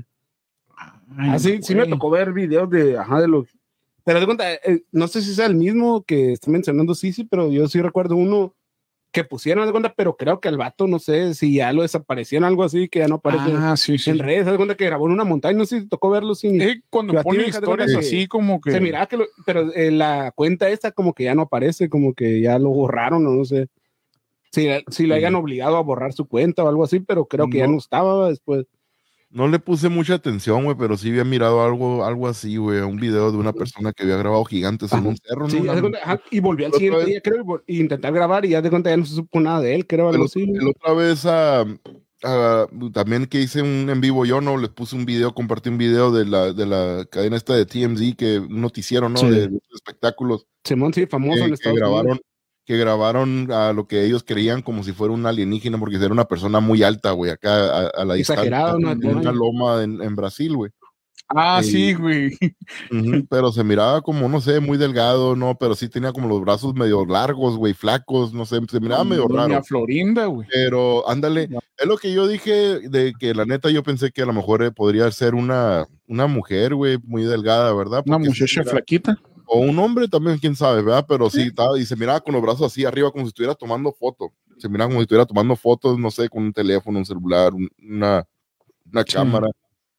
Sí me tocó ver videos de los... Pero de cuenta, no sé si sea el mismo que está mencionando Sisi, pero yo sí recuerdo uno que pusieron de cuenta, pero creo que el vato, no sé si ya lo desaparecieron, algo así, que ya no aparece en redes, de cuenta que grabó en una montaña, no sé si tocó verlo sin... cuando pone historias así como que... Se miraba que pero la cuenta esta como que ya no aparece, como que ya lo borraron o no sé. Si le hayan obligado a borrar su cuenta o algo así, pero creo que ya no estaba después. No le puse mucha atención, güey, pero sí había mirado algo así, güey, un video de una persona que había grabado gigantes en un cerro. Sí, y volvió al siguiente día, creo, y intentar grabar y ya de cuenta ya no se supo nada de él, creo, algo así. La otra vez también que hice un en vivo yo, ¿no? Les puse un video, compartí un video de la cadena esta de TMZ, que un noticiero, ¿no? De espectáculos. Simón, sí, famoso en Estados Unidos. Que grabaron a lo que ellos creían como si fuera un alienígena, porque era una persona muy alta, güey, acá a la distancia. Exagerado, ¿no? En una loma en Brasil, güey. Sí, güey. Pero se miraba como, no sé, muy delgado, ¿no? Pero sí tenía como los brazos medio largos, güey, flacos, no sé, se miraba medio raro. Florinda, güey. Pero, ándale, es lo que yo dije, de que la neta yo pensé que a lo mejor podría ser una mujer, güey, muy delgada, ¿verdad? Porque una muchacha flaquita. O un hombre también, quién sabe, ¿verdad? Pero sí, estaba, y se miraba con los brazos así arriba, como si estuviera tomando foto. Se miraba como si estuviera tomando fotos, no sé, con un teléfono, un celular, una cámara.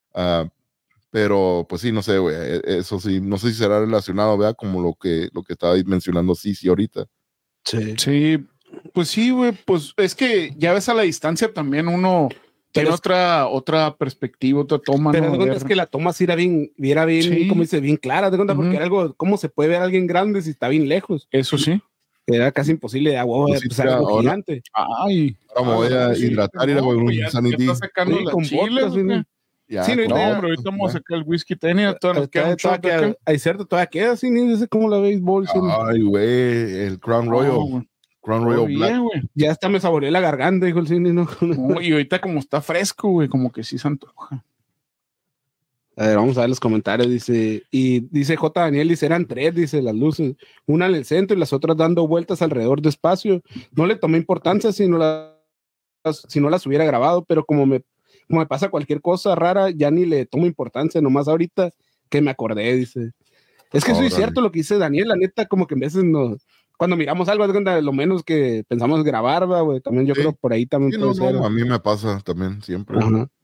Pero, pues sí, no sé, güey, eso sí, no sé si será relacionado, ¿verdad? Como lo que estaba mencionando sí ahorita. Sí, pues sí, güey, pues es que ya ves a la distancia también uno... Tiene otra perspectiva, otra toma. Pero ¿no? Es que la toma sí era bien, como dice, bien clara, de cuenta, porque era algo, ¿cómo se puede ver a alguien grande si está bien lejos? Eso sí. Era casi imposible de agua, pues algo gigante. Ahora me voy a hidratar y le voy a un sanity. Ya está sacando la chile, sí, no, pero ahorita vamos a sacar el whisky tenía, hay cierto, todavía queda, sí, ni sé cómo la béisbol. Ay, güey, el Crown Royal. Crown Royal Black. Ya hasta me saboreé la garganta, dijo el cine, ¿no? Y ahorita como está fresco, güey, como que sí se antoja. A ver, vamos a ver los comentarios, dice J. Daniel, dice, eran tres, dice, las luces, una en el centro y las otras dando vueltas alrededor despacio. No le tomé importancia si no las hubiera grabado, pero como me pasa cualquier cosa rara, ya ni le tomo importancia, nomás ahorita que me acordé, dice. Es que eso es cierto lo que dice Daniel, la neta, como que a veces cuando miramos algo, lo menos que pensamos grabar, güey, también yo creo por ahí también puede ser. A mí me pasa también, siempre.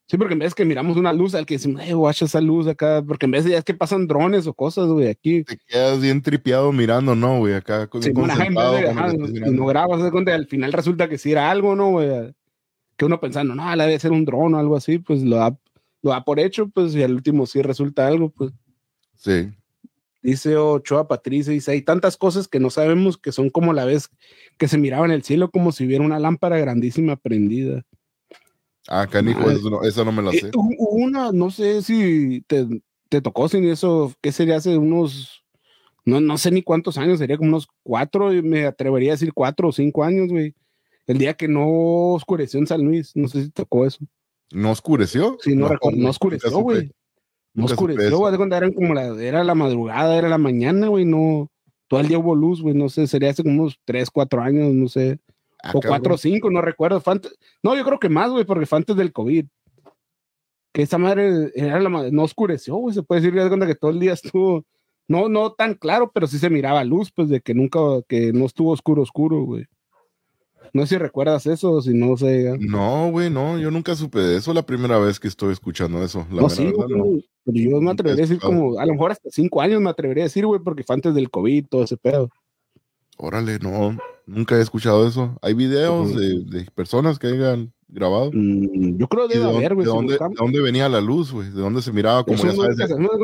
Sí, porque en vez que miramos una luz, al que decimos, guacha esa luz acá, porque en vez de ya es que pasan drones o cosas, güey, aquí. Te quedas bien tripeado mirando, ¿no, güey? Acá Sí, concentrado. Y no grabas, de cuenta, al final resulta que sí era algo, ¿no, güey? Que uno pensando, no, la debe ser un dron o algo así, pues lo da por hecho, pues, y al último sí resulta algo, pues. Sí. Dice Ochoa Patricia, dice, hay tantas cosas que no sabemos que son como la vez que se miraba en el cielo como si hubiera una lámpara grandísima prendida. Ah, canijo, eso no me la sé. Una, no sé si te tocó sin eso, ¿qué sería hace unos, no sé ni cuántos años, sería como unos 4, me atrevería a decir 4 o 5 años, güey. El día que no oscureció en San Luis, no sé si te tocó eso. ¿No oscureció? Sí, no recuerdo, no oscureció, güey. No oscureció, güey, cuando eran como era la madrugada, era la mañana, güey, no, todo el día hubo luz, güey, no sé, sería hace como unos 3, 4 años, no sé. O 4 o 5, no recuerdo. No, yo creo que más, güey, porque fue antes del COVID. Que esa madre no oscureció, güey. Se puede decir que de cuenta que todo el día estuvo, no tan claro, pero sí se miraba luz, pues de que que no estuvo oscuro, güey. No sé si recuerdas eso o si no sé. No, güey, no, yo nunca supe de eso. La primera vez que estoy escuchando eso. No, sí, güey, no. Pero yo me atrevería a decir como, a lo mejor hasta 5 años me atrevería a decir, güey, porque fue antes del COVID, todo ese pedo. Órale, no, nunca he escuchado eso. ¿Hay videos de personas que hayan grabado? Yo creo que debe haber, güey. ¿De dónde venía la luz, güey? ¿De dónde se miraba? Como ya sabes,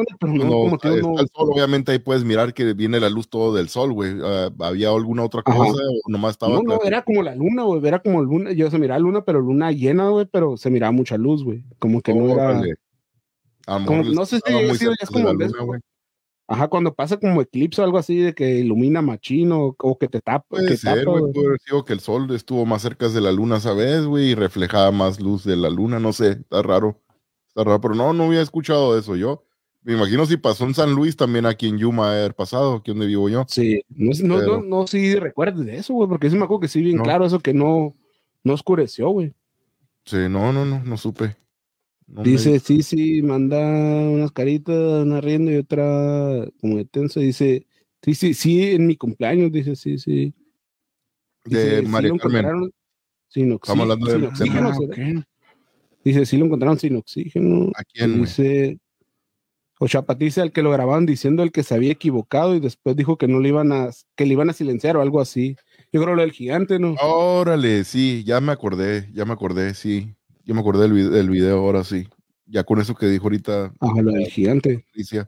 el sol, obviamente ahí puedes mirar que viene la luz todo del sol, güey. ¿Había alguna otra cosa o nomás estaba? No, era como la luna, güey. Era como luna. Yo se miraba luna, pero luna llena, güey, pero se miraba mucha luz, güey. Como que no era. Como, no sé si es como la luna, güey. Ajá, cuando pasa como eclipse o algo así de que ilumina machino o que te tapa. Puede ser, güey. Puede haber sido que el sol estuvo más cerca de la luna esa vez, güey, y reflejaba más luz de la luna, no sé, está raro. Está raro, pero no había escuchado eso yo. Me imagino si pasó en San Luis, también aquí en Yuma haber pasado, aquí donde vivo yo. Sí, no sí recuerdes de eso, güey, porque sí me acuerdo que sí bien claro eso que no oscureció, güey. Sí, no supe. Dice, sí, manda unas caritas, una riendo y otra como de tenso. Dice, sí, en mi cumpleaños, dice, sí. Dice, de María Carmen. Estamos hablando de oxígeno. Dice, sí lo encontraron sin oxígeno. ¿A quién, dice, Ochoa dice al que lo grababan diciendo el que se había equivocado y después dijo que no le iban a silenciar o algo así. Yo creo lo del gigante, ¿no? Órale, sí, ya me acordé, sí. Yo me acordé del video, ahora sí. Ya con eso que dijo ahorita. Ajá, lo del gigante.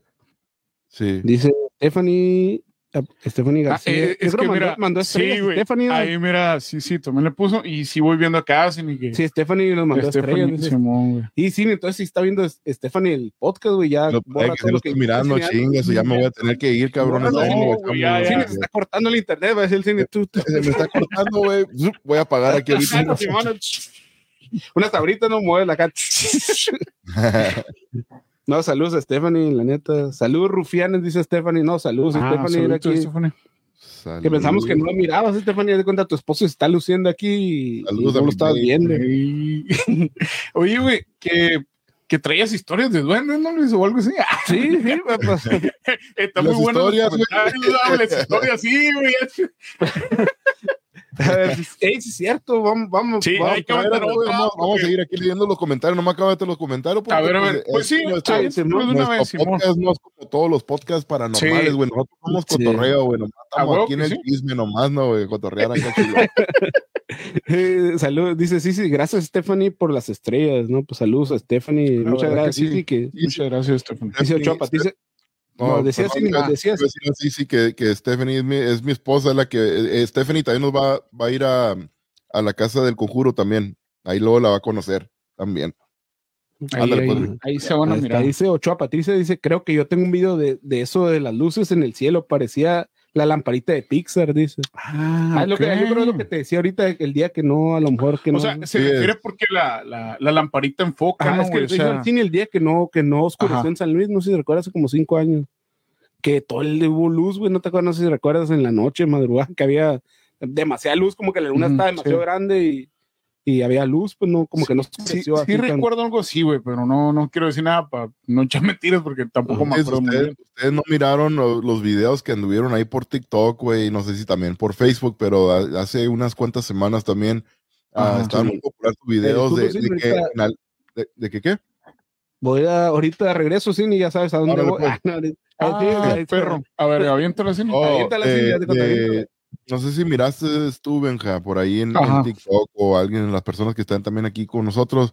Sí. Dice Stephanie García. Es que mira, mandó sí, güey. Ahí mira, sí, también le puso. Y sí voy viendo acá. Sí, Stephanie nos mandó estrellas. Simón, y sí, entonces sí está viendo Stephanie el podcast, güey. Ya lo estoy mirando, chingas. Ya me voy a tener que ir, cabrón. Cine se está cortando el internet, va a decir el cine. Se me está cortando, güey. Voy a apagar aquí ahorita. Unas tabritas no mueve la cara. No, saludos a Stephanie, la neta. Saludos, rufianes, dice Stephanie. No, saludos, Stephanie. Era aquí. Que pensamos que no lo mirabas, Stephanie. De cuenta, tu esposo se está luciendo aquí y no lo estabas viendo. Oye, güey, que traías historias de duendes, ¿no, Luis? O algo así. Sí, pues. Está muy bueno. Las historias, sí, güey. Sí, es cierto, vamos. Sí, vamos a seguir aquí leyendo los comentarios. No me acabas de los comentarios. A ver, pues sí, podcast no es como todos los podcasts paranormales, güey. Nosotros somos cotorreo, güey. Estamos aquí en el chisme nomás, ¿no, güey? Cotorrear acá. Saludos, dice sí, gracias Stephanie por las estrellas, ¿no? Pues saludos a Stephanie, muchas gracias. Muchas gracias, Stephanie. Dice Ochoa, decías que Stephanie es mi esposa, la que Stephanie también nos va a ir a la casa del conjuro también. Ahí luego la va a conocer también. Ahí se van a mirar. Dice Ochoa Patricia, dice, creo que yo tengo un video de eso de las luces en el cielo, parecía la lamparita de Pixar, dice. Yo creo lo que te decía ahorita, el día que no, a lo mejor que no. O sea, se refiere porque la lamparita enfoca, ¿no? Es que el día que no oscureció en San Luis, no sé si recuerdas, hace como 5 años, que todo hubo luz, güey, no te acuerdas, no sé si recuerdas en la noche, madrugada, que había demasiada luz, como que la luna estaba demasiado grande y había luz, pues no, como que no oscureció. Sí recuerdo algo así, güey, pero no quiero decir nada para no echar mentiras porque tampoco me acuerdo muy bien. Ustedes no miraron los videos que anduvieron ahí por TikTok, güey, no sé si también por Facebook, pero hace unas cuantas semanas también estaban muy populares tus videos de que ¿De qué? Voy ahorita regreso, Cine, y ya sabes a dónde voy. Pues. Perro. A ver, aviéntala, Cine. Aviéntala, Cine. No sé si miraste tú, Benja, por ahí en TikTok o alguien, las personas que están también aquí con nosotros,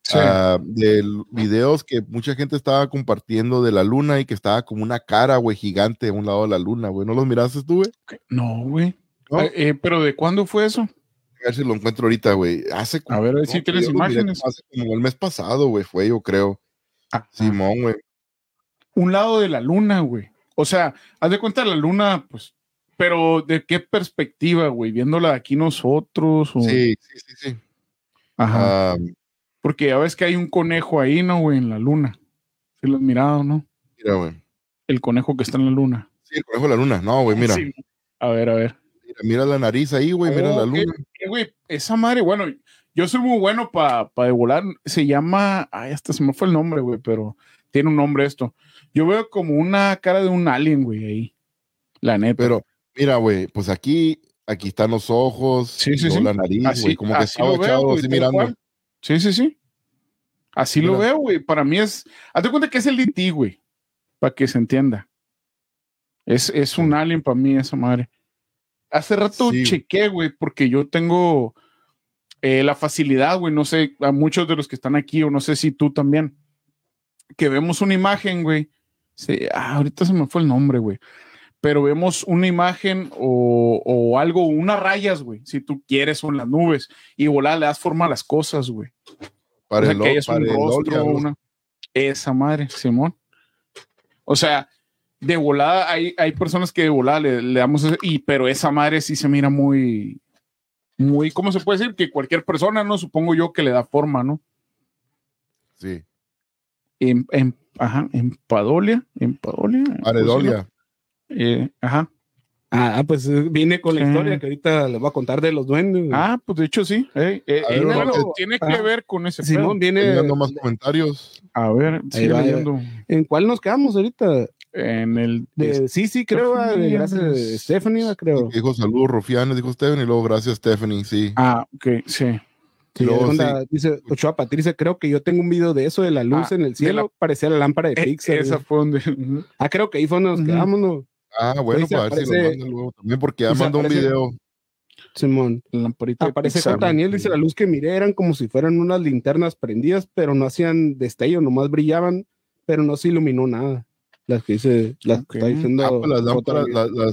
de videos que mucha gente estaba compartiendo de la luna y que estaba como una cara, güey, gigante a un lado de la luna, güey. ¿No los miraste tú, güey? No, güey. ¿No? ¿Pero de cuándo fue eso? A ver si lo encuentro ahorita, güey. A ver si tienes imágenes. Hace como el mes pasado, güey, fue, yo creo. Simón, güey. Un lado de la luna, güey. O sea, haz de cuenta la luna, pues, pero ¿de qué perspectiva, güey? ¿Viéndola aquí nosotros? O... Sí. Ajá. Porque ya ves que hay un conejo ahí, ¿no, güey? En la luna. ¿Sí lo has mirado, no? Mira, güey. El conejo que está en la luna. Sí, el conejo de la luna. No, güey, mira. Sí. A ver. Mira la nariz ahí, güey. Mira la luna. Güey, esa madre, bueno, yo soy muy bueno para de volar. Se llama... Ay, hasta se me fue el nombre, güey, pero tiene un nombre esto. Yo veo como una cara de un alien, güey, ahí. La neta. Pero, mira, güey, pues aquí están los ojos, la nariz, güey, como que estaba echado así mirando. Cual. Sí. Así lo veo, güey. Para mí es... Hazte cuenta que es el DT, güey. Para que se entienda. Es un alien para mí esa madre. Hace rato chequé, güey, porque yo tengo la facilidad, güey, no sé, a muchos de los que están aquí, o no sé si tú también, que vemos una imagen, güey. Ahorita se me fue el nombre, güey. Pero vemos una imagen o algo, unas rayas, güey, si tú quieres, o en las nubes, y volada le das forma a las cosas, güey. Para que es un rostro, esa madre, Simón. O sea, de volada, hay personas que de volada le damos pero esa madre sí se mira muy, ¿cómo se puede decir? Que cualquier persona, ¿no? Supongo yo que le da forma, ¿no? Sí. Empadolia. Paredolia. Ajá. Pues viene con la historia que ahorita les voy a contar de los duendes. Pues de hecho sí. Tiene que ver con ese Simón viene dando más comentarios. A ver, sigue leyendo. ¿En cuál nos quedamos ahorita? En el sí, creo, gracias Stephanie, creo. Dijo saludos Rufianes, dijo Stephanie, y luego gracias Stephanie, sí. Ok, sí. Luego, dice Ochoa Patricia, creo que yo tengo un video de eso de la luz en el cielo, parecía la lámpara de Pixar. Esa fue donde creo que ahí fue donde nos quedamos, ¿no? Bueno, para ver si lo mandan luego también, porque ya mandó un video. Simón, aparece J. Daniel, dice la luz que miré eran como si fueran unas linternas prendidas, pero no hacían destello, nomás brillaban, pero no se iluminó nada. Las que dice, las que está diciendo. Las lámparas,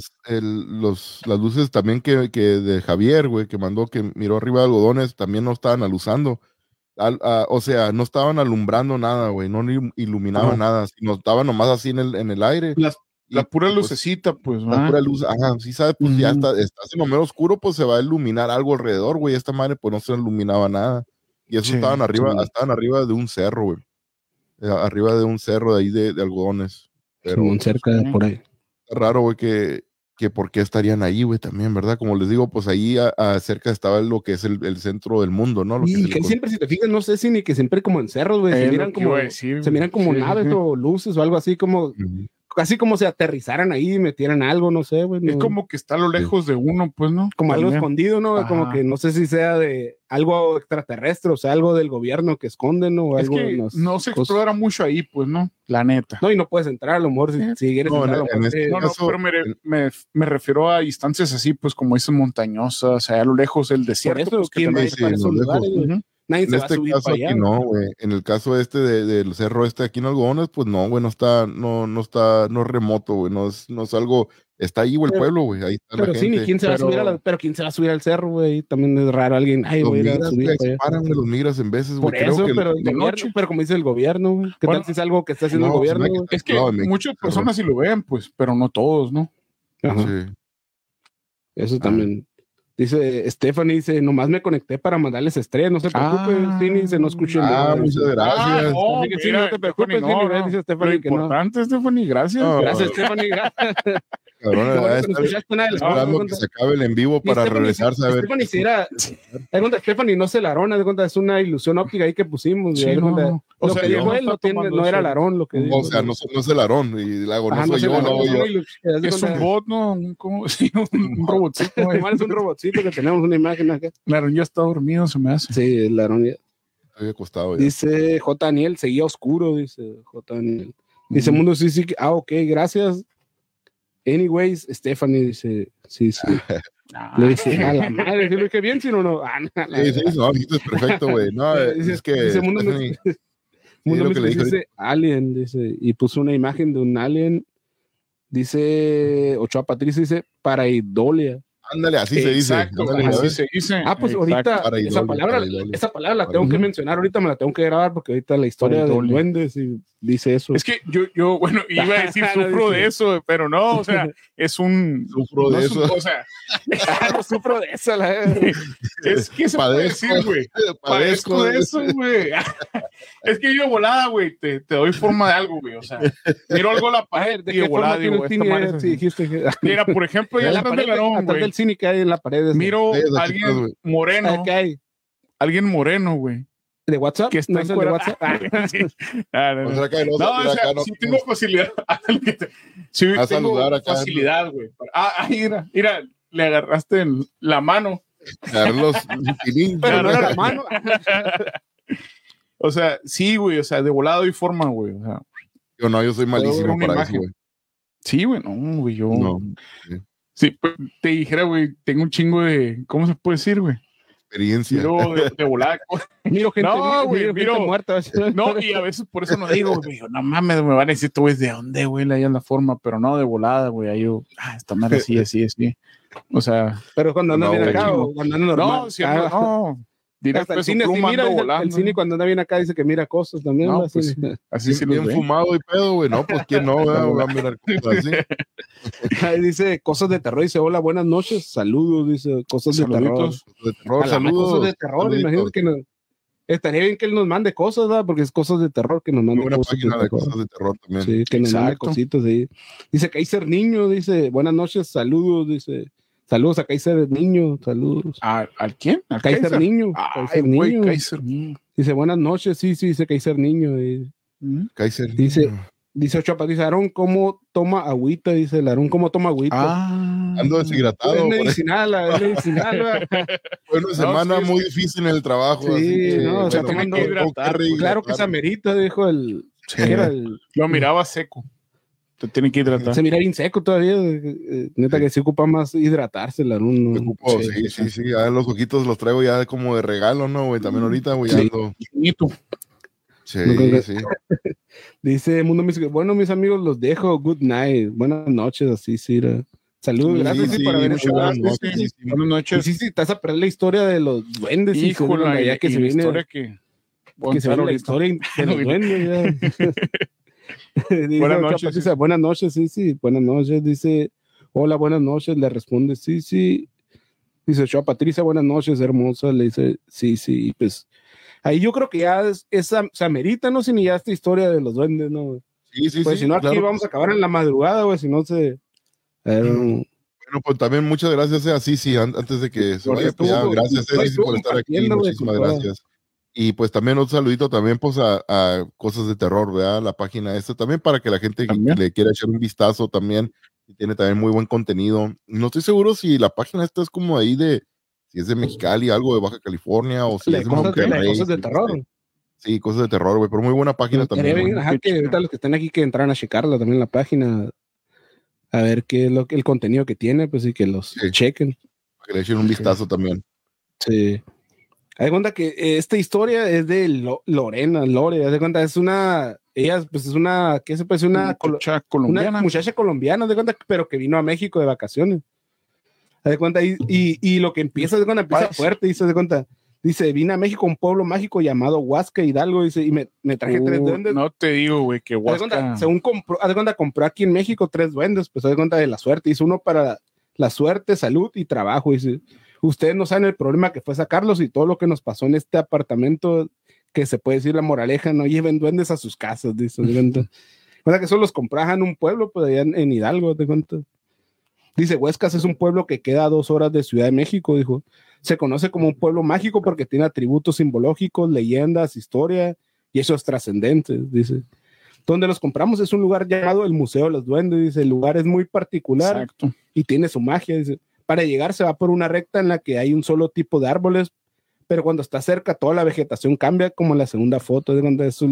las luces también que de Javier, güey, que mandó, que miró arriba de algodones, también no estaban aluzando. O sea, no estaban alumbrando nada, güey, no iluminaban nada, sino estaban nomás así en el aire. La pura lucecita, pues. La pura luz, sí sabes, pues ya está haciendo medio oscuro, pues se va a iluminar algo alrededor, güey. Esta madre, pues no se iluminaba nada. Y eso estaban arriba de un cerro, güey. Arriba de un cerro de ahí de algodones. Pero cerca de por ahí. Raro, güey, que por qué estarían ahí, güey, también, ¿verdad? Como les digo, pues ahí cerca estaba lo que es el centro del mundo, ¿no? Y que siempre, si te fijas, no sé si ni que siempre como en cerros, güey, se miran como naves o luces o algo así como... Casi como si aterrizaran ahí y metieran algo, no sé, güey. Es como que está a lo lejos de uno, pues, ¿no? Como algo escondido, ¿no? Como que no sé si sea de algo extraterrestre, o sea, algo del gobierno que esconden, ¿no? Es algo que no se explora mucho ahí, pues, ¿no? La neta. No, y no puedes entrar, a lo mejor, si quieres entrar. Pero me refiero a instancias así, pues, como dices, montañosas, allá a lo lejos del desierto. Por eso, ¿quién va a ir para esos lugares, güey? Nadie en este caso aquí no, güey. En el caso del cerro aquí en Algodones, pues no, güey, no es remoto, güey, no es algo, está ahí, güey, el pueblo, güey, ahí está la gente. Sí, ni quién se va a subir pero quién se va a subir al cerro, güey, también es raro alguien, voy a ir a subir los migras en veces, güey. Por eso, pero de noche, pero como dice el gobierno, güey, ¿qué tal si es algo que está haciendo el gobierno? Es que muchas personas sí lo ven, pues, pero no todos, ¿no? Sí. Eso también. Dice Stephanie, nomás me conecté para mandarles estrellas, no se preocupe, Tini, se no escuchen nada. Muchas gracias. No te preocupes, Tini, dice Stephanie que no. Importante, Stephanie, gracias. Gracias, Stephanie, gracias. Cabrón, esperando que se acabe el en vivo para regresarse a ver. Stephanie no se larona, es una ilusión óptica ahí que pusimos. O sea, que dijo él no era larón, lo que dijo. O sea, no es el larón, y no soy yo, no yo. Es un bot, ¿no? Un robotcito. Es un robotcito que tenemos una imagen acá. Larón ya está dormido, se me hace. Sí, el larón ya. Estoy acostado ya. Dice J. Daniel, seguía oscuro, dice J. Daniel. Dice Mundo sí, sí. Ok, gracias. Anyways, Stephanie dice, sí. Le dice, a la madre, ¿sí lo dije bien? Si no, no. Sí, no, dijiste perfecto, güey. No, es que dice Mundo Stephanie, Mundo que le dice alien, dice, y puso una imagen de un alien. Dice Ochoa Patricia, dice paraidolia. Ándale, así se dice. Ándale, así se dice. Pues ahorita esa palabra la tengo que mencionar, ahorita me la tengo que grabar porque ahorita la historia del duende dice eso. Es que yo bueno, iba a decir sufro de eso, pero no, o sea, es un... Sufro de eso. O sea, no sufro de eso. Es que se puede decir, güey. Padezco de eso, güey. Es que yo de volada, güey, te doy forma de algo, güey. O sea, miro algo a la pared y de volada digo, esta madre mira, por ejemplo, ya atrás del varón, güey. Del cine que hay en la pared. Miro a alguien moreno. Alguien moreno, güey. ¿De WhatsApp? Que está en el de WhatsApp. No, o sea, sí tengo facilidad. Sí, tengo facilidad, güey. Mira, le agarraste en la mano. Pero no era la mano. O sea, sí, güey, o sea, de volado y forma, güey. O sea, yo soy malísimo para eso, güey. Sí, güey, no, güey, yo. No. Sí, pues, te dijera, güey, tengo un chingo de, ¿cómo se puede decir, güey? Experiencia. Miro de volada. Miro gente, miro muerta. No, y a veces por eso no digo, güey, no mames, me van a decir, tú, güey, ¿de dónde, güey? Le hayan la forma, pero no, de volada, güey, ahí yo, esta madre sí. O sea. Pero cuando andan bien acá o cuando andan normal. No, siempre no. Hasta el cine, el cine cuando anda bien acá dice que mira cosas también. No, pues, así sí bien fumado y pedo, güey. No, pues quién no, va a mirar cosas así. Ahí dice cosas de terror. Dice, hola, buenas noches. Saludos, dice cosas de terror. Saludos. Cosas de terror. Imagínate que estaría bien que él nos mande cosas, ¿verdad? Porque es cosas de terror que nos mande cosas de terror también. Sí, que nos mande cositas ahí. Dice Kaiser Niño, dice, buenas noches, saludos, dice. Saludos a Kaiser Niño, saludos. ¿Al quién? ¿A Kaiser Niño? Kaiser Niño. Kaiser Niño. Dice, buenas noches, sí, dice Kaiser Niño. Kaiser Dice Ochoa, dice Aarón, ¿cómo toma agüita? Dice el Aarón, ¿cómo toma agüita? Ando deshidratado. Es medicinal. Fue una semana muy difícil en el trabajo. Sí, así que, no, o sea, tomando claro que se amerita, dijo el... Lo miraba seco. Te tiene que hidratar. Se mira bien seco todavía. Neta que se ocupa más hidratarse el Aarón. Sí. Ya los ojitos los traigo ya como de regalo, ¿no, güey? También ahorita, güey, ando... Sí. Dice Mundo Místico, bueno, mis amigos, los dejo. Good night. Buenas noches, así, sí. Saludos, gracias por haber hecho. Buenas noches. Sí, estás a perder la historia de los duendes. Híjole, ya que se viene. La historia de los duendes. Dice, buenas noches. Dice, buenas noches, sí. Buenas noches. Dice, hola, buenas noches. Le responde, sí. Dice, Ochoa Patricia, buenas noches, hermosa. Le dice, sí. Pues ahí yo creo que ya se amerita, ¿no? Sin ya esta historia de los duendes, ¿no? Sí. Pues si no, aquí vamos a acabar en la madrugada, güey, si no se... Bueno, pues también muchas gracias a Sisi, antes de que se vaya, gracias Sisi por estar aquí, muchísimas gracias. Y pues también otro saludito también pues a Cosas de Terror, ¿verdad? La página esta también para que la gente le quiera echar un vistazo también, y tiene también muy buen contenido. No estoy seguro si la página esta es como ahí si es de Mexicali, algo de Baja California, o si es de Monterrey. Cosas de terror. Sí, Cosas de Terror, güey, pero muy buena página también. Que ahorita los que están aquí que entraran a checarla también la página, a ver qué es el contenido que tiene, pues y que los chequen. Que le echen un vistazo también. Sí. Haz de cuenta que esta historia es de Lore, haz de cuenta, ella pues es una, ¿qué se puede decir? Una muchacha colombiana, de cuenta, pero que vino a México de vacaciones. Haz de cuenta, y lo que empieza fuerte, dice, de cuenta, dice, vine a México, un pueblo mágico llamado Huasca Hidalgo, dice, y me traje 3 duendes. No te digo, güey, que Huasca. Haz de cuenta, según compró aquí en México 3 duendes, pues haz de cuenta de la suerte, hizo uno para la suerte, salud y trabajo, dice. Ustedes no saben el problema que fue sacarlos y todo lo que nos pasó en este apartamento, que se puede decir la moraleja, no lleven duendes a sus casas, dice. Que eso los compraban en un pueblo, pues allá en Hidalgo, ¿te cuento? Dice, Huescas es un pueblo que queda a 2 horas de Ciudad de México, dijo. Se conoce como un pueblo mágico porque tiene atributos simbológicos, leyendas, historia, y eso es trascendente, dice. Donde los compramos es un lugar llamado el Museo de los Duendes, dice. El lugar es muy particular. Y tiene su magia, dice. Para llegar se va por una recta en la que hay un solo tipo de árboles, pero cuando está cerca toda la vegetación cambia, como en la segunda foto. De cuando eso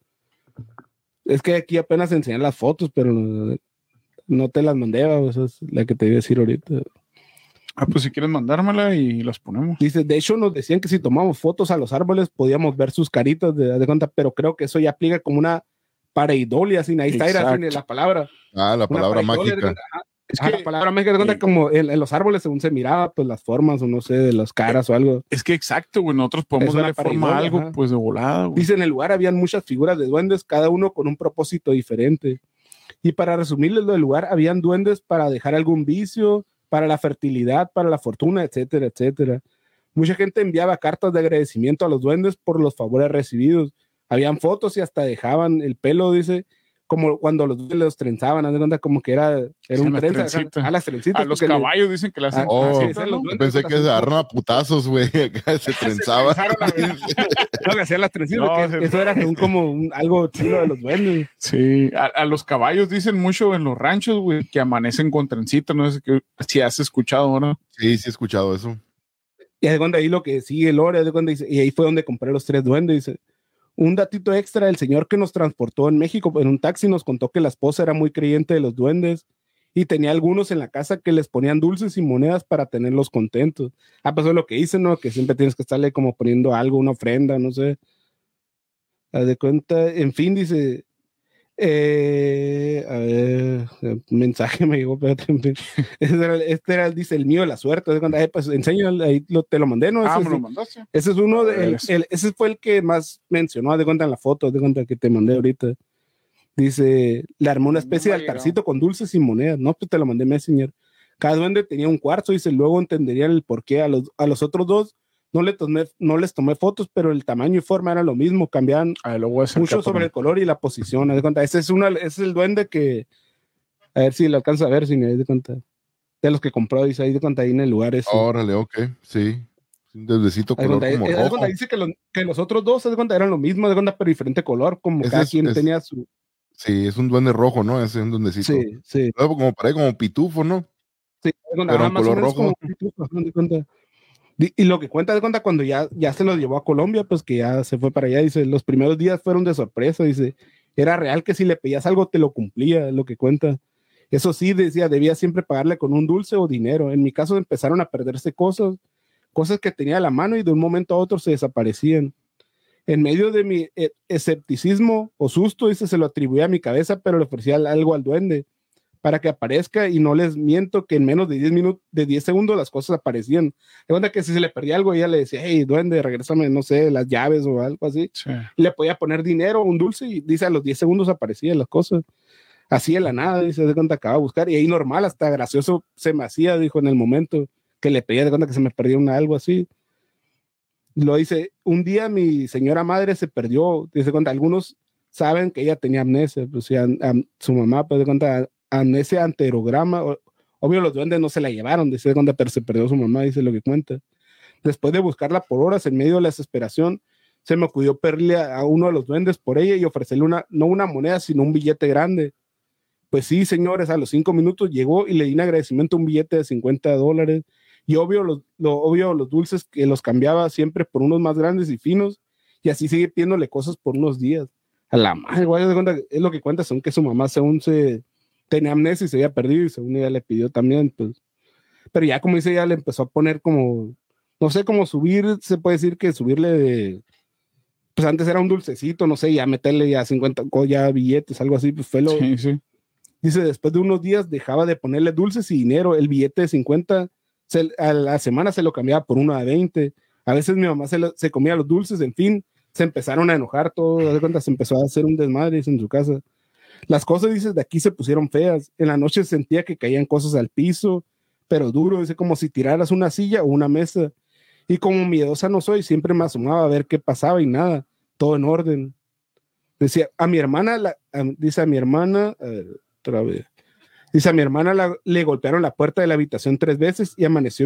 es que aquí apenas enseñan las fotos, pero no te las mandé, esa es la que te iba a decir ahorita. Pues si quieres mandármela y las ponemos. Dice, de hecho nos decían que si tomamos fotos a los árboles podíamos ver sus caritas de cuenta, pero creo que eso ya aplica como una pareidolia, sin ahí está la palabra. La palabra mágica. Es que la palabra mágica de cuenta como en los árboles según se miraba, pues las formas o no sé, de las caras o algo. Es que exacto, güey, nosotros podemos darle forma a algo, pues de volada, güey. Dice, en el lugar habían muchas figuras de duendes, cada uno con un propósito diferente. Y para resumirles lo del lugar, habían duendes para dejar algún vicio, para la fertilidad, para la fortuna, etcétera, etcétera. Mucha gente enviaba cartas de agradecimiento a los duendes por los favores recibidos. Habían fotos y hasta dejaban el pelo, dice, como cuando los duendes los trenzaban, ¿no? Como que era un trenza. A las trencitas. A los caballos dicen que las hacen. Yo pensé que se agarraron a putazos, güey. Se trenzaba. No, que hacían las trencitas. Eso era como algo chido de los duendes. Sí, a los caballos dicen mucho en los ranchos, güey, que amanecen con trencitas. No sé si has escuchado, ¿no? Sí, sí he escuchado eso. Y es cuando ahí lo que sigue Lore, dice, y ahí fue donde compré los 3 duendes, dice. Un datito extra, el señor que nos transportó en México en un taxi nos contó que la esposa era muy creyente de los duendes y tenía algunos en la casa que les ponían dulces y monedas para tenerlos contentos. Pues es lo que dicen, ¿no? Que siempre tienes que estarle como poniendo algo, una ofrenda, no sé. Haz de cuenta, en fin, dice, a ver, mensaje me llegó, pero este era, dice, el mío de la suerte. Pues enseño, ahí te lo mandé, ¿no? Me lo mandaste. Ese es uno ese fue el que más mencionó, de cuenta en la foto, de cuenta que te mandé ahorita. Dice, le armó una especie de altarcito con dulces y monedas. No, pues te lo mandé, Messenger. Cada duende tenía un cuarzo, dice, luego entenderían el por qué. A los otros 2 no les tomé fotos, pero el tamaño y forma era lo mismo, cambiaban mucho sobre el color y la posición. De cuenta, ese es el duende que, a ver si lo alcanza a ver, si me de cuenta, de los que compró, dice ahí de cuenta, ahí en el lugar ese. Órale, ok, sí. Un duendecito color como rojo. Cuenta, dice que los otros 2 de cuenta, eran lo mismo, de cuenta, pero diferente color, como cada quien tenía su... Sí, es un duende rojo, ¿no? Ese es un duendecito. Sí. Luego, parece como pitufo, ¿no? Sí, pero en color rojo. Como pitufo, de cuenta. Y lo que cuenta de cuenta cuando ya se los llevó a Colombia, pues que ya se fue para allá, dice, los primeros días fueron de sorpresa, dice, era real que si le pedías algo te lo cumplía, lo que cuenta. Eso sí, decía, debía siempre pagarle con un dulce o dinero. En mi caso empezaron a perderse cosas que tenía a la mano y de un momento a otro se desaparecían. En medio de mi escepticismo o susto, dice, se lo atribuía a mi cabeza, pero le ofrecía algo al duende para que aparezca, y no les miento que en menos de 10 segundos las cosas aparecían. De cuenta que si se le perdía algo, ella le decía, hey, duende, regrésame, no sé, las llaves o algo así. Sí. Y le podía poner dinero o un dulce y dice, a los 10 segundos aparecían las cosas. Así de la nada, dice, de cuenta acaba de buscar, y ahí normal, hasta gracioso se me hacía, dijo, en el momento que le pedía, de cuenta que se me perdió algo así. Lo dice, un día mi señora madre se perdió, dice, cuenta, algunos saben que ella tenía amnesia, pues su mamá, pues de cuenta, amnesia anterograma, obvio los duendes no se la llevaron, dice, cuenta, pero se perdió su mamá, dice lo que cuenta. Después de buscarla por horas, en medio de la desesperación, se me ocurrió pedirle a uno de los duendes por ella y ofrecerle no una moneda, sino un billete grande. Pues sí, señores, a los 5 minutos llegó y le di en agradecimiento un billete de $50. Y obvio los dulces que los cambiaba siempre por unos más grandes y finos, y así sigue pidiéndole cosas por unos días. A la madre, güey, es lo que cuenta, son que su mamá según tenía amnesia y se había perdido, y según ella le pidió también, pues. Pero ya como dice, ella le empezó a poner como, no sé, como subir, se puede decir que subirle pues antes era un dulcecito, no sé, ya meterle ya 50, ya billetes, algo así, pues fue lo... Sí. Dice, después de unos días dejaba de ponerle dulces y dinero, el billete de 50 a la semana se lo cambiaba por uno de 20. A veces mi mamá se comía los dulces, en fin, se empezaron a enojar todo, de cuenta, se empezó a hacer un desmadre, dice, en su casa. Las cosas, dice, de aquí se pusieron feas. En la noche sentía que caían cosas al piso, pero duro, dice, como si tiraras una silla o una mesa. Y como miedosa no soy, siempre me asomaba a ver qué pasaba y nada, todo en orden. Decía, a mi hermana, dice a mi hermana, otra vez. Dice, a mi hermana le golpearon la puerta de la habitación 3 veces y apareció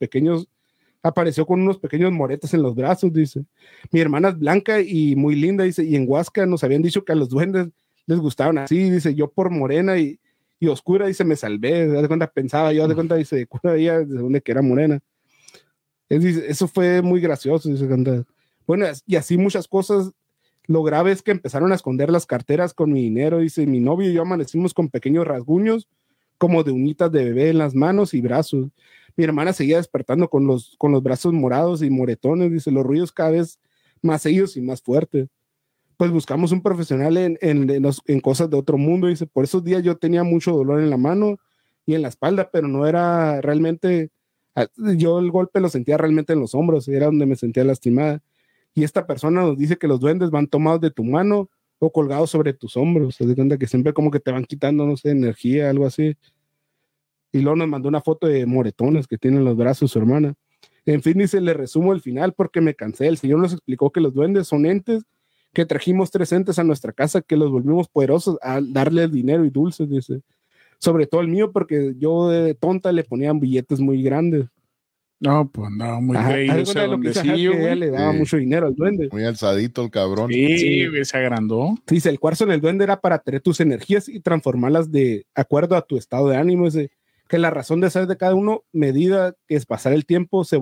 con unos pequeños moretes en los brazos, dice. Mi hermana es blanca y muy linda, dice, y en Huasca nos habían dicho que a los duendes les gustaban así, dice, yo por morena y oscura, dice, me salvé, de cuenta pensaba yo, de cuenta, dice, cura ella, de donde que era morena. Eso fue muy gracioso, dice. Bueno, y así muchas cosas. Lo grave es que empezaron a esconder las carteras con mi dinero. Dice, mi novio y yo amanecimos con pequeños rasguños como de uñitas de bebé en las manos y brazos. Mi hermana seguía despertando con los brazos morados y moretones. Dice, los ruidos cada vez más seguidos y más fuertes. Pues buscamos un profesional en cosas de otro mundo. Dice, por esos días yo tenía mucho dolor en la mano y en la espalda, pero no era realmente, yo el golpe lo sentía realmente en los hombros, era donde me sentía lastimada. Y esta persona nos dice que los duendes van tomados de tu mano o colgados sobre tus hombros. Se da cuenta que siempre como que te van quitando, no sé, energía, algo así. Y luego nos mandó una foto de moretones que tiene en los brazos su hermana. En fin, dice, le resumo el final porque me cansé. El Señor nos explicó que los duendes son entes, que trajimos 3 entes a nuestra casa, que los volvimos poderosos al darles dinero y dulces, dice. Sobre todo el mío, porque yo de tonta le ponía billetes muy grandes. No, pues no, muy bello ese duendecillo, güey. Le daba mucho dinero al duende. Muy alzadito el cabrón. Sí, se agrandó. Dice, el cuarzo en el duende era para tener tus energías y transformarlas de acuerdo a tu estado de ánimo. Dice, que la razón de ser de cada uno, medida que es pasar el tiempo, se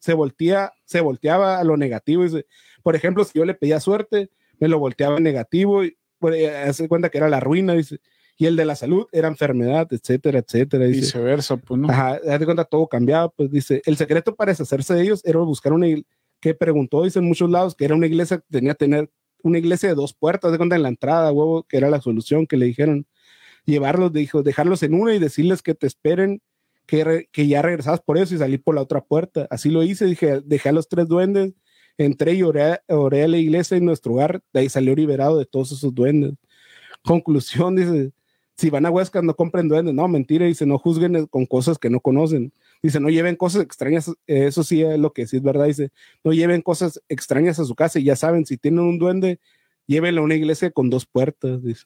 volteaba a lo negativo. Dice, por ejemplo, si yo le pedía suerte, me lo volteaba negativo y hace cuenta que era la ruina, dice. Y el de la salud era enfermedad, etcétera, etcétera. Dice. Viceversa, pues, ¿no? Ajá, de cuenta todo cambiaba, pues dice, el secreto para deshacerse de ellos era buscar que preguntó, dice en muchos lados, que era una iglesia, tenía que tener una iglesia de 2 puertas, de cuenta en la entrada, huevo, que era la solución que le dijeron. Llevarlos, dijo, dejarlos en una y decirles que te esperen, que ya regresabas por eso y salir por la otra puerta. Así lo hice, dije, dejé a los 3 duendes, entré y oré a la iglesia en nuestro hogar, de ahí salió liberado de todos esos duendes. Conclusión, dice, si van a Huesca no compren duendes, no, mentira, dice, no juzguen con cosas que no conocen, dice, no lleven cosas extrañas, eso sí es lo que sí es verdad, dice, no lleven cosas extrañas a su casa y ya saben, si tienen un duende, llévenlo a una iglesia con 2 puertas, dice.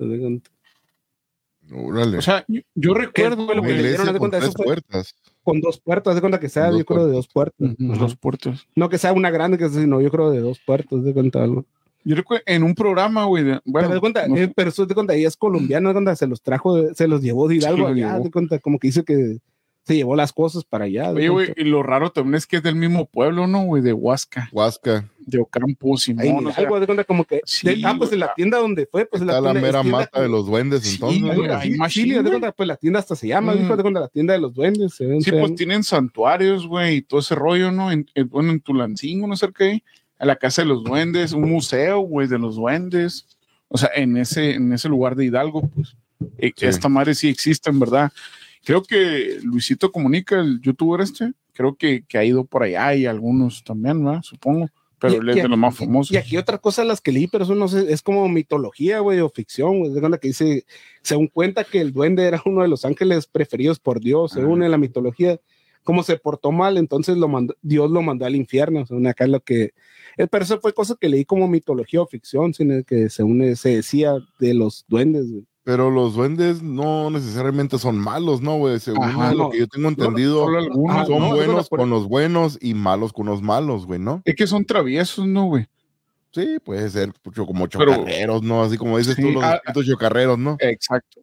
Órale. O sea, yo recuerdo lo que le dieron de cuenta, 3 puertas. Con 2 puertas, de cuenta que sea, yo creo de 2 puertas. 2 puertas. No que sea una grande, que sino yo creo de 2 puertas, de cuenta algo. Yo recuerdo en un programa, güey. Bueno, pero de cuenta, no, pero eso de cuenta, ella es colombiana, de cuenta, se los llevó de Hidalgo allá, de cuenta, como que dice que se llevó las cosas para allá. Oye, güey, y lo raro también es que es del mismo pueblo, ¿no, güey? De Huasca. De Ocampo, Simón. Algo de cuenta como que, sí, pues en la tienda donde fue, pues está la mera mata de los duendes, sí, entonces. Sí, de cuenta, pues la tienda hasta se llama, dijo, de cuenta, la tienda de los duendes. Sí, pues tienen santuarios, güey, y todo ese rollo, ¿no? Bueno, en Tulancingo, no sé qué, a la casa de los duendes, un museo, güey, de los duendes. O sea, en ese lugar de Hidalgo, pues, sí. Esta madre sí existe, en verdad. Creo que Luisito Comunica, el youtuber creo que ha ido por allá y algunos también, ¿verdad? Supongo, pero él es de los más famosos. Y aquí otra cosa las que leí, pero eso no sé, es como mitología, güey, o ficción, güey, de cuenta que dice, según cuenta que el duende era uno de los ángeles preferidos por Dios, según en la mitología, como se portó mal, entonces Dios lo mandó al infierno, o sea, acá es lo que, pero eso fue cosa que leí como mitología o ficción, sino que según se decía de los duendes, güey. Pero los duendes no necesariamente son malos, ¿no, güey? Según lo que yo tengo entendido, son buenos con los buenos y malos con los malos, güey, ¿no? Es que son traviesos, ¿no, güey? Sí, puede ser como chocarreros, ¿no? Así como dices tú, los chocarreros, ¿no? Exacto.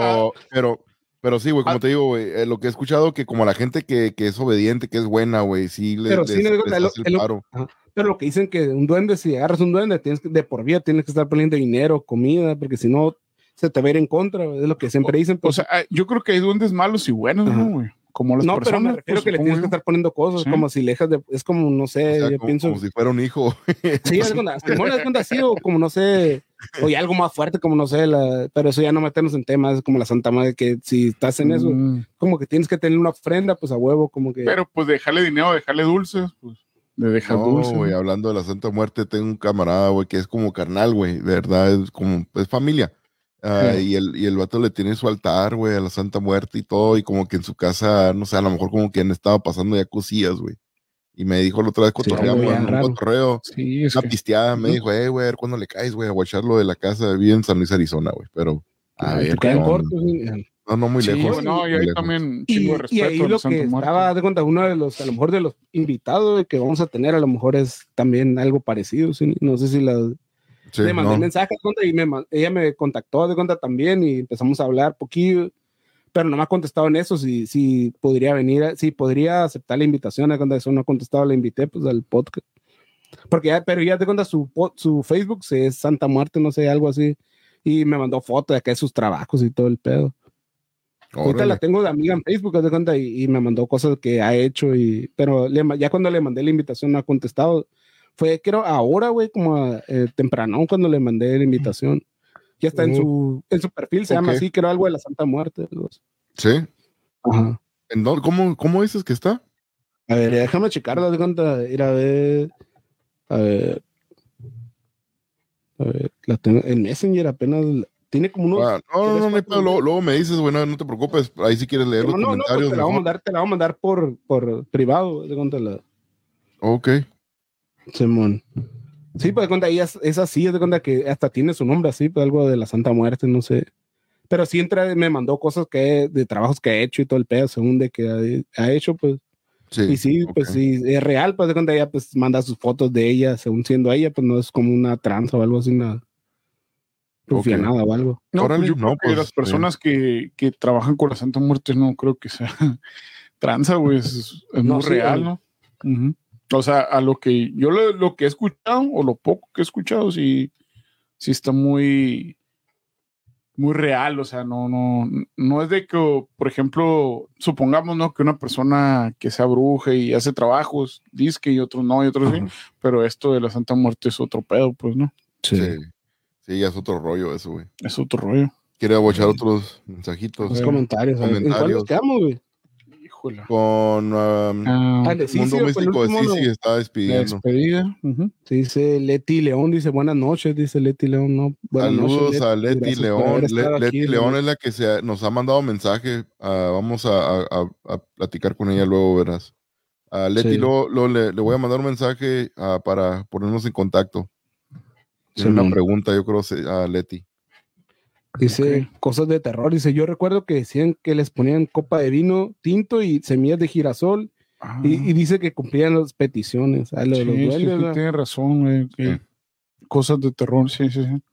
Pero sí, güey, como te digo, güey, lo que he escuchado que como la gente que es obediente, que es buena, güey, sí les hace el paro. Pero lo que dicen que un duende, si agarras un duende, de por vida tienes que estar poniendo dinero, comida, porque si no se te va a ir en contra, es lo que siempre dicen. Pues. O sea, yo creo que hay duendes malos y buenos, ¿no, güey? Como las personas. Pero me refiero que le tienes que estar poniendo cosas, ¿sí? Como si le dejas es como, no sé, o sea, yo pienso. Como si fuera un hijo. Sí, es cuando así, o como no sé, o ya algo más fuerte, como no sé, pero eso ya no meternos en temas, como la Santa Madre, que si estás en eso, como que tienes que tener una ofrenda, pues a huevo, como que. Pero pues dejarle dinero, dejarle dulces, pues. Le dejas dulces. Güey, hablando de la Santa Muerte, tengo un camarada, güey, que es como carnal, güey, de verdad, es familia. Y el vato le tiene su altar, güey, a la Santa Muerte y todo, y como que en su casa, no sé, a lo mejor como que han estado pasando ya cosillas, güey. Y me dijo la otra vez, cotorreamos, un cotorreo, una pisteada, me dijo, güey, a ver cuándo le caes, güey, a guacharlo de la casa, vive en San Luis, Arizona, güey, pero a ver, no muy lejos. No, y ahí también chingo de respeto. Y ahí lo que estaba de cuenta, uno de los, a lo mejor de los invitados que vamos a tener, a lo mejor es también algo parecido, ¿sí? No sé si le mandé mensajes y ella me contactó de cuenta también y empezamos a hablar poquillo, pero no me ha contestado en eso, si podría venir, si podría aceptar la invitación, cuando eso no ha contestado, le invité pues al podcast. Porque pero ya te cuenta su Facebook es Santa Muerte, no sé, algo así, y me mandó fotos de acá de sus trabajos y todo el pedo. Ahorita la tengo de amiga en Facebook, de cuenta, y me mandó cosas que ha hecho, pero ya cuando le mandé la invitación no ha contestado. Fue, creo, ahora, güey, como temprano cuando le mandé la invitación. Ya está en su perfil, se llama así, creo, algo de la Santa Muerte. Sí. Ajá. ¿Cómo dices que está? A ver, déjame checarlo, de cuenta, ir a ver. A ver, la tengo en Messenger apenas. Tiene como unos. No, luego me dices, güey, no te preocupes. Ahí si quieres leer los comentarios. Pues te la voy a mandar por privado, de cuenta la. Ok. Simón. Sí, pues de cuenta, ella es así, de cuenta que hasta tiene su nombre así, pues algo de la Santa Muerte, no sé. Pero sí me mandó cosas de trabajos que ha hecho y todo el pedo, según de que ha hecho, pues. Sí, y sí, okay. Pues sí, es real, pues de cuenta ella pues manda sus fotos de ella, según siendo ella, pues no es como una tranza o algo así, nada. Rufianada o algo. No, pues yo creo que las personas que trabajan con la Santa Muerte no creo que sea tranza, güey, es muy real, ¿no? Uh-huh. O sea, a lo que yo lo que he escuchado, o lo poco que he escuchado, sí está muy real, o sea, no es de que, por ejemplo, supongamos, ¿no? Que una persona que sea bruja y hace trabajos, disque y otros no, y otros sí, pero esto de la Santa Muerte es otro pedo, pues, ¿no? Sí, ya es otro rollo eso, güey. Es otro rollo. ¿Quiere abochar otros mensajitos? Los comentarios. ¿En cuál nos quedamos, güey? Híjole. Con Mundo Místico de Sisi está despidiendo. Despedida. Uh-huh. Dice Leti León, dice buenas noches, dice Leti León. No, saludos a Leti León. Leti León es la que nos ha mandado mensaje. Vamos a platicar con ella luego, verás. A Leti le voy a mandar un mensaje para ponernos en contacto. Tiene una pregunta, yo creo, a Leti. Dice cosas de terror. Dice, yo recuerdo que decían que les ponían copa de vino tinto y semillas de girasol. Y dice que cumplían las peticiones. Los duendes, sí, tiene razón, güey. Cosas de terror, sí.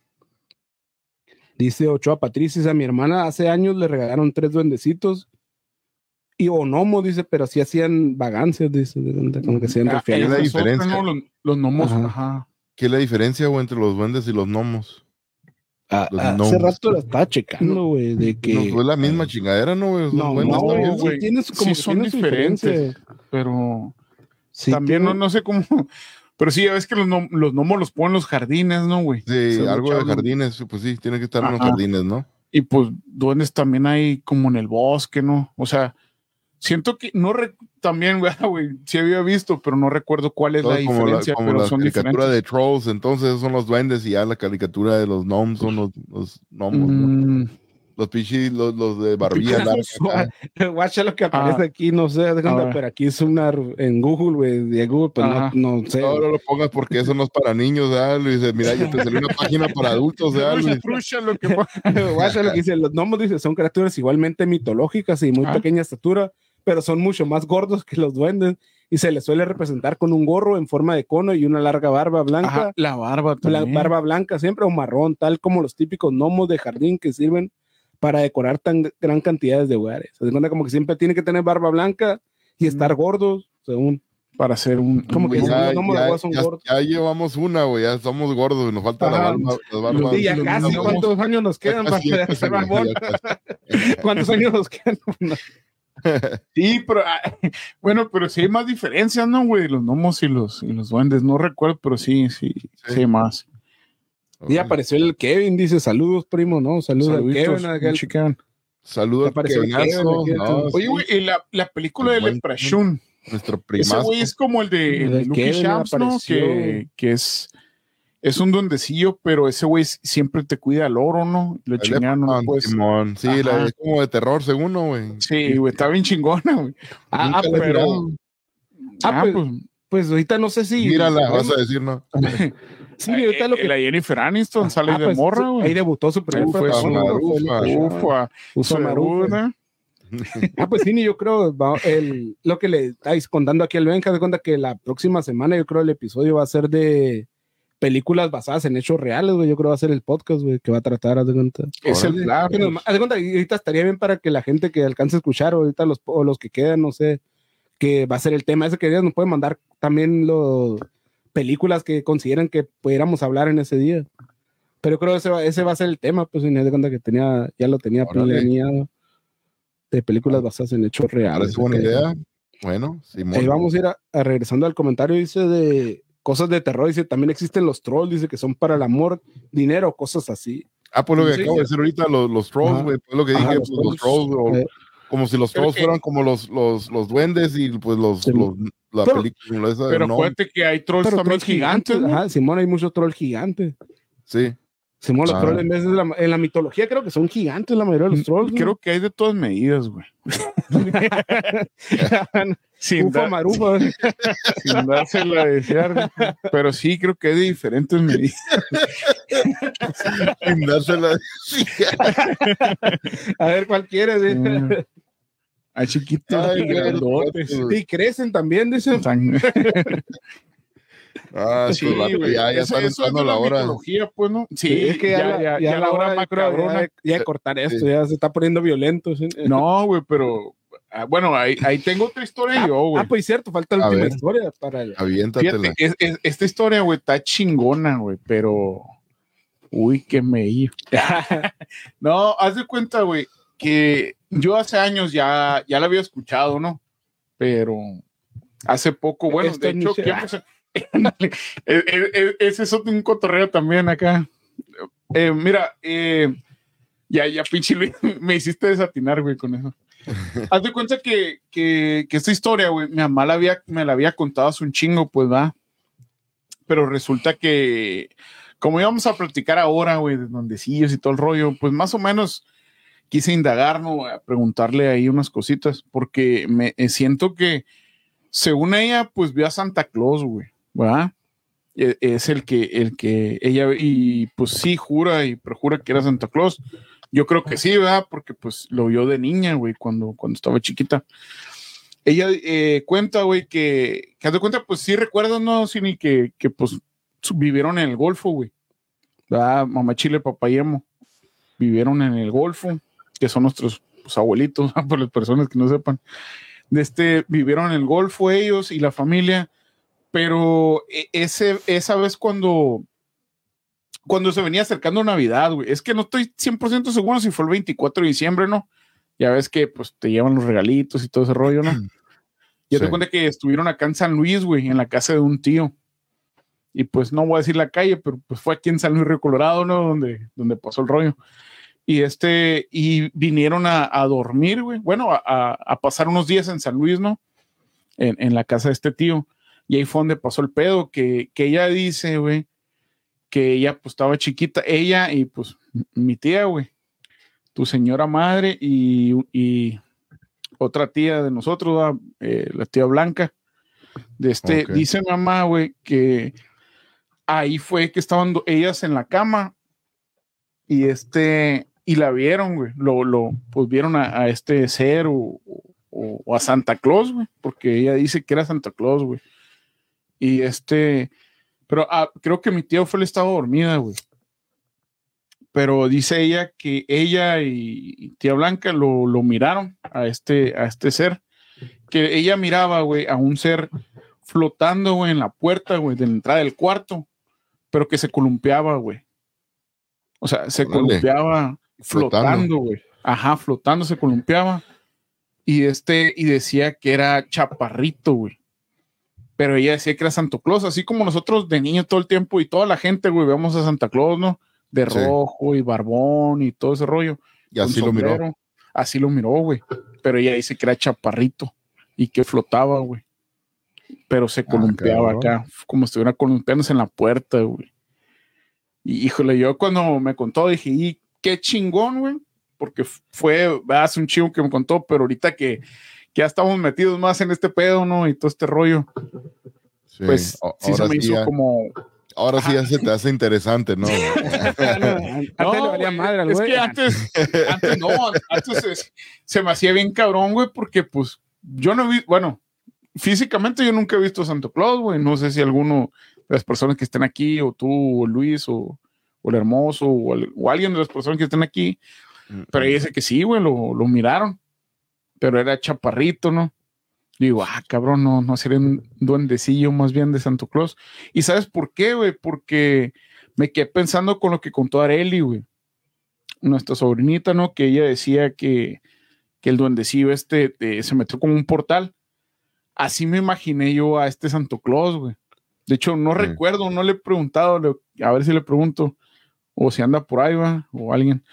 Dice Ochoa Patricia, a mi hermana hace años le regalaron 3 duendecitos. Y gnomos, dice, pero sí hacían vagancias, dice, como que sean ¿Qué es la diferencia? No, los gnomos, ajá. ¿Qué es la diferencia, güey, entre los duendes y los gnomos? Hace rato la estaba checando, güey, de que... No, fue la misma chingadera, ¿no, güey? No, güey. Sí, son diferentes, pero sí, también no sé cómo... Pero sí, ya ves que los gnomos los ponen en los jardines, ¿no, güey? Sí, algo de jardines, pues sí, tiene que estar en los jardines, ¿no? Y pues duendes también hay como en el bosque, ¿no? O sea, siento que también, güey, sí había visto, pero no recuerdo cuál es la diferencia. Como la caricatura de Trolls, entonces son los duendes y ya la caricatura de los gnomos son los gnomos, ¿no? Los pichis, los de barbilla larga. Guacha lo que aparece aquí, no sé, pero aquí es en Google, güey, de Google, pues no sé. No lo pongas porque eso no es para niños, ¿verdad, Luis? Mira, ya te salió una página para adultos, ¿verdad, Luis? Guacha lo que dice, los gnomos, dice, son criaturas igualmente mitológicas y muy pequeña estatura, pero son mucho más gordos que los duendes y se les suele representar con un gorro en forma de cono y una larga barba blanca. La barba también. La barba blanca siempre o marrón, tal como los típicos gnomos de jardín que sirven para decorar tan gran cantidades de lugares. Se cuenta como que siempre tiene que tener barba blanca y estar gordos, según. Para hacer un... Como que ya llevamos una, güey, ya estamos gordos, nos falta las barbas. Y ya casi, ¿cuántos años nos quedan para hacer barbón? ¿Cuántos años nos quedan? Sí, pero bueno, pero sí hay más diferencias, ¿no, güey? Los gnomos y los duendes, no recuerdo, pero sí hay más. Y apareció el Kevin, dice, saludos, primo, ¿no? Saludos al Kevin. Saludos al Kevin. Oye, güey, la película de Leprechaun. Nuestro primazo. Ese güey es como el de Lucky Shams, ¿no? Que es un duendecillo, pero ese güey siempre te cuida al oro, ¿no? Lo chingan, ¿no? Pues, Simón. Sí, es como de terror, según, ¿no, güey? Sí, güey, está bien chingona, güey. Pues ahorita no sé si... Mírala, vas a decir, ¿no? Sí, ahorita lo que... La Jennifer Aniston sale de morra, güey. Ahí debutó su primer Marufa. Pues sí, yo creo lo que le estáis contando aquí al Benja, de cuenta que la próxima semana yo creo el episodio va a ser de películas basadas en hechos reales, güey. Yo creo que va a ser el podcast, güey, que va a tratar, haz de cuenta. Es el plan. Haz de cuenta, y ahorita estaría bien para que la gente que alcance a escuchar, ahorita los que quedan, no sé, que va a ser el tema ese que ellos nos pueden mandar también películas que consideren que pudiéramos hablar en ese día. Pero creo que ese va a ser el tema, pues, y me di cuenta que ya lo tenía planeado de películas basadas en hechos reales. Es buena idea. Bueno, Simón. Ahí vamos a ir a regresando al comentario, dice de cosas de terror, dice, también existen los trolls, dice que son para el amor, dinero, cosas así. Pues lo que acabo de decir ahorita, los trolls, güey, pues lo que dije, los trolls, como si los trolls fueran como los duendes y pues la película esa. Pero acuérdate que hay trolls también gigantes, ¿no? Ajá, Simón, hay muchos trolls gigantes. Sí. Simón, los trolls en la mitología creo que son gigantes la mayoría de los trolls. Creo que hay de todas medidas, güey. Sin dársela a desear. Pero sí, creo que hay de diferentes medidas. Sin dársela a desear. A ver, ¿cuál quieres? Hay chiquitos y grandotes. Y crecen también, dicen. Sí, güey. Ya está entrando la hora. Pues, ¿no? Sí, es que ya la hora macabrona. Ya de cortar esto, ya se está poniendo violento. ¿Sí? No, güey, pero bueno, ahí tengo otra historia yo, güey. Pues cierto, falta la última historia para aviéntatela. Fíjate, esta historia, güey, está chingona, güey, pero uy, qué me No, haz de cuenta, güey, que yo hace años ya la había escuchado, ¿no? Pero hace poco, bueno, de hecho, ese es un cotorreo también acá. Mira, ya pinche Luis, me hiciste desatinar, güey, con eso. Haz de cuenta que esta historia, güey, mi mamá me la había contado hace un chingo, pues, va. Pero resulta que, como íbamos a platicar ahora, güey, de dondecillos y todo el rollo, pues más o menos quise indagar, ¿no? A preguntarle ahí unas cositas, porque siento que, según ella, pues vio a Santa Claus, güey, ¿verdad? Es el que ella, y pues sí, jura y perjura que era Santa Claus. Yo creo que sí, ¿verdad? Porque pues lo vio de niña, güey, cuando estaba chiquita. Ella cuenta, güey, que haz de cuenta, pues sí recuerdo, ¿no? Sí, ni que pues vivieron en el Golfo, güey. ¿Verdad? Mamá Chile, papá Yemo. Vivieron en el Golfo, que son nuestros pues, abuelitos, por las personas que no sepan. Vivieron en el Golfo ellos y la familia, pero esa vez cuando se venía acercando Navidad, güey, es que no estoy 100% seguro si fue el 24 de diciembre, ¿no? Ya ves que pues te llevan los regalitos y todo ese rollo, ¿no? Ya te cuenta que estuvieron acá en San Luis, güey, en la casa de un tío. Y pues no voy a decir la calle, pero pues fue aquí en San Luis Río Colorado, ¿no? Donde pasó el rollo. Y vinieron a dormir, güey. Bueno, a pasar unos días en San Luis, ¿no? En la casa de este tío. Y ahí fue donde pasó el pedo, que ella dice, güey, que ella pues estaba chiquita, ella y pues mi tía, güey, tu señora madre y otra tía de nosotros, la tía Blanca, okay. Dice mamá, güey, que ahí fue que estaban ellas en la cama y y la vieron, güey, pues vieron a este ser o a Santa Claus, güey, porque ella dice que era Santa Claus, güey. Y pero creo que mi tía fue el estado dormida, güey. Pero dice ella que ella y tía Blanca lo miraron a este ser, que ella miraba, güey, a un ser flotando, güey, en la puerta, güey, de la entrada del cuarto, pero que se columpiaba, güey. O sea, se columpiaba flotando, güey. Ajá, flotando, se columpiaba. Y decía que era chaparrito, güey. Pero ella decía que era Santa Claus, así como nosotros de niño todo el tiempo y toda la gente, güey, vemos a Santa Claus, ¿no? De rojo y barbón y todo ese rollo. Y así lo miró. Así lo miró, güey. Pero ella dice que era chaparrito y que flotaba, güey. Pero se columpiaba acá, como si estuviera columpiándose en la puerta, güey. Y híjole, yo cuando me contó dije, y qué chingón, güey. Porque fue hace un chingo que me contó, pero ahorita que ya estamos metidos más en este pedo, ¿no? Y todo este rollo. Sí. Pues sí se me hizo como... Ahora sí ya se te hace interesante, ¿no? Antes le valía madre al güey. Es que antes se me hacía bien cabrón, güey, porque pues yo no vi, bueno, físicamente yo nunca he visto a Santa Claus, güey. No sé si alguno las personas que estén aquí, o tú, o Luis, o el Hermoso, o alguien de las personas que estén aquí, pero ella dice que sí, güey, lo miraron, pero era chaparrito, ¿no? Digo, cabrón, no sería un duendecillo más bien de Santo Claus. ¿Y sabes por qué, güey? Porque me quedé pensando con lo que contó Areli, güey, nuestra sobrinita, ¿no? Que ella decía que el duendecillo se metió como un portal. Así me imaginé yo a este Santo Claus, güey. De hecho, no recuerdo, no le he preguntado, a ver si le pregunto, o si anda por ahí, va, o alguien,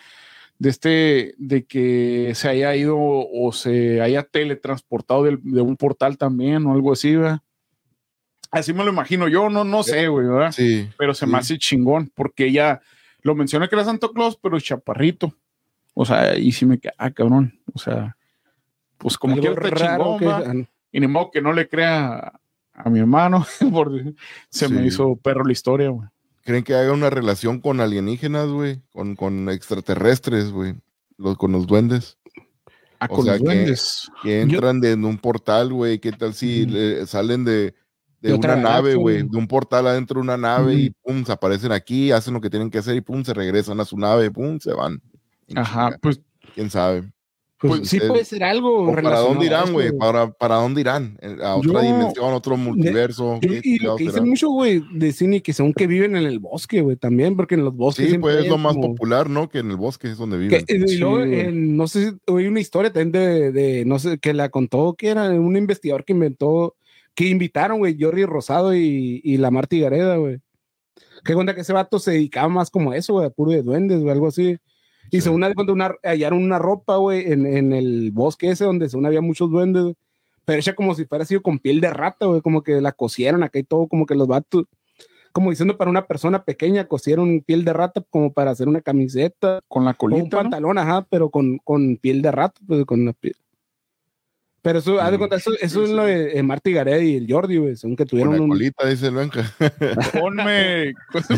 de que se haya ido o se haya teletransportado de un portal también, o algo así, va. Así me lo imagino yo, no sé, güey, ¿verdad? Sí. Pero se me hace chingón, porque ella lo menciona que era Santo Claus, pero chaparrito. O sea, y sí me queda, cabrón. O sea, pues como que está chingón, ¿va? Y ni modo que no le crea a mi hermano, porque se me hizo perro la historia, güey. ¿Creen que haga una relación con alienígenas, güey? Con extraterrestres, güey. Con los duendes. Con los duendes. Que entran en un portal, güey. ¿Qué tal si salen de una nave, güey? De un portal adentro de una nave y pum, se aparecen aquí, hacen lo que tienen que hacer y pum, se regresan a su nave, pum, se van. Pues. ¿Quién sabe? Pues sí puede ser algo. ¿Para dónde irán, güey? ¿Para dónde irán? ¿A otra dimensión, otro multiverso? Y lo que dicen mucho, güey, de cine, que según que viven en el bosque, güey, también, porque en los bosques. Sí, pues es lo más popular, ¿no? Que en el bosque es donde viven. Y luego, no sé si oí una historia también de, no sé, que la contó, que era un investigador que invitaron, güey, Jordi Rosado y la Marta Gareda, güey. Que cuenta que ese vato se dedicaba más como eso, güey, a puro de duendes, o algo así. Y según hallaron una ropa, güey, en el bosque ese donde según había muchos duendes, güey, pero hecha como si fuera sido con piel de rata, güey, como que la cosieron acá y todo, como que los vatos, como diciendo para una persona pequeña, cosieron piel de rata como para hacer una camiseta. Con la colita, un pantalón, ¿no? Ajá, pero con piel de rata, pues con la piel. Pero eso, haz de cuenta, eso es lo de Marta y Gareda y el Jordi, güey, según que tuvieron una colita, dice el Benja. Ponme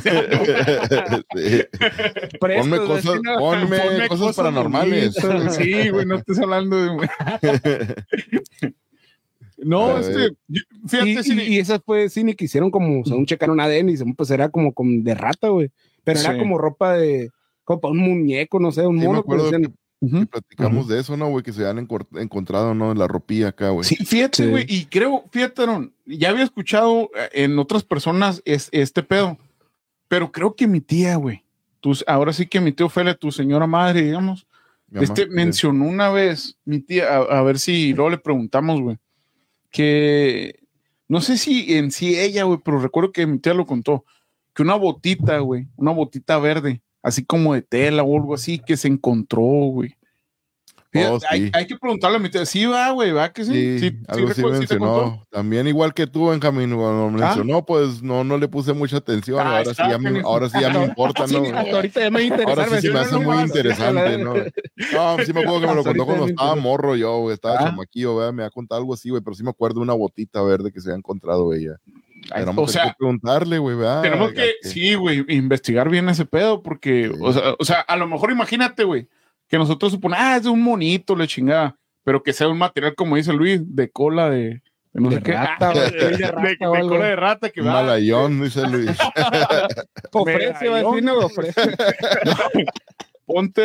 cosas paranormales. Sí, güey, no estés hablando de... No, fíjate, y esa fue cine que hicieron como, según checaron ADN y pues era como de rata, güey, pero era como ropa como para un muñeco, no sé, un mono. Me acuerdo que platicamos de eso, ¿no, güey? Que se han encontrado, ¿no? En la ropilla acá, güey. Sí, fíjate, güey, y fíjate, no, ya había escuchado en otras personas este pedo, pero creo que mi tía, güey, ahora sí que mi tío Fele, tu señora madre, digamos, mencionó una vez, mi tía, a ver si luego le preguntamos, güey, que no sé si en sí ella, güey, pero recuerdo que mi tía lo contó, que una botita, güey, una botita verde, así como de tela o algo así, que se encontró, güey. Sí. Hay que preguntarle a mi tía, sí va, güey, va que sí. Sí, algo sí mencionó. También igual que tú, Benjamín, cuando mencionó, pues no le puse mucha atención. Ahora sí ya me importa, ¿no? Ahorita ya me interesa. Ahora sí se me hace muy interesante, ¿no? No, sí me acuerdo que me lo contó cuando estaba morro yo, güey, estaba chamaquillo, güey, me ha contado algo así, güey, pero sí me acuerdo de una botita verde que se había encontrado ella. Tenemos que preguntarle, güey, ¿verdad? Tenemos que, sí, güey, investigar bien ese pedo, porque, o sea, a lo mejor imagínate, güey, que nosotros suponemos, es de un monito, le chingada, pero que sea un material, como dice Luis, de cola de no sé qué. Rata, de cola de rata que va. Malayón, dice Luis. Ofrece, va a decir, no ofrece. Ponte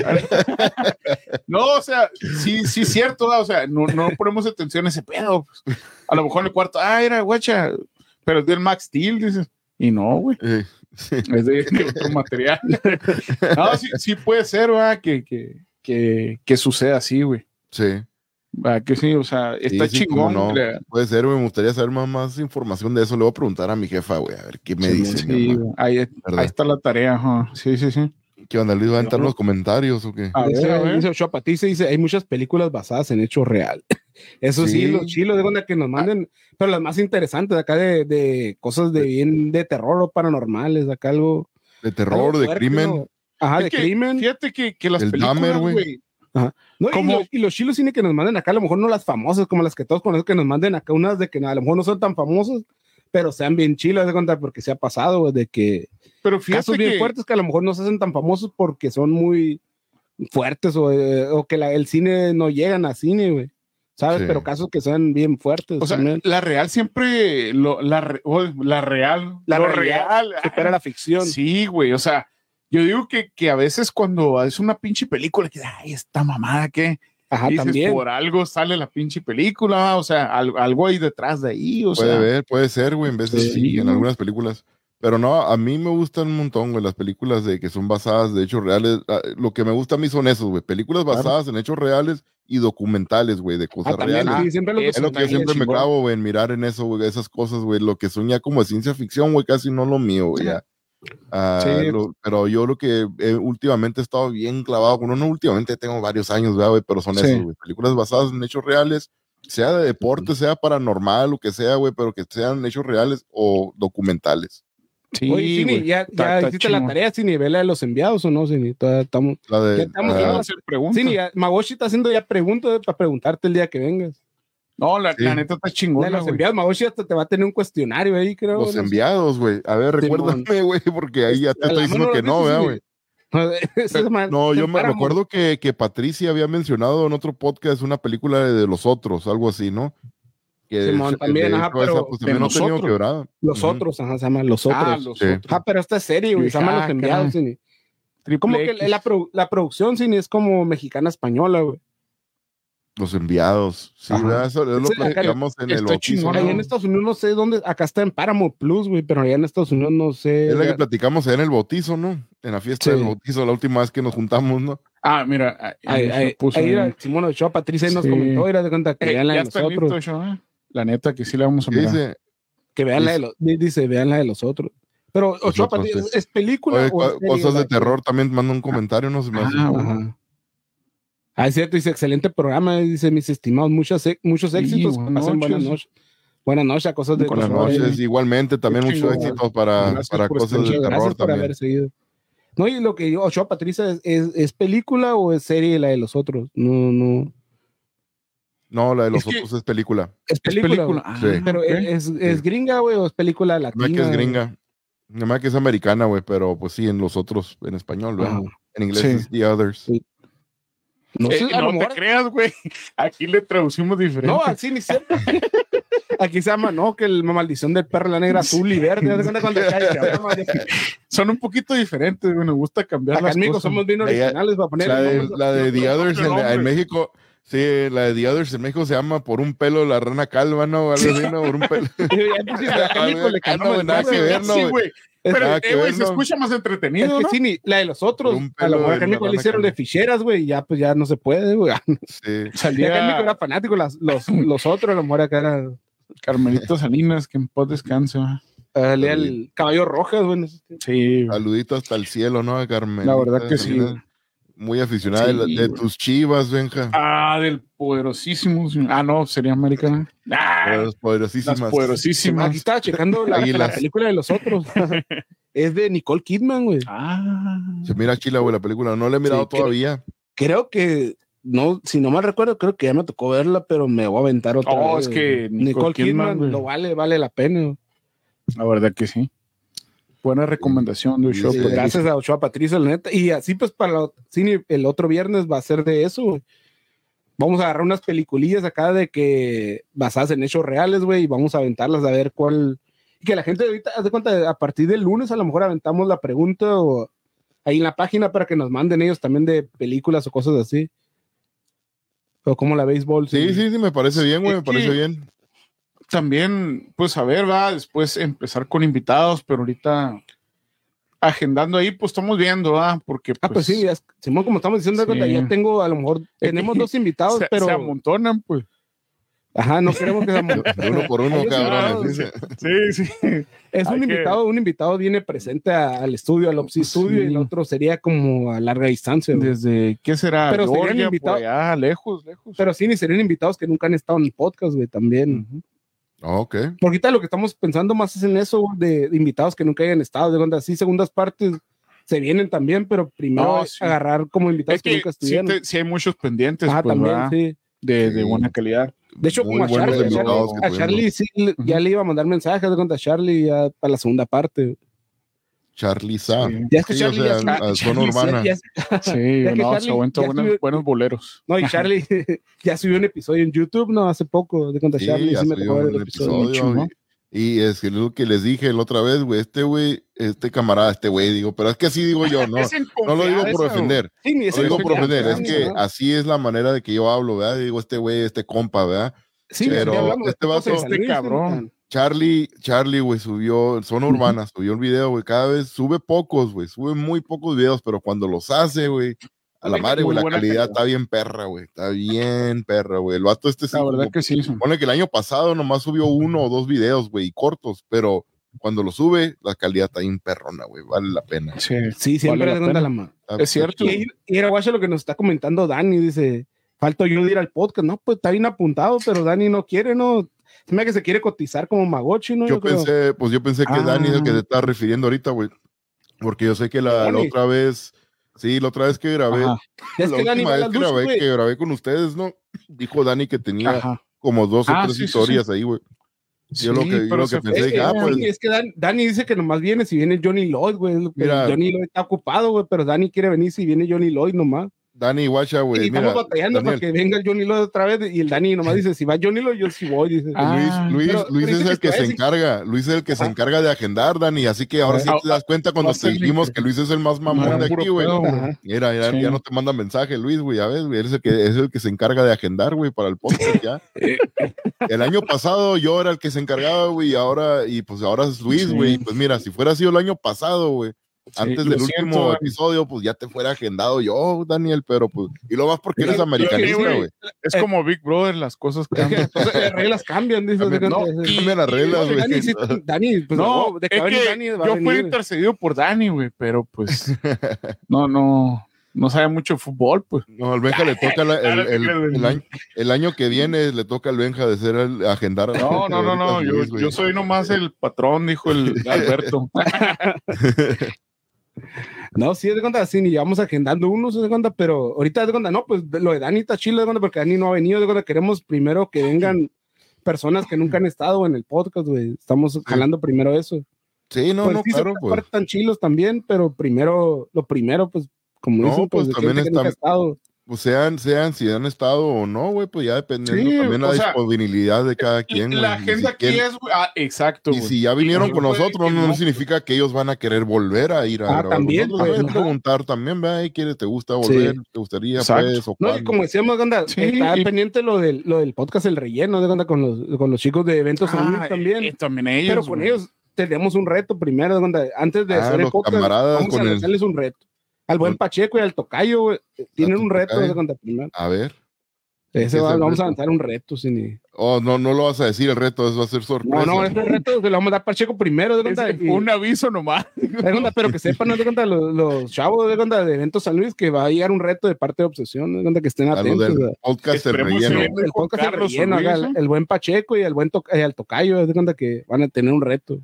no, o sea, sí es cierto, o sea, no ponemos atención a ese pedo. Pues. A lo mejor en el cuarto, era guacha, pero es del Max Steel, dices. Y no, güey. Sí. Es de otro material. No, sí puede ser, ¿verdad? Que suceda así, güey. Sí. ¿Verdad? Que sí, o sea, está chingón. No. Puede ser, güey. Me gustaría saber más información de eso. Le voy a preguntar a mi jefa, güey, a ver qué me dice. Sí, ahí está la tarea, ajá. Sí. ¿Qué onda, Luis? ¿Va a entrar en los comentarios o qué? A ver. Dice Ochoa Patice, dice, hay muchas películas basadas en hechos real. Eso sí, los chilos de onda que nos manden, pero las más interesantes acá de cosas de terror o paranormales, acá algo de terror, algo fuerte, de crimen. ¿no? Ajá, de crimen. Fíjate que las películas, güey. Ajá. No, y los chilos cine que nos manden acá, a lo mejor no las famosas como las que todos conocen, que nos manden acá unas de que a lo mejor no son tan famosas, pero sean bien chilas de contar, porque se ha pasado, güey, de que pero casos bien fuertes que a lo mejor no se hacen tan famosos porque son muy fuertes o que el cine no llegan a cine, güey. ¿sabes? Sí. Pero casos que sean bien fuertes. O sea, también. La real siempre, la real supera la ficción. Sí, güey, o sea, yo digo que a veces cuando es una pinche película que, ay, esta mamada, ¿qué? Ajá, dices, también. Por algo sale la pinche película, o sea, algo hay detrás de ahí, o sea. Puede ser, güey, en veces sí, en algunas películas. Pero no, a mí me gustan un montón, güey, las películas de que son basadas de hechos reales. Lo que me gusta a mí son esos, güey, películas basadas en hechos reales y documentales, güey, de cosas reales. Sí, siempre es lo que yo siempre me clavo, güey, en mirar en eso, güey, esas cosas, güey, lo que son ya como de ciencia ficción, güey, casi no lo mío, güey, ya. Pero yo lo que últimamente he estado bien clavado, bueno, no últimamente, tengo varios años, güey, pero son esas, güey, películas basadas en hechos reales, sea de deporte, sea paranormal, lo que sea, güey, pero que sean hechos reales o documentales. Sí, oye, Cini, ya hiciste la tarea, Cini, ¿ve la de los enviados o no, Cini? Todavía estamos. Cini, Magoshi está haciendo ya preguntas para preguntarte el día que vengas. No, la neta está chingona. Los enviados, Magoshi hasta te va a tener un cuestionario ahí, creo. Los enviados, güey. A ver, recuérdame, güey, porque ahí ya te estoy diciendo que no, güey. No, yo me recuerdo que Patricia había mencionado en otro podcast una película de Los Otros, algo así, ¿no? Que Simón, también, pero pues, también no tenido quebrada. Los Otros, ajá, se llama Los Otros. Pero esta serie, güey, se llama Los Enviados, Cini. Como que la producción, Cini, es como mexicana-española, güey. Los Enviados. Sí, eso lo platicamos en el bautizo. Ahí en Estados Unidos no sé dónde, acá está en Paramount Plus, güey, pero allá en Estados Unidos no sé. Es la que platicamos allá en el bautizo, ¿no? En la fiesta del bautizo, la última vez que nos juntamos, ¿no? Ah, mira. Ahí Simón Ochoa, Patricia nos comentó, y de cuenta que vean la de nosotros. La neta que sí la vamos a mirar. Dice, que vean la de los, vean la de los otros. Pero Ochoa, ¿es película o es serie? Cosas de terror también manda un comentario, no se me hace. Es cierto, dice, excelente programa, dice, mis estimados, muchos éxitos. Pasen buenas noches. Buenas noches a cosas de terror. Buenas noches, igualmente, también muchos éxitos para cosas de terror también. Por haber seguido. No, y lo que yo, Ochoa, Patricia, ¿es película o es serie la de los otros? No, la de los otros es película. Es película. Sí. Pero ¿es gringa, güey, o es película latina? No, que es gringa. No, que es americana, güey, pero pues sí, en los otros, en español, güey. En inglés es The Others. Sí. No te creas, güey. Aquí le traducimos diferente. No, así ni siempre. Aquí se llama, ¿no? Que la maldición del perro, la negra, azul y verde. Son un poquito diferentes, güey. Me gusta cambiar las cosas. Somos bien originales para poner la de The Others en México. Sí, la de The Others en México se llama Por un pelo la rana calva, ¿no? Algo así, ¿no? Por un pelo. Nada que ver, ¿no? Sí, güey. Pero, güey, se escucha más entretenido, ¿no? Sí, la de los otros. A lo mejor acá en México le hicieron de ficheras, güey, y ya, pues ya no se puede, güey. Sí. Salía acá en México era fanático, los otros, a lo mejor acá era Carmelito Salinas, que en paz descanse, Salía el Caballo Rojas, güey. Sí. Saludito hasta el cielo, ¿no? Carmelito. La verdad que sí. Muy aficionada de tus Chivas, Benja. Del poderosísimo. No, sería americana. Las poderosísimas. Las poderosísimas. Aquí estaba checando la película de los otros. Es de Nicole Kidman, güey. Se mira chila, güey, la película. No la he mirado todavía. Creo que, no, si no mal recuerdo, creo que ya me tocó verla, pero me voy a aventar otra vez. Es que Nicole Kidman lo vale la pena. La verdad que sí. Buena recomendación de Ochoa. Gracias a Ochoa Patricia, la neta. Y así pues para el otro viernes va a ser de eso, güey. Vamos a agarrar unas peliculillas acá de que basadas en hechos reales, güey, y vamos a aventarlas a ver cuál. Y que la gente ahorita, haz de cuenta, a partir del lunes a lo mejor aventamos la pregunta o ahí en la página para que nos manden ellos también de películas o cosas así. O como la béisbol. Sí, me parece bien, güey, me parece bien. También, pues a ver, después empezar con invitados, pero ahorita agendando ahí, pues estamos viendo, porque pues sí, Simón, como estamos diciendo, ya tengo, a lo mejor, tenemos dos invitados, pero se amontonan, pues. Ajá, no queremos que se amontonen. Uno por uno, cabrones. Sí. Es un invitado viene presente al estudio, al Opsi Studio, y el otro sería como a larga distancia. Desde, ¿qué será? Pero serían invitados, lejos. Pero sí, ni serían invitados que nunca han estado en el podcast, güey, también. Ok. Porque ahorita lo que estamos pensando más es en eso, de invitados que nunca hayan estado, de onda, así segundas partes se vienen también, pero primero agarrar como invitados que nunca estuvieron. Sí hay muchos pendientes, pues, también, sí. De buena calidad. De hecho, como a Charlie sí, ya le iba a mandar mensajes de cuenta a Charlie ya para la segunda parte. Charlie Sa. Sí. Ya es que sí, Charlie, o sea, zona urbana. Sí, no, se aguanta buenos boleros. No, y Charlie ya subió un episodio en YouTube, no, hace poco, de contra Charlie, ya sí me subió tocó ver un el episodio. Y es que lo que les dije la otra vez, güey, este camarada, digo, pero es que así digo yo, no lo digo por defender, sí, no lo digo por ofender, es que así es la manera de que yo hablo, ¿verdad? Digo, este compa, ¿verdad? Sí, pero este vato, cabrón. Charlie, güey, subió, Zona Urbana, subió un video, güey, cada vez sube pocos, güey, sube muy pocos videos, pero cuando los hace, güey, a la madre, güey, la calidad está bien perra, güey. Está bien perra, güey. El vato sí. La verdad que sí. Pone que el año pasado nomás subió 1 o 2 videos, güey, cortos, pero cuando lo sube, la calidad está bien perrona, güey. Vale la pena. Sí, siempre vale la mano. Es cierto. Y era guacho lo que nos está comentando Dani, dice, falto yo de ir al podcast. No, pues está bien apuntado, pero Dani no quiere, ¿no? Se me da que se quiere cotizar como Magochi, ¿no? Yo pensé que Dani es el que te está refiriendo ahorita, güey. Porque yo sé que la otra vez... Sí, la otra vez que grabé, es que Dani que grabé con ustedes, ¿no? Dijo Dani que tenía como 2 o 3 historias ahí, güey. Yo lo que pensé, dije, pues... Es que Dani dice que nomás viene si viene Johnny Lloyd, güey. Johnny Lloyd está ocupado, güey, pero Dani quiere venir si viene Johnny Lloyd nomás. Dani, guacha, güey. Y estamos batallando para que venga el Johnny Lloyd otra vez. Y el Dani nomás dice, si va Johnny Lloyd, yo sí voy. Dice. Luis es el que se encarga. Luis es el que se encarga de agendar, Dani. Así que ahora sí te das cuenta cuando te dijimos que Luis es el más mamón de aquí, güey. Mira, ya no te manda mensaje, Luis, güey. Ya ves, güey. Es el que se encarga de agendar, güey, para el podcast, ya. El año pasado yo era el que se encargaba, güey. Y pues ahora es Luis, güey. Pues mira, si fuera sido el año pasado, güey. Antes del último episodio, pues ya te fuera agendado yo, Daniel, pero pues, y lo más porque eres americanista, güey. Es como Big Brother, las cosas cambian. Las reglas cambian, dice. Cambian las reglas, güey. Dani, pues no, es que Dani yo fui intercedido por Dani, güey, pero pues, no sabe mucho de fútbol, pues. No, al Benja le toca el año que viene, le toca al Benja de ser el agendar. No, yo soy nomás el patrón, dijo el Alberto. No, sí, de cuenta, sí, ni llevamos agendando unos, de cuenta, pero ahorita de cuenta, no, pues lo de Dani está chido, de cuenta, porque Dani no ha venido, de cuenta, queremos primero que vengan personas que nunca han estado en el podcast, güey, estamos jalando primero eso. Sí, claro, pues. Están chilos también, pero lo primero, pues, como dicen, pues también pues sean si han estado o no, güey, pues ya dependiendo también la disponibilidad de cada quien. La agenda aquí es, exacto. Y si ya vinieron con nosotros, no significa que ellos van a querer volver a ir a grabar. También, pueden preguntar también, ¿verdad? ¿Te gusta volver? ¿Te gustaría, pues? No, y como decíamos, anda, está pendiente lo del podcast El Relleno, de onda, con los chicos de eventos también. También ellos. Pero con ellos tenemos un reto primero, de onda, antes de hacer el podcast, vamos a hacerles un reto. Al buen Pacheco y al Tocayo, güey, tienen un reto de contra primero. A ver. Vamos a lanzar un reto. No lo vas a decir el reto, eso va a ser sorpresa. No, este reto se lo vamos a dar a Pacheco primero. Un aviso nomás. Pero que sepan, de cuenta, los chavos de Eventos San Luis, que va a llegar un reto de parte de Obsesión, de cuenta que estén atentos. Podcast El Relleno. El podcast El Relleno, el buen Pacheco y al Tocayo, de cuenta que van a tener un reto.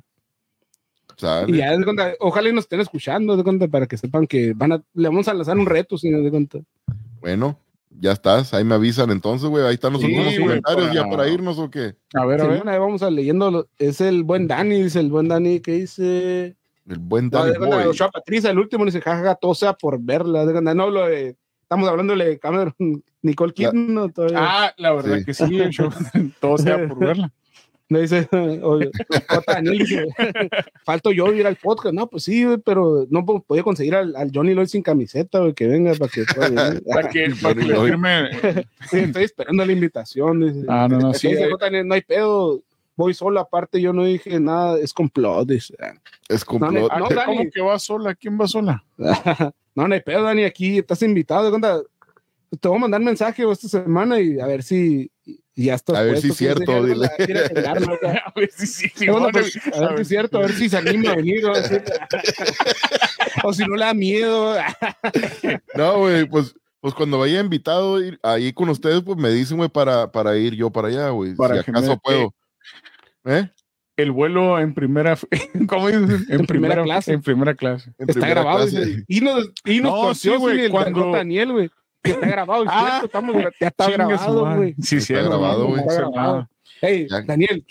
¿Sale? Y ya de cuenta, ojalá y nos estén escuchando de cuenta para que sepan que le vamos a lanzar un reto, si no de cuenta. Bueno, ya estás, ahí me avisan entonces, güey, ahí están los últimos comentarios ya para irnos o qué. A ver. Ahí vamos a leyendo, es el buen Dani, dice el buen Dani que dice. El buen Dani. Patricia, el último dice, jajaja, todo sea por verla, de cuenta, estamos hablándole de Cameron, Nicole Kidman, ¿no? Todavía. La verdad que sí, todo sea por verla. Me dice, Daniel dice, falto yo ir al podcast. No, pues sí, güey, pero no podía conseguir al Johnny Lloyd sin camiseta, güey, que venga para que pueda venir. para que le firme. Sí, estoy esperando la invitación. Dice. Sí. Dice, no hay pedo, voy solo, aparte yo no dije nada, es complot. Dice. Es complot. No, Dani. ¿Cómo que va sola? ¿Quién va sola? No hay pedo, Dani, aquí estás invitado. Te voy a mandar mensaje esta semana y a ver si ya está. A ver si es cierto, dile. A ver si sí. A ver si es cierto, a ver si se anima a venir. O si no le da miedo. No, güey, pues cuando vaya invitado ahí con ustedes, pues me dicen, güey, para ir yo para allá, güey. Si acaso puedo. El vuelo en primera, ¿cómo dices? En primera clase. En primera clase. Está grabado. Y nos conoció, güey, cuando Daniel, güey. Que está grabado, ya está grabado, güey. Sí, está grabado, güey. Hey, Daniel,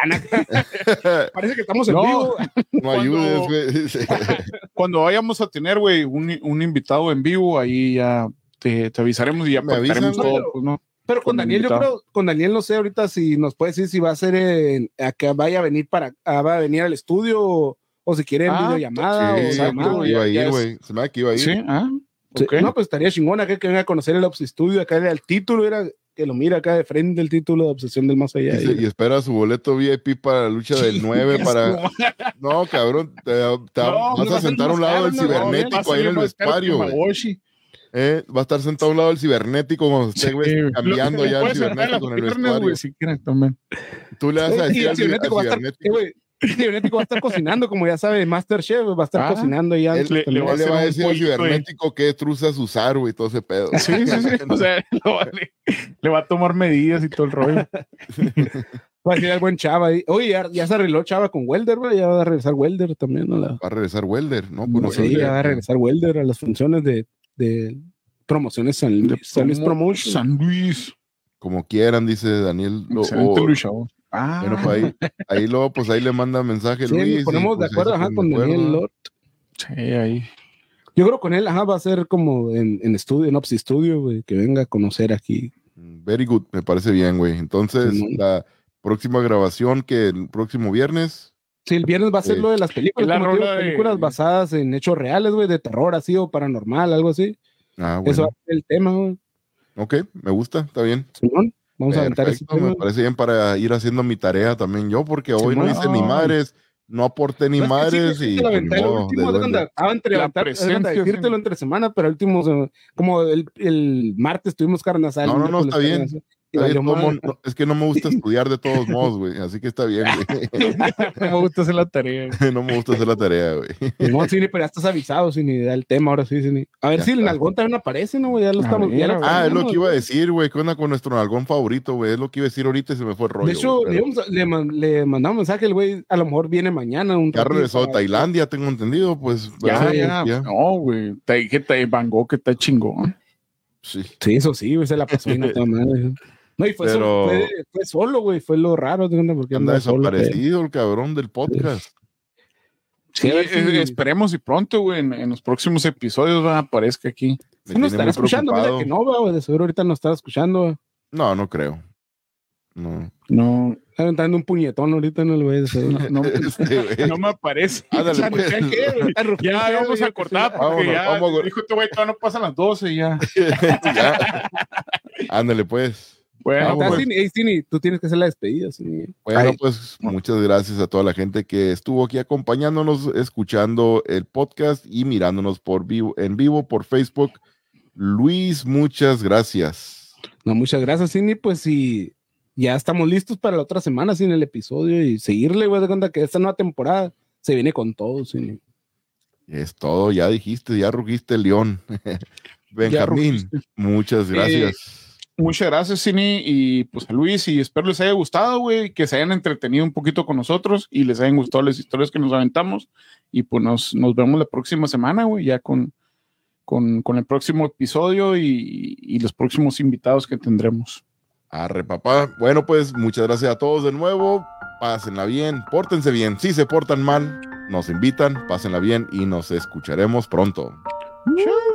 parece que estamos en vivo. No ayudes, güey. Cuando vayamos a tener, güey, un invitado en vivo, ahí ya te avisaremos y ya me avisan todo, pues, ¿no? Pero con Daniel, yo creo, con Daniel no sé ahorita si nos puede decir si va a ser a que vaya a venir va a venir al estudio o si quiere en videollamada sí, o llamada. Iba a ir, güey. Se me da que iba a ir. Sí, okay. No, pues estaría chingón acá que venga a conocer el Obs Studio, acá el título era que lo mira acá de frente el título de Obsesión del Más Allá. Y espera su boleto VIP para la lucha del 9 para... No, cabrón, vas a sentar a un lado del cibernético ahí en el vestuario, güey. Va a estar sentado a un lado del cibernético cuando esté cambiando ya el cibernético en el vestuario. Si quieren también. Tú le vas a decir al cibernético. El cibernético va a estar cocinando, como ya sabe, Masterchef, va a estar cocinando ya. Le va a decir al cibernético qué truzas usar, güey, todo ese pedo. Sí. O sea, le va a tomar medidas y todo el rollo. Va a decir al buen Chava ahí. Oye, ya se arregló Chava con Welder, güey. Ya va a regresar Welder también, ¿no? Va a regresar Welder, ¿no? Pues sí, ya va a regresar Welder a las funciones de promociones San Luis Promotion. San Luis. Como quieran, dice Daniel. Excelente luchador. Bueno, pues ahí le manda mensaje sí, Luis. Nos ponemos de acuerdo con Daniel Lord. Sí, ahí. Yo creo con él, va a ser como en estudio, en Opsi Studio, güey, que venga a conocer aquí. Very good, me parece bien, güey. Entonces, la próxima grabación que el próximo viernes. Sí, el viernes va a ser lo de las películas. Películas basadas en hechos reales, güey, de terror así o paranormal, algo así. Bueno. Eso va a ser el tema, güey. Ok, me gusta, está bien. Simón, vamos a aventar ese tema. Me parece bien para ir haciendo mi tarea también yo, porque hoy no hice ni madres, no aporté ni madres y estaba entre decírtelo entre semana, pero el último, como el martes tuvimos carne asada. No, está bien. Es que no me gusta estudiar de todos modos, güey. Así que está bien, güey. No me gusta hacer la tarea. No me gusta hacer la tarea, güey. No, Cine, pero ya estás avisado, Cine, da el tema ahora sí, Cine. A ver si el nalgón también aparece, ¿no, güey? Ya lo estamos. Es lo que iba a decir, güey. ¿Qué onda con nuestro nalgón favorito, güey? Es lo que iba a decir ahorita y se me fue el rollo. De hecho, le mandamos mensaje, el güey, a lo mejor viene mañana. Ya regresó a Tailandia, tengo entendido, pues. Ya. No, güey. Te dije, Van Gogh, que está chingón. Sí, eso sí, güey, se la pasó y no está mal. No, y fue solo, güey, fue lo raro. Porque anda desaparecido el cabrón del podcast. Sí, esperemos y pronto, güey, en los próximos episodios aparezca aquí. Sí, nos estará escuchando, mira que no, güey, de seguro ahorita nos estará escuchando. No creo. No. Está aventando un puñetón ahorita, no lo voy a decir. No me aparece. Ya vamos a cortar porque dijo este güey, no pasan las 12 ya. Ándale, pues. Bueno, Cini, tú tienes que hacer la despedida. Cini. Bueno, pues muchas gracias a toda la gente que estuvo aquí acompañándonos, escuchando el podcast y mirándonos en vivo por Facebook. Luis, muchas gracias. No, muchas gracias, Cini. Pues sí, ya estamos listos para la otra semana, Cini, el episodio y seguirle, güey, de cuenta que esta nueva temporada se viene con todo, Cini. Es todo, ya dijiste, ya rugiste el león. Benjamín, muchas gracias. Muchas gracias, Cini, y pues a Luis, y espero les haya gustado, güey, que se hayan entretenido un poquito con nosotros y les hayan gustado las historias que nos aventamos, y pues nos vemos la próxima semana, güey, ya con el próximo episodio y los próximos invitados que tendremos. Arre, papá. Bueno, pues muchas gracias a todos de nuevo, pásenla bien, pórtense bien, si se portan mal, nos invitan, pásenla bien y nos escucharemos pronto. Chao.